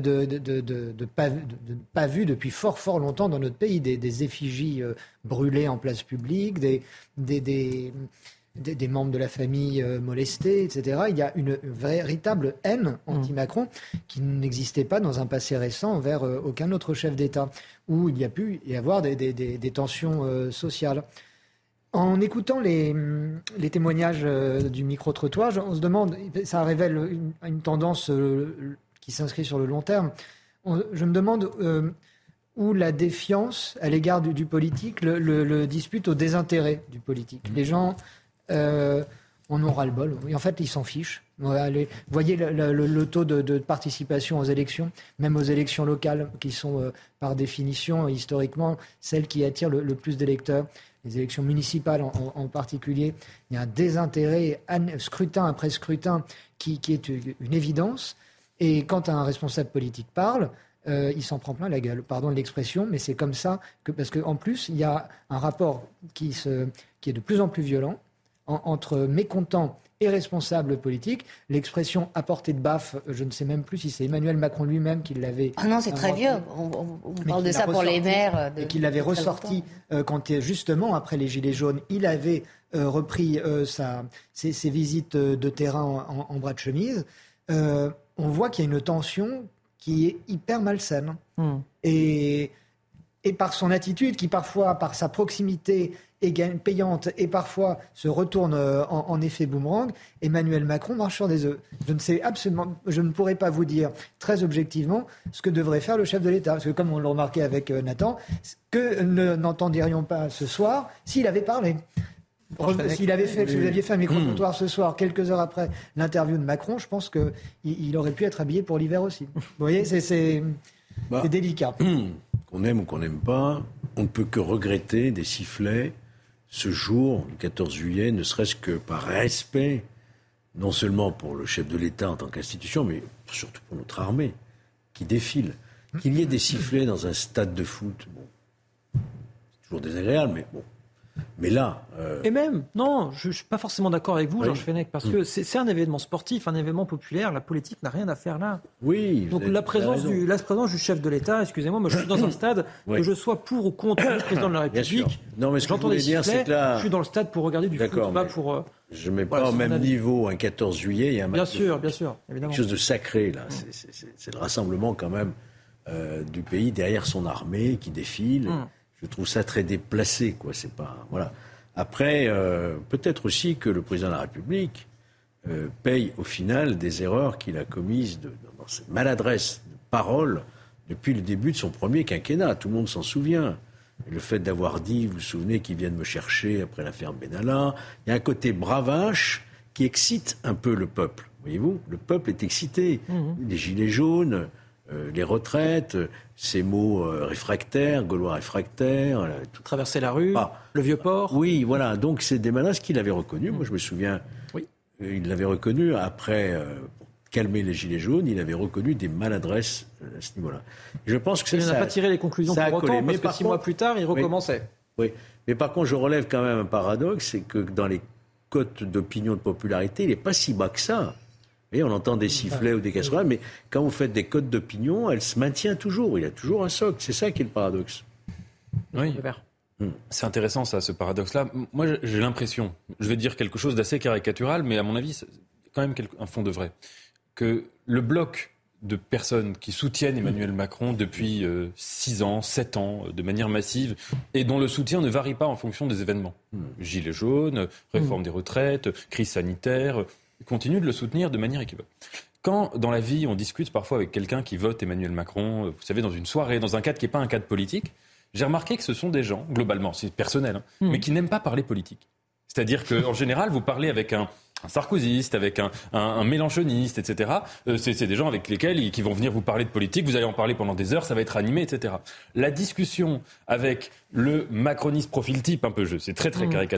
de pas vu depuis fort longtemps dans notre pays, des effigies brûlées en place publique, des membres de la famille molestés, etc. Il y a une véritable haine anti-Macron qui n'existait pas dans un passé récent envers aucun autre chef d'État, où il y a pu y avoir des tensions sociales. En écoutant les témoignages du micro-trottoir, on se demande, ça révèle une tendance qui s'inscrit sur le long terme. Je me demande où la défiance à l'égard du politique le dispute au désintérêt du politique. Les gens en ont ras-le-bol. Et en fait, ils s'en fichent. Voyez le taux de participation aux élections, même aux élections locales, qui sont par définition, historiquement, celles qui attirent le plus d'électeurs. Les élections municipales en particulier, il y a un désintérêt, scrutin après scrutin, qui est une évidence. Et quand un responsable politique parle, il s'en prend plein la gueule. Pardon de l'expression, mais c'est comme ça. Parce qu'en plus, il y a un rapport qui est de plus en plus violent entre mécontents et responsables politiques. L'expression à portée de baffe, je ne sais même plus si c'est Emmanuel Macron lui-même qui l'avait... Ah non, c'est très vieux. On parle de ça pour les maires. Et qu'il l'avait ressorti quand, justement, après les Gilets jaunes, il avait repris ses visites de terrain en bras de chemise. On voit qu'il y a une tension qui est hyper malsaine. Et par son attitude, qui parfois, par sa proximité, est payante et parfois se retourne en effet boomerang, Emmanuel Macron marche sur des œufs. Je ne pourrais pas vous dire très objectivement ce que devrait faire le chef de l'État. Parce que comme on l'a remarqué avec Nathan, que n'entendirions pas ce soir s'il avait parlé. Si vous aviez fait un micro-trottoir ce soir, quelques heures après l'interview de Macron, je pense qu'il aurait pu être habillé pour l'hiver aussi. Vous voyez, c'est délicat. Qu'on aime ou qu'on n'aime pas, on ne peut que regretter des sifflets ce jour, le 14 juillet, ne serait-ce que par respect, non seulement pour le chef de l'État en tant qu'institution, mais surtout pour notre armée, qui défile. Qu'il y ait des sifflets dans un stade de foot, c'est toujours désagréable, mais bon. Mais là... Et même, non, je ne suis pas forcément d'accord avec vous, Georges Fenech, parce que c'est un événement sportif, un événement populaire, la politique n'a rien à faire là. Oui. Donc la présence du chef de l'État, excusez-moi, moi je suis dans un stade, que je sois pour ou contre le président de la République, non, mais ce que je voulais dire, c'est que là... je suis dans le stade pour regarder du foot, pas pour... je ne mets pas au même niveau un 14 juillet et un match de foot. Bien sûr, évidemment. Quelque chose de sacré, là. C'est le rassemblement quand même du pays derrière son armée qui défile. Je trouve ça très déplacé, quoi. C'est pas... Voilà. Après, peut-être aussi que le président de la République paye au final des erreurs qu'il a commises dans cette maladresse de parole depuis le début de son premier quinquennat. Tout le monde s'en souvient. Et le fait d'avoir dit, vous vous souvenez, qu'ils viennent me chercher après l'affaire Benalla. Il y a un côté bravache qui excite un peu le peuple. Voyez-vous, le peuple est excité. Les gilets jaunes... les retraites, ces mots réfractaires, gaulois réfractaires... Traverser la rue, le Vieux-Port... Oui, voilà, donc c'est des menaces qu'il avait reconnues. Moi, je me souviens, il l'avait reconnu après, pour calmer les gilets jaunes, il avait reconnu des maladresses à ce niveau-là. Et je pense que il n'a pas tiré les conclusions pour autant, parce que 6 mois plus tard, il recommençait. Oui, mais par contre, je relève quand même un paradoxe, c'est que dans les cotes d'opinion de popularité, il n'est pas si bas que ça. Et on entend des sifflets ou des casseroles, mais quand vous faites des cotes d'opinion, elle se maintient toujours. Il y a toujours un socle. C'est ça qui est le paradoxe. Oui. C'est intéressant, ça, ce paradoxe-là. Moi, j'ai l'impression, je vais dire quelque chose d'assez caricatural, mais à mon avis, c'est quand même un fond de vrai, que le bloc de personnes qui soutiennent Emmanuel Macron depuis 6 ans, 7 ans, de manière massive, et dont le soutien ne varie pas en fonction des événements. Gilets jaunes, réforme des retraites, crise sanitaire... continue de le soutenir de manière équivoque. Quand, dans la vie, on discute parfois avec quelqu'un qui vote Emmanuel Macron, vous savez, dans une soirée, dans un cadre qui n'est pas un cadre politique, j'ai remarqué que ce sont des gens, globalement, c'est personnel, mais qui n'aiment pas parler politique. C'est-à-dire qu'en général, vous parlez avec un sarkozyste, avec un mélenchoniste, etc. C'est des gens avec lesquels qui vont venir vous parler de politique, vous allez en parler pendant des heures, ça va être animé, etc. La discussion avec le macroniste profil type, un peu, c'est très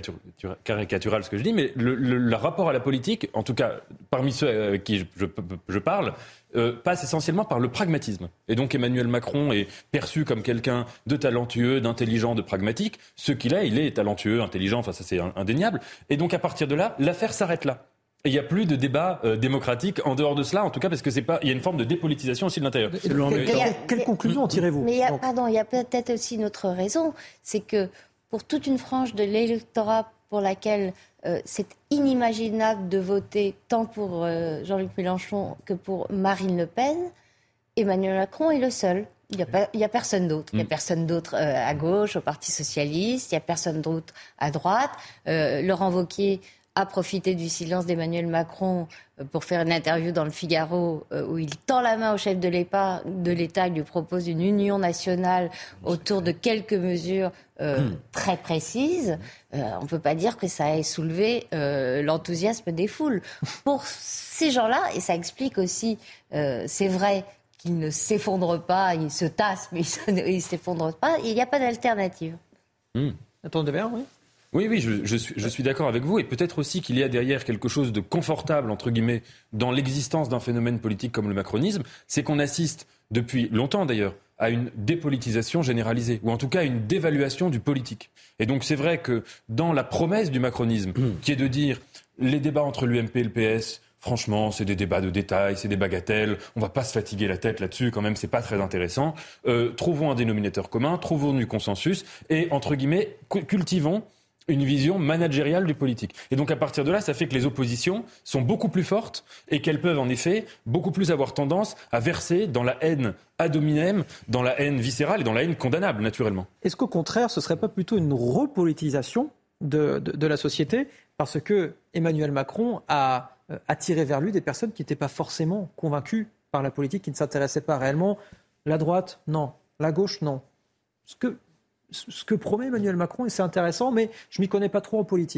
caricatural ce que je dis, mais le rapport à la politique, en tout cas parmi ceux avec qui je parle, passe essentiellement par le pragmatisme. Et donc Emmanuel Macron est perçu comme quelqu'un de talentueux, d'intelligent, de pragmatique. Ce qu'il est, il est talentueux, intelligent, enfin ça c'est indéniable. Et donc à partir de là, l'affaire s'arrête là. Et il n'y a plus de débat démocratique en dehors de cela, en tout cas parce que il y a une forme de dépolitisation aussi de l'intérieur. Quelle conclusion en tirez-vous ? Mais il y a peut-être aussi une autre raison, c'est que pour toute une frange de l'électorat pour laquelle c'est inimaginable de voter tant pour Jean-Luc Mélenchon que pour Marine Le Pen, Emmanuel Macron est le seul. Il n'y a personne d'autre. Il n'y a personne d'autre à gauche, au Parti socialiste, il n'y a personne d'autre à droite. Laurent Wauquiez a profité du silence d'Emmanuel Macron pour faire une interview dans le Figaro où il tend la main au chef de l'État, il lui propose une union nationale autour de quelques mesures très précises. On ne peut pas dire que ça ait soulevé l'enthousiasme des foules. Pour ces gens-là, et ça explique aussi, c'est vrai qu'ils ne s'effondrent pas, ils se tassent, mais ils ne s'effondrent pas, il n'y a pas d'alternative. Attendez bien, oui. Oui, je suis d'accord avec vous. Et peut-être aussi qu'il y a derrière quelque chose de confortable, entre guillemets, dans l'existence d'un phénomène politique comme le macronisme. C'est qu'on assiste, depuis longtemps d'ailleurs, à une dépolitisation généralisée, ou en tout cas à une dévaluation du politique. Et donc c'est vrai que dans la promesse du macronisme, qui est de dire les débats entre l'UMP et le PS... franchement, c'est des débats de détail, c'est des bagatelles. On va pas se fatiguer la tête là-dessus, quand même, c'est pas très intéressant. Trouvons un dénominateur commun, trouvons du consensus et, entre guillemets, cultivons une vision managériale du politique. Et donc, à partir de là, ça fait que les oppositions sont beaucoup plus fortes et qu'elles peuvent, en effet, beaucoup plus avoir tendance à verser dans la haine ad hominem, dans la haine viscérale et dans la haine condamnable, naturellement. Est-ce qu'au contraire, ce serait pas plutôt une repolitisation de la société parce que Emmanuel Macron a attiré vers lui des personnes qui n'étaient pas forcément convaincues par la politique, qui ne s'intéressaient pas réellement. La droite, non. La gauche, non. Ce que promet Emmanuel Macron, et c'est intéressant, mais je ne m'y connais pas trop en politique.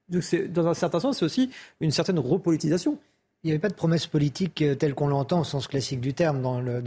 Donc dans un certain sens, c'est aussi une certaine repolitisation. Il n'y avait pas de promesse politique telle qu'on l'entend au sens classique du terme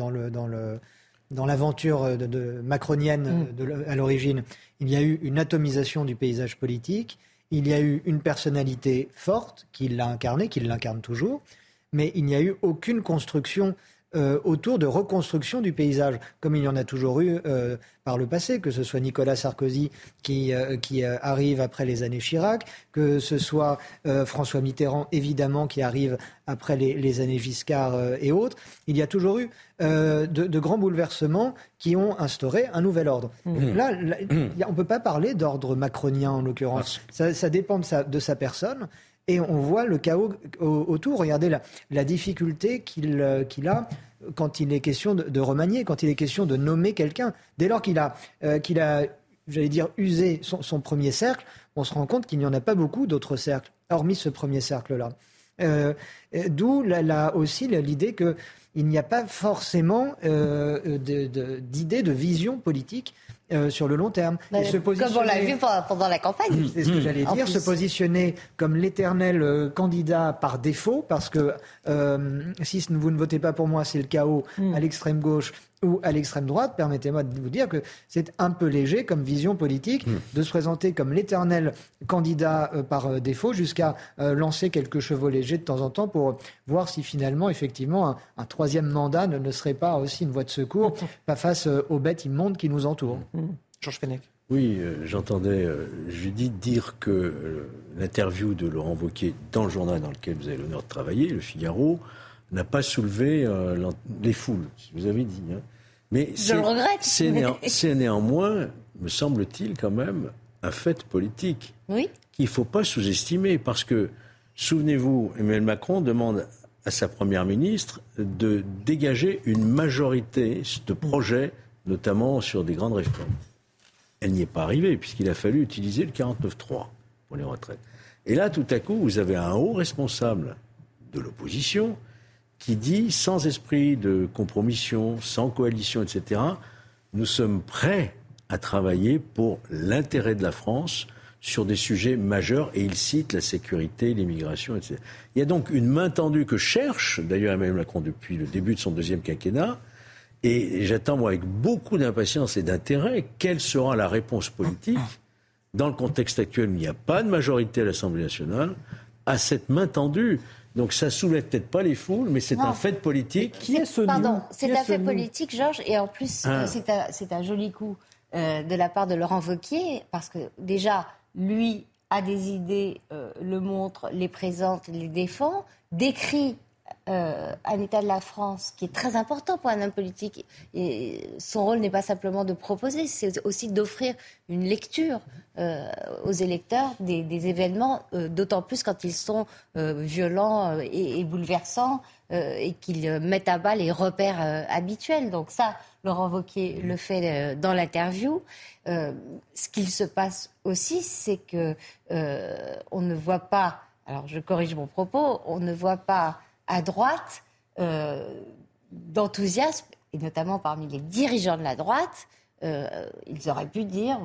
dans l'aventure macronienne à l'origine. Il y a eu une atomisation du paysage politique, il y a eu une personnalité forte qui l'a incarné, qui l'incarne toujours, mais il n'y a eu aucune construction autour de reconstruction du paysage, comme il y en a toujours eu par le passé, que ce soit Nicolas Sarkozy qui arrive après les années Chirac, que ce soit François Mitterrand, évidemment, qui arrive après les années Giscard et autres. Il y a toujours eu de grands bouleversements qui ont instauré un nouvel ordre. Là, on ne peut pas parler d'ordre macronien, en l'occurrence. Ça dépend de sa personne. Et on voit le chaos autour. Regardez la difficulté qu'il a quand il est question de remanier, quand il est question de nommer quelqu'un. Dès lors qu'il a j'allais dire, usé son premier cercle, on se rend compte qu'il n'y en a pas beaucoup d'autres cercles, hormis ce premier cercle-là. D'où aussi l'idée qu'il n'y a pas forcément d'idée, de vision politique sur le long terme. Comme on l'a vu pendant la campagne. C'est ce que j'allais dire, se positionner comme l'éternel candidat par défaut, parce que si vous ne votez pas pour moi, c'est le chaos à l'extrême gauche ou à l'extrême droite. Permettez-moi de vous dire que c'est un peu léger comme vision politique de se présenter comme l'éternel candidat par défaut, jusqu'à lancer quelques chevaux légers de temps en temps pour voir si finalement, effectivement, un troisième mandat ne serait pas aussi une voie de secours, pas face aux bêtes immondes qui nous entourent. Georges Fenech. Oui, j'entendais Judith dire que l'interview de Laurent Wauquiez dans le journal dans lequel vous avez l'honneur de travailler, Le Figaro, n'a pas soulevé les foules, vous avez dit. Hein. Mais je le regrette. C'est néanmoins, me semble-t-il, quand même, un fait politique qu'il ne faut pas sous-estimer. Parce que, souvenez-vous, Emmanuel Macron demande à sa première ministre de dégager une majorité de projets, notamment sur des grandes réformes. Elle n'y est pas arrivée, puisqu'il a fallu utiliser le 49.3 pour les retraites. Et là, tout à coup, vous avez un haut responsable de l'opposition qui dit, sans esprit de compromission, sans coalition, etc., nous sommes prêts à travailler pour l'intérêt de la France sur des sujets majeurs, et il cite la sécurité, l'immigration, etc. Il y a donc une main tendue que cherche, d'ailleurs Emmanuel Macron depuis le début de son deuxième quinquennat, et j'attends, moi, avec beaucoup d'impatience et d'intérêt, quelle sera la réponse politique, dans le contexte actuel où il n'y a pas de majorité à l'Assemblée nationale, à cette main tendue. Donc ça soulève peut-être pas les foules, mais c'est un fait politique. C'est un fait politique, Georges, et en plus, c'est un joli coup de la part de Laurent Wauquiez, parce que déjà, lui a des idées, le montre, les présente, les défend, décrit un état de la France qui est très important pour un homme politique. Et son rôle n'est pas simplement de proposer, c'est aussi d'offrir une lecture aux électeurs des événements, d'autant plus quand ils sont violents et bouleversants et qu'ils mettent à bas les repères habituels. Donc ça, Laurent Wauquiez le fait dans l'interview. Ce qu'il se passe aussi, c'est que on ne voit pas, alors je corrige mon propos, on ne voit pas à droite d'enthousiasme, et notamment parmi les dirigeants de la droite. Ils auraient pu dire,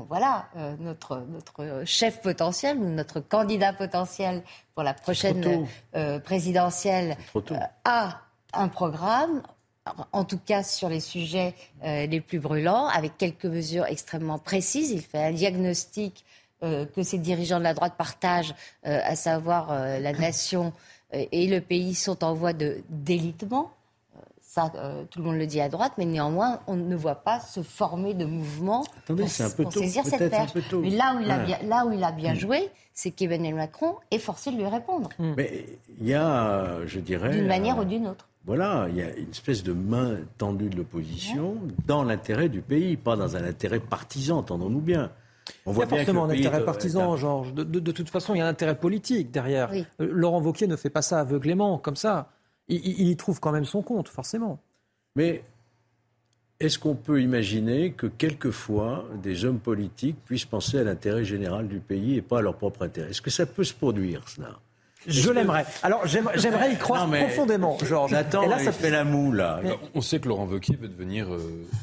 notre chef potentiel ou notre candidat potentiel pour la prochaine présidentielle a un programme, en tout cas sur les sujets les plus brûlants, avec quelques mesures extrêmement précises. Il fait un diagnostic que ces dirigeants de la droite partagent, à savoir la nation et le pays sont en voie de délitement. Ça, tout le monde le dit à droite, mais néanmoins, on ne voit pas se former de mouvement pour saisir cette perche. Mais là où il a bien joué, c'est qu'Emmanuel Macron est forcé de lui répondre. Mais il y a, je dirais... D'une manière ou d'une autre. Voilà, il y a une espèce de main tendue de l'opposition dans l'intérêt du pays, pas dans un intérêt partisan, entendons-nous bien. Il y a forcément un intérêt partisan, Georges. De toute façon, il y a un intérêt politique derrière. Oui. Laurent Wauquiez ne fait pas ça aveuglément, comme ça. Il y trouve quand même son compte, forcément. Mais est-ce qu'on peut imaginer que quelquefois, des hommes politiques puissent penser à l'intérêt général du pays et pas à leur propre intérêt ? Est-ce que ça peut se produire, cela ? Je l'aimerais. Alors, j'aimerais y croire profondément, Georges. Nathan, et là, ça fait la moue, là. On sait que Laurent Wauquiez veut devenir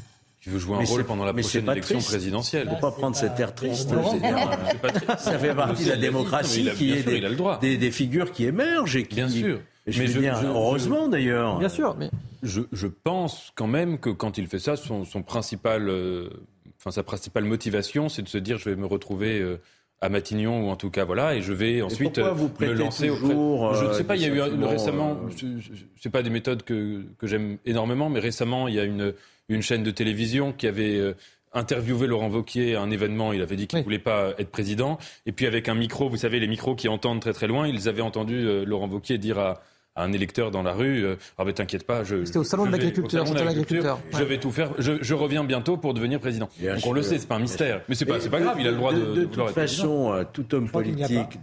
qui veut jouer un rôle pendant la prochaine élection présidentielle. Il ne faut pas prendre cet air triste. Ça fait partie de la démocratie qui est des figures qui émergent. Et qui, bien sûr. Heureusement d'ailleurs. Bien sûr. Mais... Je pense quand même que quand il fait ça, sa principale motivation, c'est de se dire je vais me retrouver à Matignon, ou en tout cas voilà, et je vais ensuite me lancer auprès. Je ne sais pas, il y a eu récemment, c'est pas des méthodes que j'aime énormément, mais récemment il y a une chaîne de télévision qui avait interviewé Laurent Wauquiez à un événement. Il avait dit qu'il ne voulait pas être président, et puis avec un micro, vous savez les micros qui entendent très très loin, ils avaient entendu Laurent Wauquiez dire à un électeur dans la rue, ah ben t'inquiète pas, c'était au salon de l'agriculteur, je vais tout faire, je reviens bientôt pour devenir président. Donc on le sait, c'est pas un mystère, mais c'est pas grave, il a le droit de toute façon, tout homme politique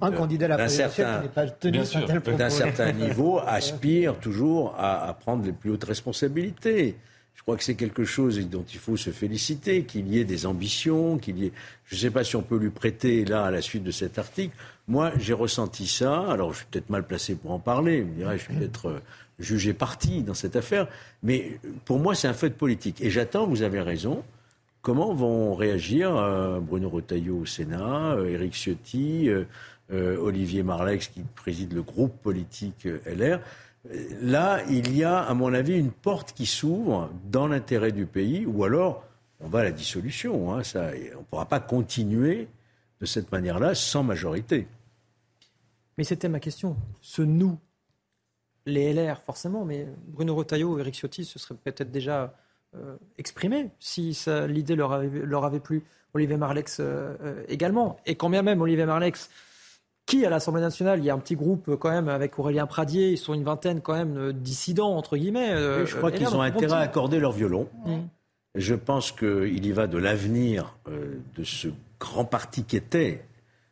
d'un certain niveau aspire toujours à prendre les plus hautes responsabilités. Je crois que c'est quelque chose dont il faut se féliciter, qu'il y ait des ambitions, je ne sais pas si on peut lui prêter là à la suite de cet article. Moi, j'ai ressenti ça. Alors, je suis peut-être mal placé pour en parler. Je dirais, je suis peut-être jugé parti dans cette affaire. Mais pour moi, c'est un fait politique. Et j'attends, vous avez raison, comment vont réagir Bruno Retailleau au Sénat, Éric Ciotti, Olivier Marleix qui préside le groupe politique LR. Là, il y a, à mon avis, une porte qui s'ouvre dans l'intérêt du pays, ou alors on va à la dissolution. On ne pourra pas continuer de cette manière-là sans majorité. Mais c'était ma question. Ce nous, les LR forcément, mais Bruno Retailleau et Éric Ciotti se seraient peut-être déjà exprimés si l'idée leur avait plu. Olivier Marleix également. Et quand bien même Olivier Marleix, qui à l'Assemblée nationale, il y a un petit groupe quand même avec Aurélien Pradier, ils sont une vingtaine quand même dissidents entre guillemets. Je crois qu'ils ont intérêt à accorder leur violon. Je pense qu'il y va de l'avenir de ce grand parti qu'était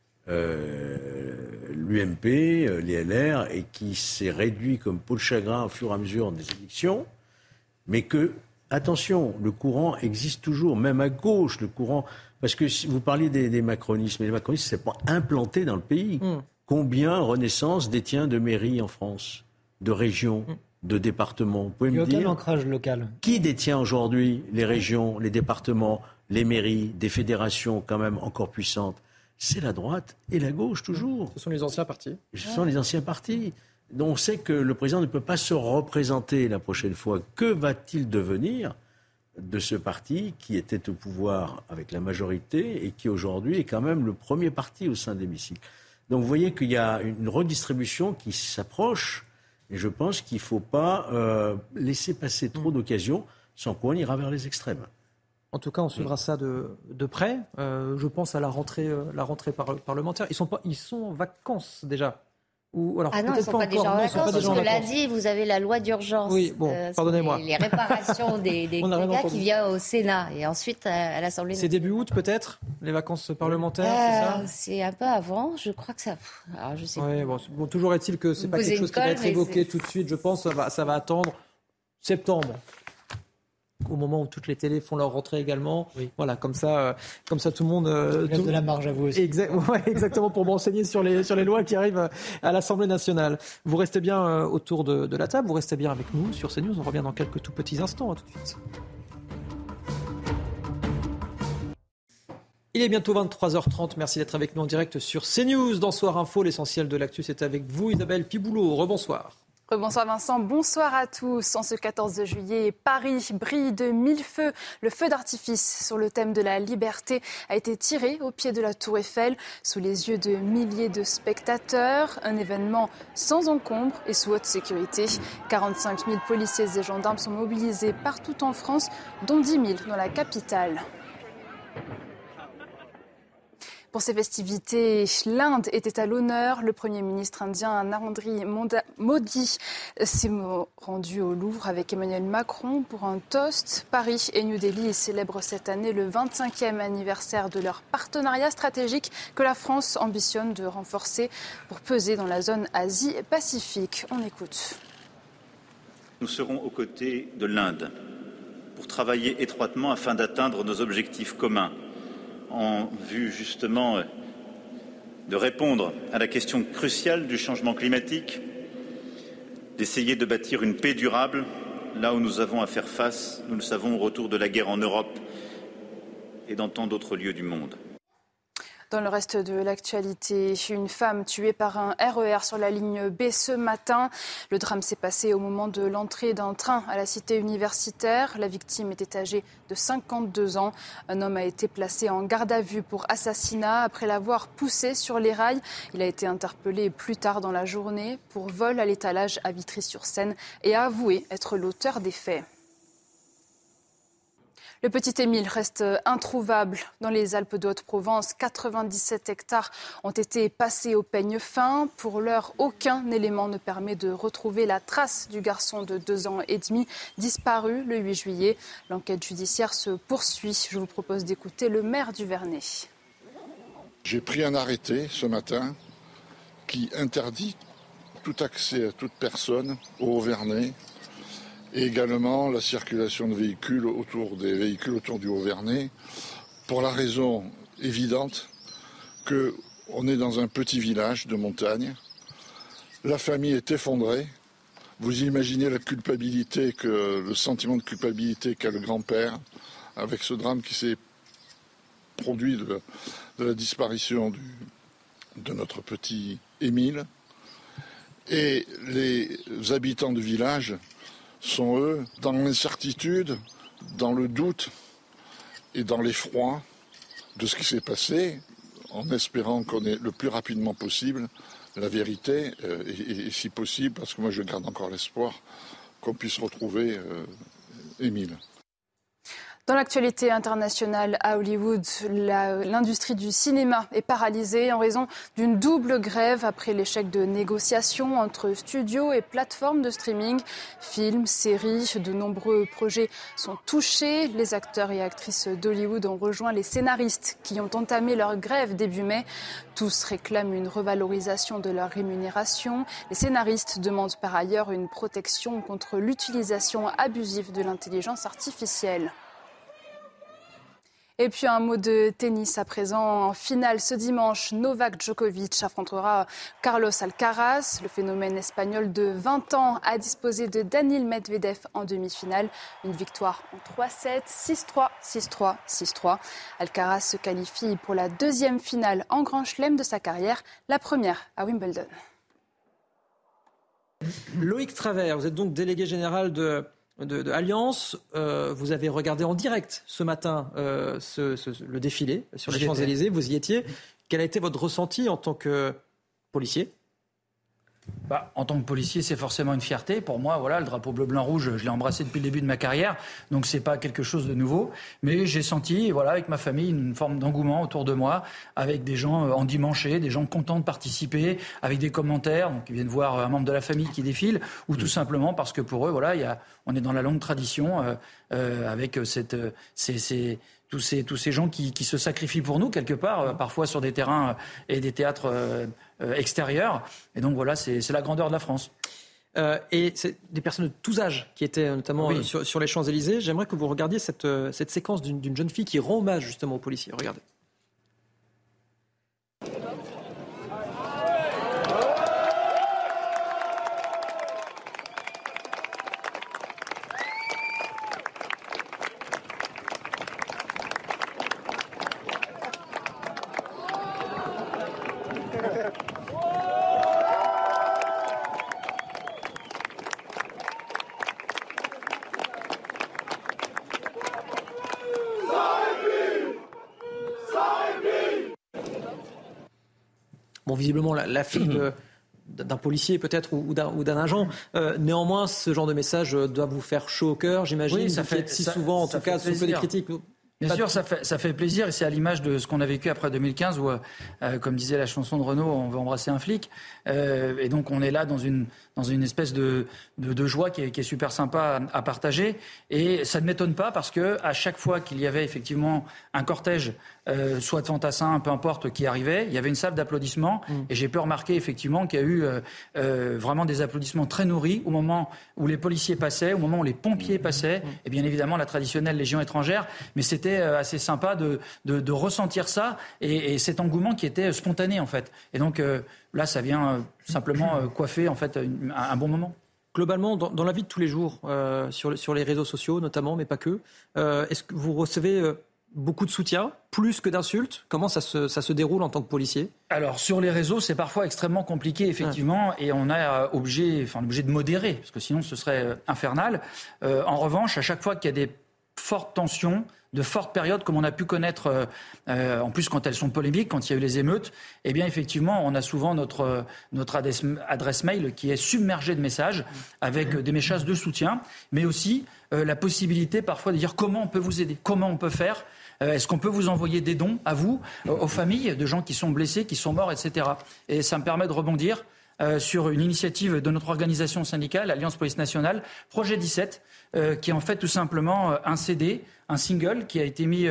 l'UMP, les LR, et qui s'est réduit comme peau de chagrin au fur et à mesure des élections, mais que, attention, le courant existe toujours, même à gauche, le courant... Parce que si vous parliez des macronistes, mais les macronistes, c'est pas implanté dans le pays. Combien Renaissance détient de mairies en France, de régions, de départements? Vous pouvez me dire l'ancrage local. Qui détient aujourd'hui les régions, les départements, les mairies, des fédérations quand même encore puissantes? C'est la droite et la gauche toujours. Ce sont les anciens partis. Ce sont les anciens partis. Donc on sait que le président ne peut pas se représenter la prochaine fois. Que va-t-il devenir de ce parti qui était au pouvoir avec la majorité et qui aujourd'hui est quand même le premier parti au sein de l'hémicycle? Donc vous voyez qu'il y a une redistribution qui s'approche et je pense qu'il ne faut pas laisser passer trop d'occasions, sans quoi on ira vers les extrêmes. En tout cas, on suivra ça de près. Je pense à la rentrée parlementaire. Ils sont en vacances déjà. Alors, non, ils ne sont pas déjà en vacances, parce que lundi, vous avez la loi d'urgence. Oui, bon, pardonnez-moi. Les réparations des dégâts qui vient au Sénat et ensuite à l'Assemblée nationale. C'est début août peut-être, les vacances parlementaires, c'est ça? C'est un peu avant, je crois que ça... Alors, je sais pas. Bon, toujours est-il que ce n'est pas quelque chose qui va être évoqué tout de suite, je pense, ça va attendre septembre. Au moment où toutes les télés font leur rentrée également. Oui. Voilà, comme ça tout le monde... de la marge à vous aussi. Exactement, pour m'enseigner sur les lois qui arrivent à l'Assemblée nationale. Vous restez bien autour de la table, vous restez bien avec nous sur CNews. On revient dans quelques tout petits instants. À tout de suite. Il est bientôt 23h30. Merci d'être avec nous en direct sur CNews. Dans Soir Info, l'essentiel de l'actu, c'est avec vous, Isabelle Piboulot. Rebonsoir. Bonsoir Vincent, bonsoir à tous. En ce 14 juillet, Paris brille de mille feux. Le feu d'artifice sur le thème de la liberté a été tiré au pied de la Tour Eiffel, sous les yeux de milliers de spectateurs. Un événement sans encombre et sous haute sécurité. 45 000 policiers et gendarmes sont mobilisés partout en France, dont 10 000 dans la capitale. Pour ces festivités, l'Inde était à l'honneur. Le Premier ministre indien Narendra Modi s'est rendu au Louvre avec Emmanuel Macron pour un toast. Paris et New Delhi célèbrent cette année le 25e anniversaire de leur partenariat stratégique que la France ambitionne de renforcer pour peser dans la zone Asie-Pacifique. On écoute. Nous serons aux côtés de l'Inde pour travailler étroitement afin d'atteindre nos objectifs communs, en vue justement de répondre à la question cruciale du changement climatique, d'essayer de bâtir une paix durable là où nous avons à faire face, nous le savons, au retour de la guerre en Europe et dans tant d'autres lieux du monde. Dans le reste de l'actualité, une femme tuée par un RER sur la ligne B ce matin. Le drame s'est passé au moment de l'entrée d'un train à la cité universitaire. La victime était âgée de 52 ans. Un homme a été placé en garde à vue pour assassinat après l'avoir poussé sur les rails. Il a été interpellé plus tard dans la journée pour vol à l'étalage à Vitry-sur-Seine et a avoué être l'auteur des faits. Le petit Émile reste introuvable dans les Alpes de Haute-Provence. 97 hectares ont été passés au peigne fin. Pour l'heure, aucun élément ne permet de retrouver la trace du garçon de 2 ans et demi disparu le 8 juillet. L'enquête judiciaire se poursuit. Je vous propose d'écouter le maire du Vernet. J'ai pris un arrêté ce matin qui interdit tout accès à toute personne au Haut-Vernay. Et également la circulation de véhicules autour du Haut-Vernay, pour la raison évidente qu'on est dans un petit village de montagne. La famille est effondrée. Vous imaginez la culpabilité, le sentiment de culpabilité qu'a le grand-père avec ce drame qui s'est produit de la disparition de notre petit Émile. Et les habitants du village sont, eux, dans l'incertitude, dans le doute et dans l'effroi de ce qui s'est passé, en espérant qu'on ait le plus rapidement possible la vérité, et si possible, parce que moi je garde encore l'espoir, qu'on puisse retrouver Émile. Dans l'actualité internationale à Hollywood, l'industrie du cinéma est paralysée en raison d'une double grève après l'échec de négociations entre studios et plateformes de streaming. Films, séries, de nombreux projets sont touchés. Les acteurs et actrices d'Hollywood ont rejoint les scénaristes qui ont entamé leur grève début mai. Tous réclament une revalorisation de leur rémunération. Les scénaristes demandent par ailleurs une protection contre l'utilisation abusive de l'intelligence artificielle. Et puis un mot de tennis à présent. En finale ce dimanche, Novak Djokovic affrontera Carlos Alcaraz. Le phénomène espagnol de 20 ans a disposé de Daniil Medvedev en demi-finale. Une victoire en 3-7, 6-3, 6-3, 6-3. Alcaraz se qualifie pour la deuxième finale en Grand Chelem de sa carrière, la première à Wimbledon. Loïc Travers, vous êtes donc délégué général de Alliance. Vous avez regardé en direct ce matin le défilé sur les Champs-Élysées. Vous y étiez. Quel a été votre ressenti en tant que policier ? En tant que policier, c'est forcément une fierté. Pour moi, voilà, le drapeau bleu-blanc-rouge, je l'ai embrassé depuis le début de ma carrière. Donc, c'est pas quelque chose de nouveau. Mais j'ai senti, voilà, avec ma famille, une forme d'engouement autour de moi, avec des gens endimanchés, des gens contents de participer, avec des commentaires. Donc, ils viennent voir un membre de la famille qui défile, ou tout simplement parce que pour eux, voilà, on est dans la longue tradition avec tous ces gens qui se sacrifient pour nous, quelque part, parfois sur des terrains et des théâtres extérieurs. Et donc voilà, c'est la grandeur de la France. Et c'est des personnes de tous âges qui étaient notamment sur les Champs-Élysées. J'aimerais que vous regardiez cette séquence d'une jeune fille qui rend hommage justement aux policiers. Regardez. Bon, visiblement, la fille d'un policier peut-être ou d'un agent. Néanmoins, ce genre de message doit vous faire chaud au cœur, j'imagine. Oui, ça fait si souvent, en tout cas, souffler des critiques. Bien sûr, ça fait plaisir, et c'est à l'image de ce qu'on a vécu après 2015 où, comme disait la chanson de Renaud, on veut embrasser un flic. Et donc on est là dans une espèce de joie qui est super sympa à partager. Et ça ne m'étonne pas parce que à chaque fois qu'il y avait effectivement un cortège, soit de fantassins, peu importe, qui arrivait, il y avait une salle d'applaudissements. Et j'ai pu remarquer effectivement qu'il y a eu vraiment des applaudissements très nourris au moment où les policiers passaient, au moment où les pompiers passaient, et bien évidemment la traditionnelle Légion étrangère. Mais c'était assez sympa de ressentir ça et cet engouement qui était spontané en fait. Et donc là, ça vient simplement coiffer en fait un bon moment. globalement, dans la vie de tous les jours, sur les réseaux sociaux notamment, mais pas que, est-ce que vous recevez beaucoup de soutien, plus que d'insultes? Comment ça se déroule en tant que policier? Alors, sur les réseaux, c'est parfois extrêmement compliqué, effectivement, et on a obligé de modérer, parce que sinon ce serait infernal. En revanche, à chaque fois qu'il y a des fortes tensions, de fortes périodes, comme on a pu connaître, en plus quand elles sont polémiques, quand il y a eu les émeutes, eh bien effectivement, on a souvent notre adresse mail qui est submergée de messages, avec des messages de soutien, mais aussi la possibilité parfois de dire comment on peut vous aider, comment on peut faire. Est-ce qu'on peut vous envoyer des dons à vous, aux familles de gens qui sont blessés, qui sont morts, etc. Et ça me permet de rebondir sur une initiative de notre organisation syndicale, Alliance Police Nationale, Projet 17, qui est en fait tout simplement un CD, un single qui a été mis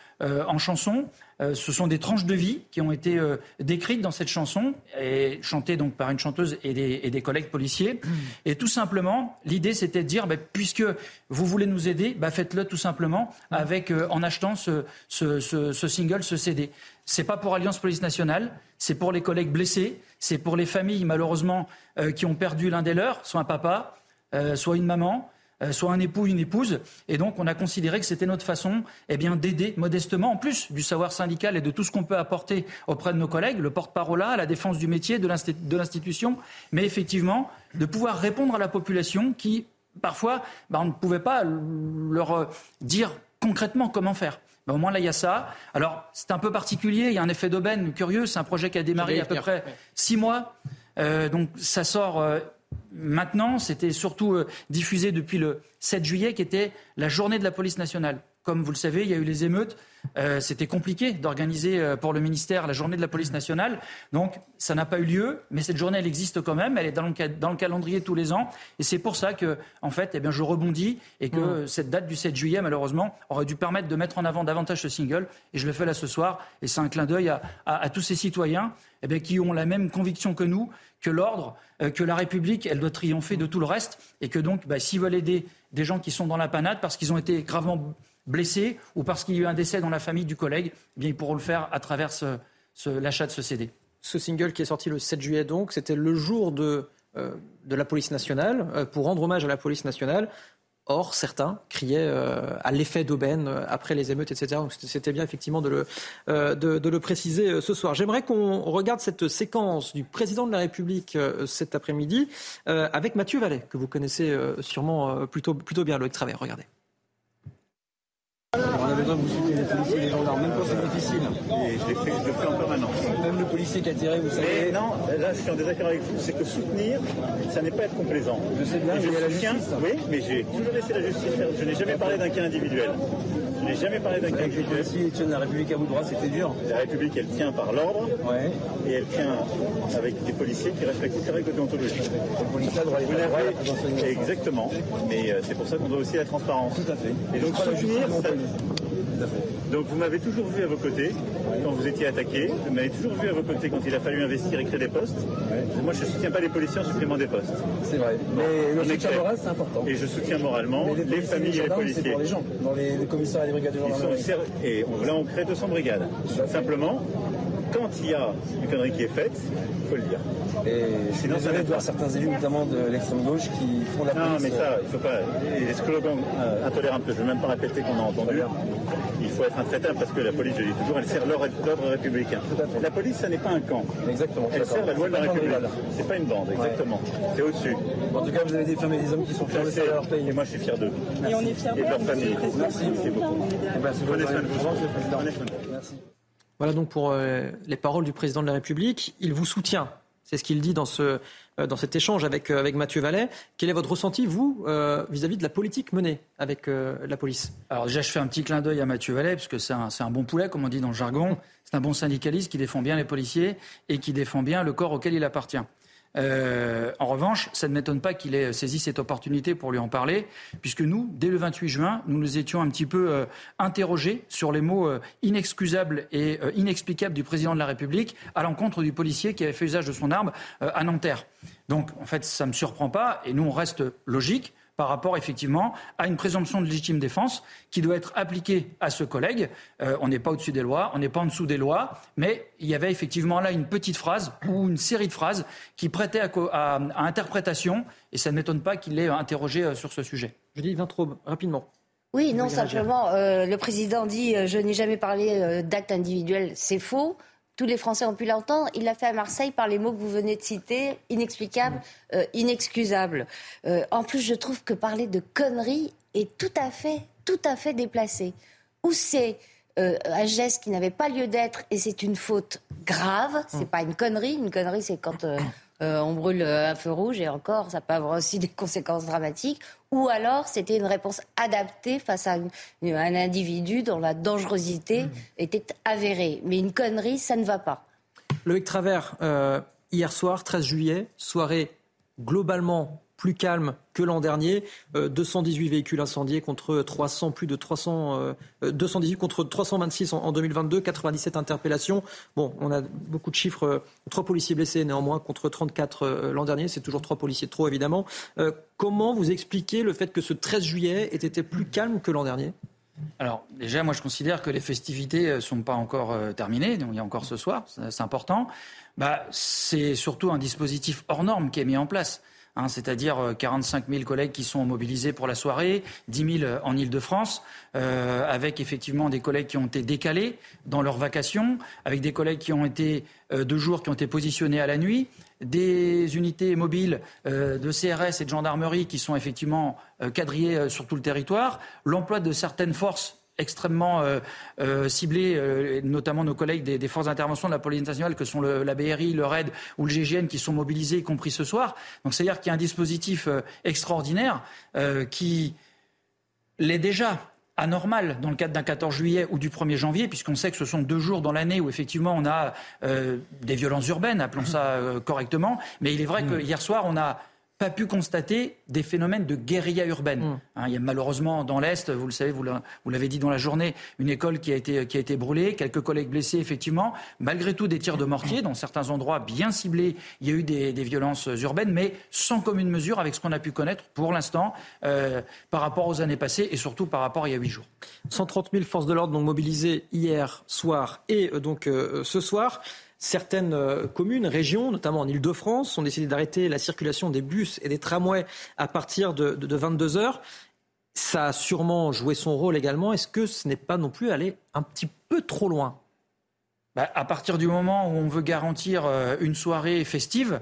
en chanson. Ce sont des tranches de vie qui ont été décrites dans cette chanson et chantées donc par une chanteuse et des collègues policiers. Et tout simplement, l'idée c'était de dire, puisque vous voulez nous aider, faites-le tout simplement avec en achetant ce single, ce CD. C'est pas pour Alliance Police Nationale, c'est pour les collègues blessés, c'est pour les familles malheureusement qui ont perdu l'un des leurs, soit un papa, soit une maman, soit un époux, une épouse. Et donc, on a considéré que c'était notre façon d'aider modestement, en plus du savoir syndical et de tout ce qu'on peut apporter auprès de nos collègues, le porte-parole à la défense du métier, de l'institution, mais effectivement, de pouvoir répondre à la population qui, parfois, on ne pouvait pas leur dire concrètement comment faire. Au moins, là, il y a ça. Alors, c'est un peu particulier, il y a un effet d'aubaine curieux, c'est un projet qui a démarré il y a à peu près 6 mois. Donc, ça sort... Maintenant, c'était surtout diffusé depuis le 7 juillet, qui était la journée de la police nationale. Comme vous le savez, il y a eu les émeutes. C'était compliqué d'organiser pour le ministère la journée de la police nationale. Donc, ça n'a pas eu lieu, mais cette journée, elle existe quand même. Elle est dans le calendrier tous les ans. Et c'est pour ça que, en fait, je rebondis et que cette date du 7 juillet, malheureusement, aurait dû permettre de mettre en avant davantage ce single. Et je le fais là ce soir. Et c'est un clin d'œil à tous ces citoyens qui ont la même conviction que nous, que l'ordre, que la République, elle doit triompher de tout le reste. Et que donc, s'ils veulent aider des gens qui sont dans la panade parce qu'ils ont été gravement blessés ou parce qu'il y a eu un décès dans la famille du collègue, ils pourront le faire à travers l'achat de ce CD. Ce single qui est sorti le 7 juillet, donc, c'était le jour de la police nationale, pour rendre hommage à la police nationale. Or, certains criaient à l'effet d'aubaine après les émeutes, etc. Donc, c'était bien effectivement de le préciser ce soir. J'aimerais qu'on regarde cette séquence du président de la République cet après-midi avec Mathieu Vallet, que vous connaissez sûrement plutôt bien, Loïc Travers. Regardez. On a besoin de vous soutenir, les policiers et les gendarmes, même quand c'est difficile. Et je le fais en permanence. Même le policier qui a tiré, vous savez. Mais non, là je suis en désaccord avec vous, c'est que soutenir, ça n'est pas être complaisant. Je sais bien, je soutiens, oui, mais j'ai toujours laissé la justice faire. Je n'ai jamais parlé d'un cas individuel. Je n'ai jamais parlé d'un cas individuel. Les policiers tiennent la République à bout de bras, c'était dur. La République, elle tient par l'ordre, et elle tient avec des policiers qui respectent toutes les règles de déontologie. Le policier doit aller faire la prévention. Exactement, mais c'est pour ça qu'on doit aussi la transparence. Tout à fait. Et donc soutenir, donc vous m'avez toujours vu à vos côtés quand vous étiez attaqué, vous m'avez toujours vu à vos côtés quand il a fallu investir et créer des postes. Moi je ne soutiens pas les policiers en supprimant des postes. C'est vrai, mais le soutien moral c'est important. Et je soutiens moralement les familles et les policiers. C'est pour les gens, dans les commissariats et les brigades de gendarmerie. Et là on crée 200 brigades. Simplement, quand il y a une connerie qui est faite, il faut le dire. Et je suis désolé de voir certains élus, notamment de l'extrême gauche, qui font la police. Non, mais ça, il ne faut pas. Les slogans intolérables que je ne vais même pas répéter qu'on a entendus, il faut être intraitable parce que la police, je dis toujours, elle sert l'ordre républicain. La police, ça n'est pas un camp. Exactement. Elle sert la loi de la République. C'est pas une bande, exactement. C'est au-dessus. En tout cas, vous avez des femmes et des hommes qui sont fiers de faire leur pays. Et moi, je suis fier d'eux. Et on est fiers de leur famille. Merci beaucoup. Prenez soin de vous. Merci. Voilà donc pour les paroles du président de la République. Il vous soutient. C'est ce qu'il dit dans cet échange avec Mathieu Vallet. Quel est votre ressenti, vous, vis-à-vis de la politique menée avec la police ? Alors déjà, je fais un petit clin d'œil à Mathieu Vallet, parce que c'est un bon poulet, comme on dit dans le jargon. C'est un bon syndicaliste qui défend bien les policiers et qui défend bien le corps auquel il appartient. En revanche, ça ne m'étonne pas qu'il ait saisi cette opportunité pour lui en parler, puisque nous, dès le 28 juin, nous nous étions un petit peu interrogés sur les mots inexcusables et inexplicables du président de la République à l'encontre du policier qui avait fait usage de son arme à Nanterre. Donc, en fait, ça ne me surprend pas, et nous, on reste logique. par rapport effectivement à une présomption de légitime défense qui doit être appliquée à ce collègue. On n'est pas au-dessus des lois, on n'est pas en dessous des lois, mais il y avait effectivement là une petite phrase ou une série de phrases qui prêtaient à interprétation, et ça ne m'étonne pas qu'il l'ait interrogé sur ce sujet. Je dis Vintraube, rapidement. Oui, non, simplement, le président dit « je n'ai jamais parlé d'actes individuels », c'est faux. Tous les Français ont pu l'entendre. Il l'a fait à Marseille par les mots que vous venez de citer, inexplicable, inexcusable. En plus, je trouve que parler de conneries est tout à fait déplacé. Ou c'est un geste qui n'avait pas lieu d'être et c'est une faute grave, c'est pas une connerie. Une connerie, c'est quand on brûle un feu rouge et encore, ça peut avoir aussi des conséquences dramatiques. Ou alors, c'était une réponse adaptée face à un individu dont la dangerosité était avérée. Mais une connerie, ça ne va pas. Loïc Travers, hier soir, 13 juillet, soirée globalement plus calme que l'an dernier. 218 véhicules incendiés contre 218 contre 326 en 2022, 97 interpellations. Bon, on a beaucoup de chiffres. 3 policiers blessés néanmoins contre 34 l'an dernier. C'est toujours 3 policiers de trop, évidemment. Comment vous expliquez le fait que ce 13 juillet ait été plus calme que l'an dernier ? Alors déjà, moi je considère que les festivités ne sont pas encore terminées, donc il y a encore ce soir, c'est important. C'est surtout un dispositif hors norme qui est mis en place. C'est-à-dire 45 000 collègues qui sont mobilisés pour la soirée, 10 000 en Ile-de-France, avec effectivement des collègues qui ont été décalés dans leurs vacations, avec des collègues qui ont été de jour, qui ont été positionnés à la nuit, des unités mobiles de CRS et de gendarmerie qui sont effectivement quadrillées sur tout le territoire, l'emploi de certaines forces extrêmement ciblés, notamment nos collègues des forces d'intervention de la police nationale que sont la BRI, le RAID ou le GIGN qui sont mobilisés, y compris ce soir. Donc c'est-à-dire qu'il y a un dispositif extraordinaire qui l'est déjà anormal dans le cadre d'un 14 juillet ou du 1er janvier, puisqu'on sait que ce sont 2 jours dans l'année où effectivement on a des violences urbaines, appelons ça correctement. Mais il est vrai que hier soir, on n'a pas pu constater des phénomènes de guérilla urbaine. Il y a malheureusement dans l'Est, vous le savez, vous l'avez dit dans la journée, une école qui a été brûlée, quelques collègues blessés effectivement. Malgré tout, des tirs de mortier dans certains endroits bien ciblés. Il y a eu des violences urbaines, mais sans commune mesure avec ce qu'on a pu connaître pour l'instant par rapport aux années passées et surtout par rapport à il y a 8 jours. 130 000 forces de l'ordre donc mobilisées hier soir et donc ce soir. Certaines communes, régions, notamment en Ile-de-France, ont décidé d'arrêter la circulation des bus et des tramways à partir de 22h. Ça a sûrement joué son rôle également. Est-ce que ce n'est pas non plus aller un petit peu trop loin ? À partir du moment où on veut garantir une soirée festive,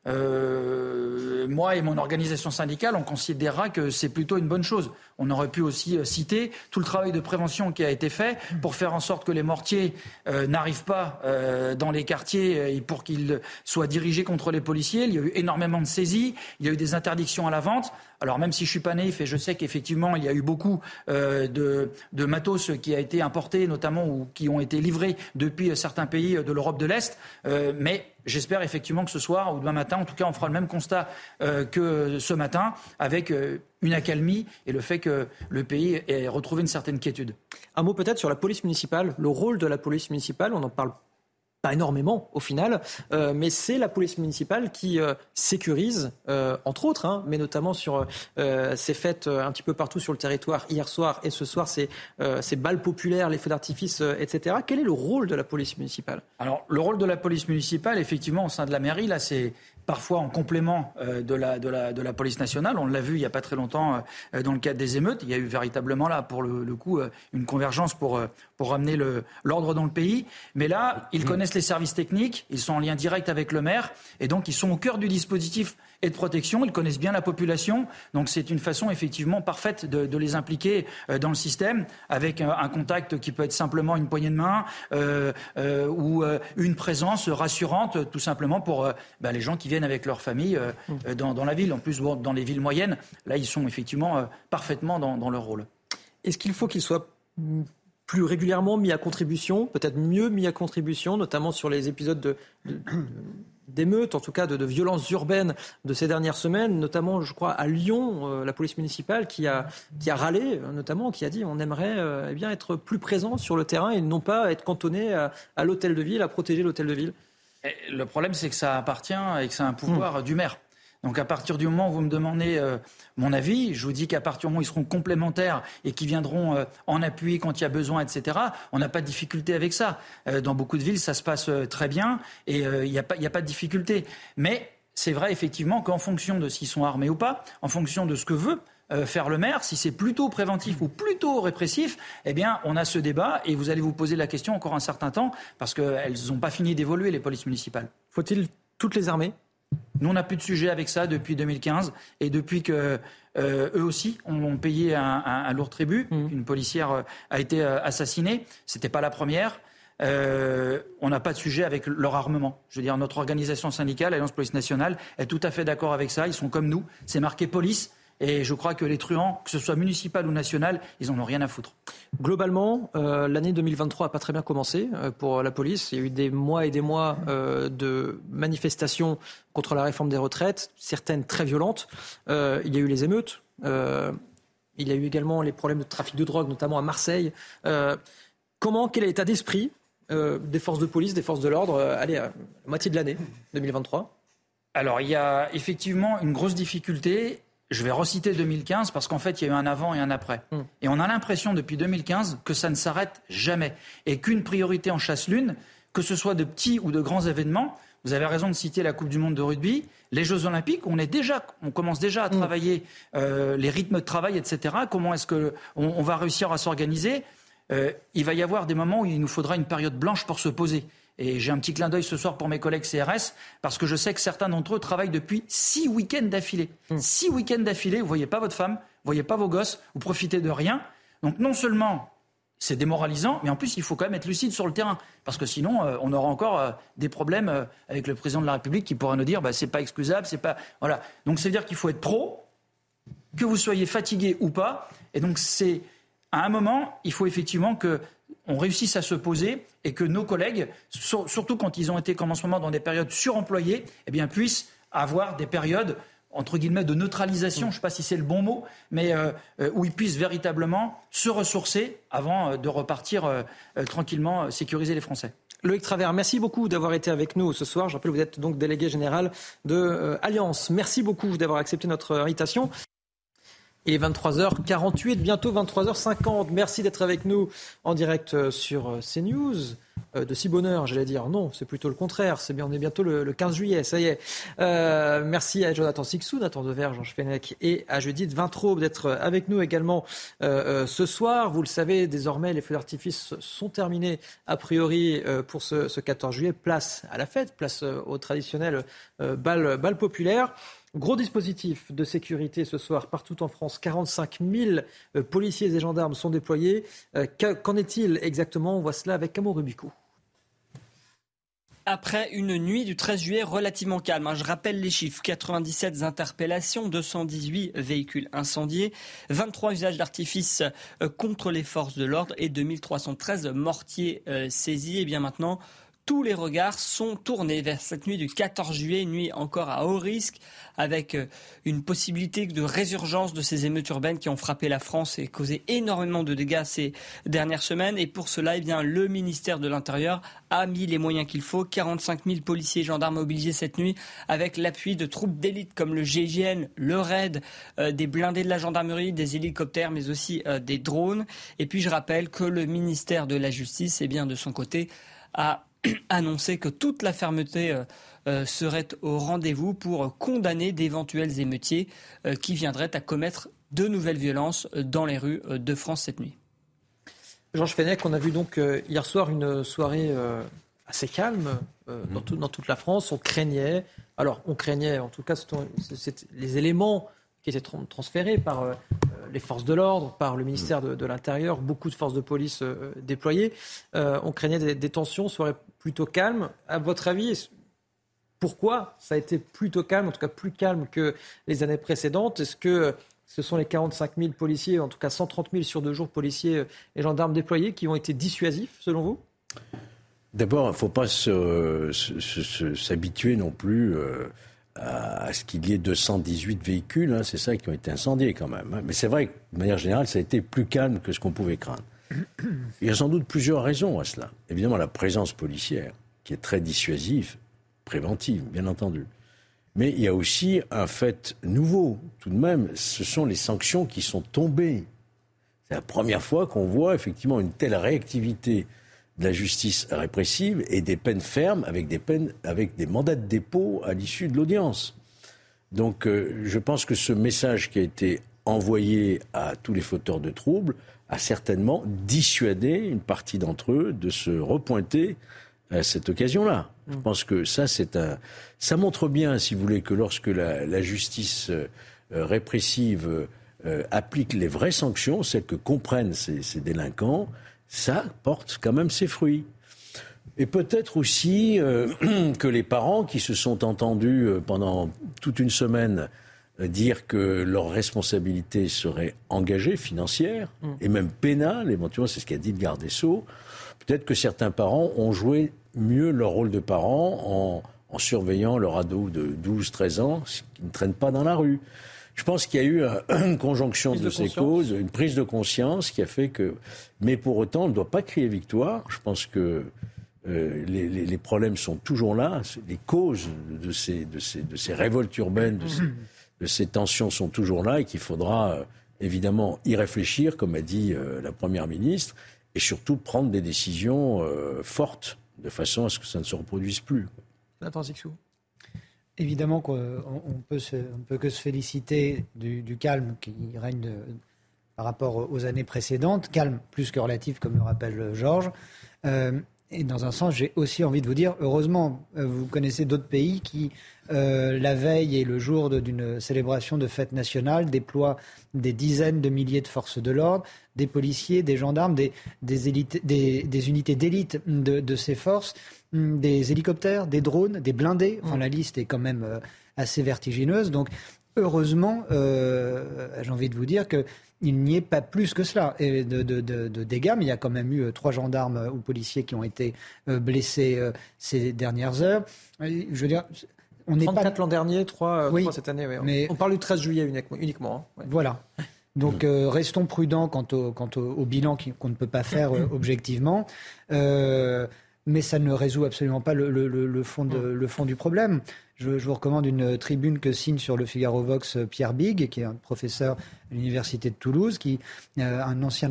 moi et mon organisation syndicale, on considérera que c'est plutôt une bonne chose. On aurait pu aussi citer tout le travail de prévention qui a été fait pour faire en sorte que les mortiers n'arrivent pas dans les quartiers et pour qu'ils soient dirigés contre les policiers. Il y a eu énormément de saisies, il y a eu des interdictions à la vente. Alors même si je suis pas naïf et je sais qu'effectivement il y a eu beaucoup de matos qui a été importé notamment ou qui ont été livrés depuis certains pays de l'Europe de l'Est, mais j'espère effectivement que ce soir ou demain matin, en tout cas on fera le même constat que ce matin avec une accalmie et le fait que le pays ait retrouvé une certaine quiétude. Un mot peut-être sur la police municipale, le rôle de la police municipale, on en parle pas énormément au final, mais c'est la police municipale qui sécurise, entre autres, mais notamment sur ces fêtes un petit peu partout sur le territoire hier soir et ce soir, ces balles populaires, les feux d'artifice, etc. Quel est le rôle de la police municipale ? Alors, le rôle de la police municipale, effectivement, au sein de la mairie, là, c'est parfois en complément de la police nationale. On l'a vu il n'y a pas très longtemps dans le cadre des émeutes. Il y a eu véritablement là, pour le coup, une convergence pour ramener l'ordre dans le pays. Mais là, ils connaissent les services techniques, ils sont en lien direct avec le maire et donc ils sont au cœur du dispositif et de protection. Ils connaissent bien la population. Donc c'est une façon effectivement parfaite de les impliquer dans le système avec un contact qui peut être simplement une poignée de main ou une présence rassurante tout simplement pour les gens qui viennent avec leur famille dans la ville. En plus, dans les villes moyennes, là, ils sont effectivement parfaitement dans leur rôle. Est-ce qu'il faut qu'ils soient plus régulièrement mis à contribution, peut-être mieux mis à contribution, notamment sur les épisodes d'émeutes, en tout cas de violences urbaines de ces dernières semaines, notamment, je crois, à Lyon, la police municipale qui a râlé, notamment, qui a dit on aimerait être plus présent sur le terrain et non pas être cantonné à l'hôtel de ville, à protéger l'hôtel de ville. Le problème, c'est que ça appartient et que c'est un pouvoir du maire. Donc à partir du moment où vous me demandez mon avis, je vous dis qu'à partir du moment où ils seront complémentaires et qu'ils viendront en appui quand il y a besoin, etc., on n'a pas de difficulté avec ça. Dans beaucoup de villes, ça se passe très bien et il n'y a pas de difficulté. Mais c'est vrai effectivement qu'en fonction de s'ils sont armés ou pas, en fonction de ce que veut faire le maire, si c'est plutôt préventif ou plutôt répressif, eh bien, on a ce débat et vous allez vous poser la question encore un certain temps parce qu'elles n'ont pas fini d'évoluer, les polices municipales. Faut-il toutes les armer ? Nous, on n'a plus de sujet avec ça depuis 2015 et depuis que eux aussi ont payé un lourd tribut. Une policière a été assassinée. C'était pas la première. On n'a pas de sujet avec leur armement. Je veux dire, notre organisation syndicale, l'Alliance Police Nationale, est tout à fait d'accord avec ça. Ils sont comme nous. C'est marqué police. Et je crois que les truands, que ce soit municipal ou national, ils n'en ont rien à foutre. Globalement, l'année 2023 n'a pas très bien commencé pour la police. Il y a eu des mois et des mois de manifestations contre la réforme des retraites, certaines très violentes. Il y a eu les émeutes. Il y a eu également les problèmes de trafic de drogue, notamment à Marseille. Quel est l'état d'esprit des forces de police, des forces de l'ordre, à la moitié de l'année 2023 ? Alors, il y a effectivement une grosse difficulté. Je vais reciter 2015 parce qu'en fait, il y a eu un avant et un après. Et on a l'impression depuis 2015 que ça ne s'arrête jamais. Et qu'une priorité en chasse l'une, que ce soit de petits ou de grands événements. Vous avez raison de citer la Coupe du Monde de rugby, les Jeux Olympiques, on commence déjà à travailler les rythmes de travail, etc. Comment est-ce qu'on va réussir à s'organiser ? Il va y avoir des moments où il nous faudra une période blanche pour se poser. Et j'ai un petit clin d'œil ce soir pour mes collègues CRS, parce que je sais que certains d'entre eux travaillent depuis 6 week-ends d'affilée. 6 week-ends d'affilée, vous ne voyez pas votre femme, vous ne voyez pas vos gosses, vous profitez de rien. Donc non seulement c'est démoralisant, mais en plus il faut quand même être lucide sur le terrain. Parce que sinon, on aura encore des problèmes avec le président de la République qui pourra nous dire c'est pas excusable, c'est pas. Voilà. Donc ça veut dire qu'il faut être pro, que vous soyez fatigué ou pas. Et donc c'est à un moment, il faut effectivement qu'on réussisse à se poser et que nos collègues, surtout quand ils ont été, comme en ce moment, dans des périodes suremployées, eh bien, puissent avoir des périodes, entre guillemets, de neutralisation, je ne sais pas si c'est le bon mot, mais où ils puissent véritablement se ressourcer avant de repartir tranquillement sécuriser les Français. Loïc Travers, merci beaucoup d'avoir été avec nous ce soir. Je rappelle que vous êtes donc délégué général de Alliance. Merci beaucoup d'avoir accepté notre invitation. Il est 23h48, bientôt 23h50. Merci d'être avec nous en direct sur CNews. De si bonne heure, j'allais dire. Non, c'est plutôt le contraire. On est bientôt le 15 juillet, ça y est. Merci à Jonathan Sixou, Nathan Dever, Georges Fenech et à Judith Vintraube d'être avec nous également ce soir. Vous le savez, désormais, les feux d'artifice sont terminés a priori pour ce 14 juillet. Place à la fête, place au traditionnel bal populaire. Gros dispositif de sécurité ce soir partout en France. 45 000 policiers et gendarmes sont déployés. Qu'en est-il exactement ? On voit cela avec Camo Rubico. Après une nuit du 13 juillet relativement calme, je rappelle les chiffres, 97 interpellations, 218 véhicules incendiés, 23 usages d'artifice contre les forces de l'ordre et 2313 mortiers saisis. Et bien maintenant, tous les regards sont tournés vers cette nuit du 14 juillet, une nuit encore à haut risque, avec une possibilité de résurgence de ces émeutes urbaines qui ont frappé la France et causé énormément de dégâts ces dernières semaines. Et pour cela, le ministère de l'Intérieur a mis les moyens qu'il faut. 45 000 policiers et gendarmes mobilisés cette nuit, avec l'appui de troupes d'élite comme le GIGN, le RAID, des blindés de la gendarmerie, des hélicoptères, mais aussi des drones. Et puis je rappelle que le ministère de la Justice, de son côté, a annoncé que toute la fermeté serait au rendez-vous pour condamner d'éventuels émeutiers qui viendraient à commettre de nouvelles violences dans les rues de France cette nuit. Georges Fenech, on a vu donc hier soir une soirée assez calme dans toute la France. On craignait, en tout cas, c'est les éléments qui étaient transférés par les forces de l'ordre, par le ministère de l'Intérieur, beaucoup de forces de police déployées. On craignait des tensions, soirée plutôt calme. À votre avis, pourquoi ça a été plutôt calme, en tout cas plus calme que les années précédentes ? Est-ce que ce sont les 45 000 policiers, en tout cas 130 000 sur 2 jours policiers et gendarmes déployés qui ont été dissuasifs, selon vous ? D'abord, il ne faut pas s'habituer non plus à ce qu'il y ait 218 véhicules, c'est ça, qui ont été incendiés quand même. Mais c'est vrai que, de manière générale, ça a été plus calme que ce qu'on pouvait craindre. Il y a sans doute plusieurs raisons à cela. Évidemment, la présence policière, qui est très dissuasive, préventive, bien entendu. Mais il y a aussi un fait nouveau, tout de même, ce sont les sanctions qui sont tombées. C'est la première fois qu'on voit effectivement une telle réactivité de la justice répressive et des peines fermes avec des mandats de dépôt à l'issue de l'audience. Donc je pense que ce message qui a été envoyé à tous les fauteurs de troubles a certainement dissuadé une partie d'entre eux de se repointer à cette occasion-là. Je pense que ça montre bien, si vous voulez, que lorsque la justice répressive applique les vraies sanctions, celles que comprennent ces délinquants, ça porte quand même ses fruits. Et peut-être aussi que les parents qui se sont entendus pendant toute une semaine dire que leur responsabilité serait engagée, financière, et même pénale, éventuellement, c'est ce qu'a dit le garde des Sceaux, peut-être que certains parents ont joué mieux leur rôle de parents en surveillant leur ado de 12-13 ans qui ne traîne pas dans la rue. Je pense qu'il y a eu une conjonction de ces causes, une prise de conscience qui a fait que... Mais pour autant, on ne doit pas crier victoire. Je pense que les problèmes sont toujours là. Les causes de ces révoltes urbaines, de ces tensions sont toujours là et qu'il faudra évidemment y réfléchir, comme a dit la Première ministre, et surtout prendre des décisions fortes de façon à ce que ça ne se reproduise plus. Nathan Sixou. Évidemment qu'on peut que se féliciter du calme qui règne par rapport aux années précédentes, calme plus que relatif, comme le rappelle Georges. Et dans un sens, j'ai aussi envie de vous dire, heureusement, vous connaissez d'autres pays qui, la veille et le jour d'une célébration de fête nationale, déploient des dizaines de milliers de forces de l'ordre, des policiers, des gendarmes, des unités d'élite de ces forces, des hélicoptères, des drones, des blindés. Enfin, la liste est quand même assez vertigineuse. Donc, heureusement, j'ai envie de vous dire qu'il n'y ait pas plus que cela de dégâts, mais il y a quand même eu 3 gendarmes ou policiers qui ont été blessés ces dernières heures. Je veux dire, on n'est 34 pas... l'an dernier, 3 cette année. Oui. Mais... On parle du 13 juillet uniquement. Hein. Ouais. Voilà. Donc restons prudents quant au bilan qu'on ne peut pas faire objectivement. Mais ça ne résout absolument pas le fond du problème. Je vous recommande une tribune que signe sur le Figaro Vox Pierre Big, qui est un professeur à l'Université de Toulouse, un ancien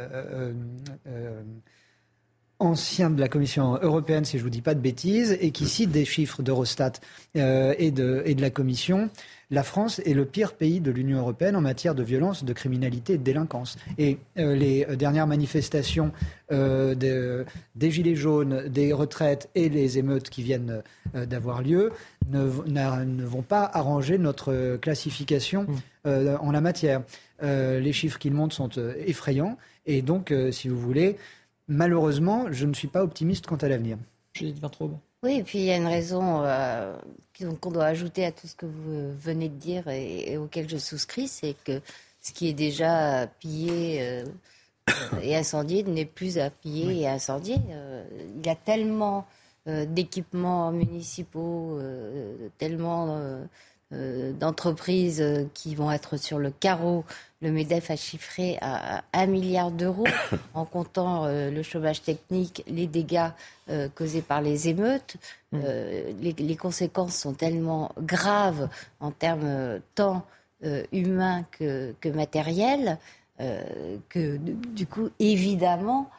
de la Commission européenne, si je ne vous dis pas de bêtises, et qui cite des chiffres d'Eurostat et de la Commission. La France est le pire pays de l'Union européenne en matière de violence, de criminalité et de délinquance. Et les dernières manifestations des Gilets jaunes, des retraites et les émeutes qui viennent d'avoir lieu ne vont pas arranger notre classification en la matière. Les chiffres qu'ils montrent sont effrayants. Et donc, si vous voulez, malheureusement, je ne suis pas optimiste quant à l'avenir. Juliette Vintraube. Oui, et puis il y a une raison qu'on doit ajouter à tout ce que vous venez de dire et auquel je souscris, c'est que ce qui est déjà pillé et incendié n'est plus à piller et à incendier. Il y a tellement d'équipements municipaux, tellement d'entreprises qui vont être sur le carreau. Le MEDEF a chiffré à 1 milliard d'euros en comptant le chômage technique, les dégâts causés par les émeutes. Les conséquences sont tellement graves en termes tant humains que matériels que du coup, évidemment,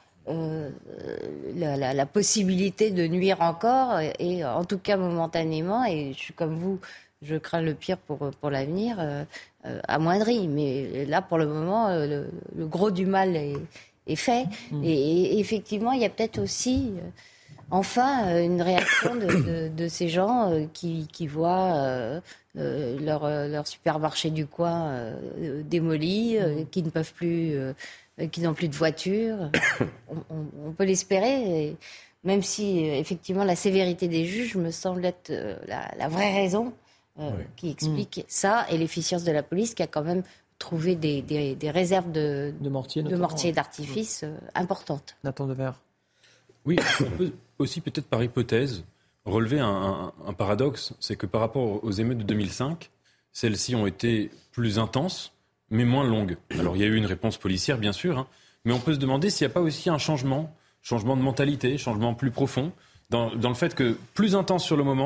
la possibilité de nuire encore est en tout cas momentanément, et je suis comme vous, je crains le pire pour l'avenir, amoindri. Mais là, pour le moment, le gros du mal est fait. Et effectivement, il y a peut-être aussi, enfin, une réaction de ces gens qui voient leur supermarché du coin démoli, qui ne peuvent plus, qui n'ont plus de voiture. On peut l'espérer, même si, effectivement, la sévérité des juges me semble être la vraie raison qui explique ça, et l'efficience de la police qui a quand même trouvé des réserves de mortiers d'artifice importantes. Nathan Devers. Oui, on peut aussi peut-être par hypothèse relever un paradoxe, c'est que par rapport aux émeutes de 2005, celles-ci ont été plus intenses, mais moins longues. Alors il y a eu une réponse policière, bien sûr, mais on peut se demander s'il n'y a pas aussi un changement de mentalité, changement plus profond, dans le fait que plus intense sur le moment,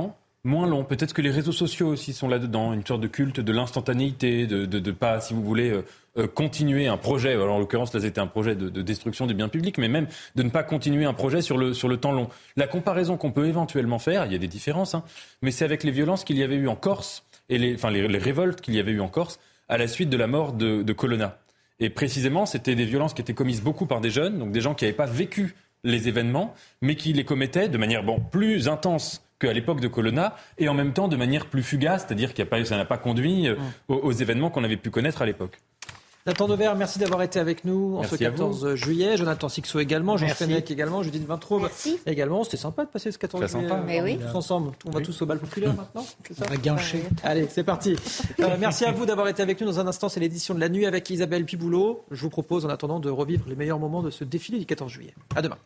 moins long. Peut-être que les réseaux sociaux aussi sont là-dedans, une sorte de culte de l'instantanéité, de pas, si vous voulez, continuer un projet. Alors, en l'occurrence, là, c'était un projet de destruction des biens publics, mais même de ne pas continuer un projet sur le temps long. La comparaison qu'on peut éventuellement faire, il y a des différences, mais c'est avec les violences qu'il y avait eu en Corse et les révoltes qu'il y avait eu en Corse à la suite de la mort de Colonna. Et précisément, c'était des violences qui étaient commises beaucoup par des jeunes, donc des gens qui n'avaient pas vécu les événements, mais qui les commettaient de manière plus intense qu'à l'époque de Colonna, et en même temps de manière plus fugace, c'est-à-dire ça n'a pas conduit aux événements qu'on avait pu connaître à l'époque. Nathan Devers, merci d'avoir été avec nous en ce 14 juillet. Jonathan Sixot également, Jean Fenech également, Judith Vintraube également. C'était sympa de passer ce 14 juillet. Mais oui. Tous ensemble. On va tous au bal populaire maintenant. On va guincher. Allez, c'est parti. Merci à vous d'avoir été avec nous. Dans un instant, c'est l'édition de la nuit avec Isabelle Piboulot. Je vous propose en attendant de revivre les meilleurs moments de ce défilé du 14 juillet. À demain.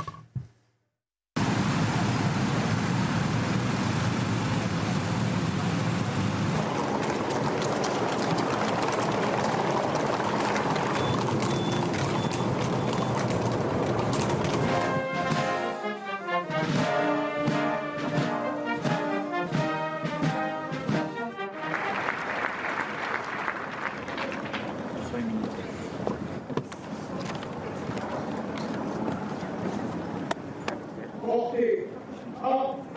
Portez en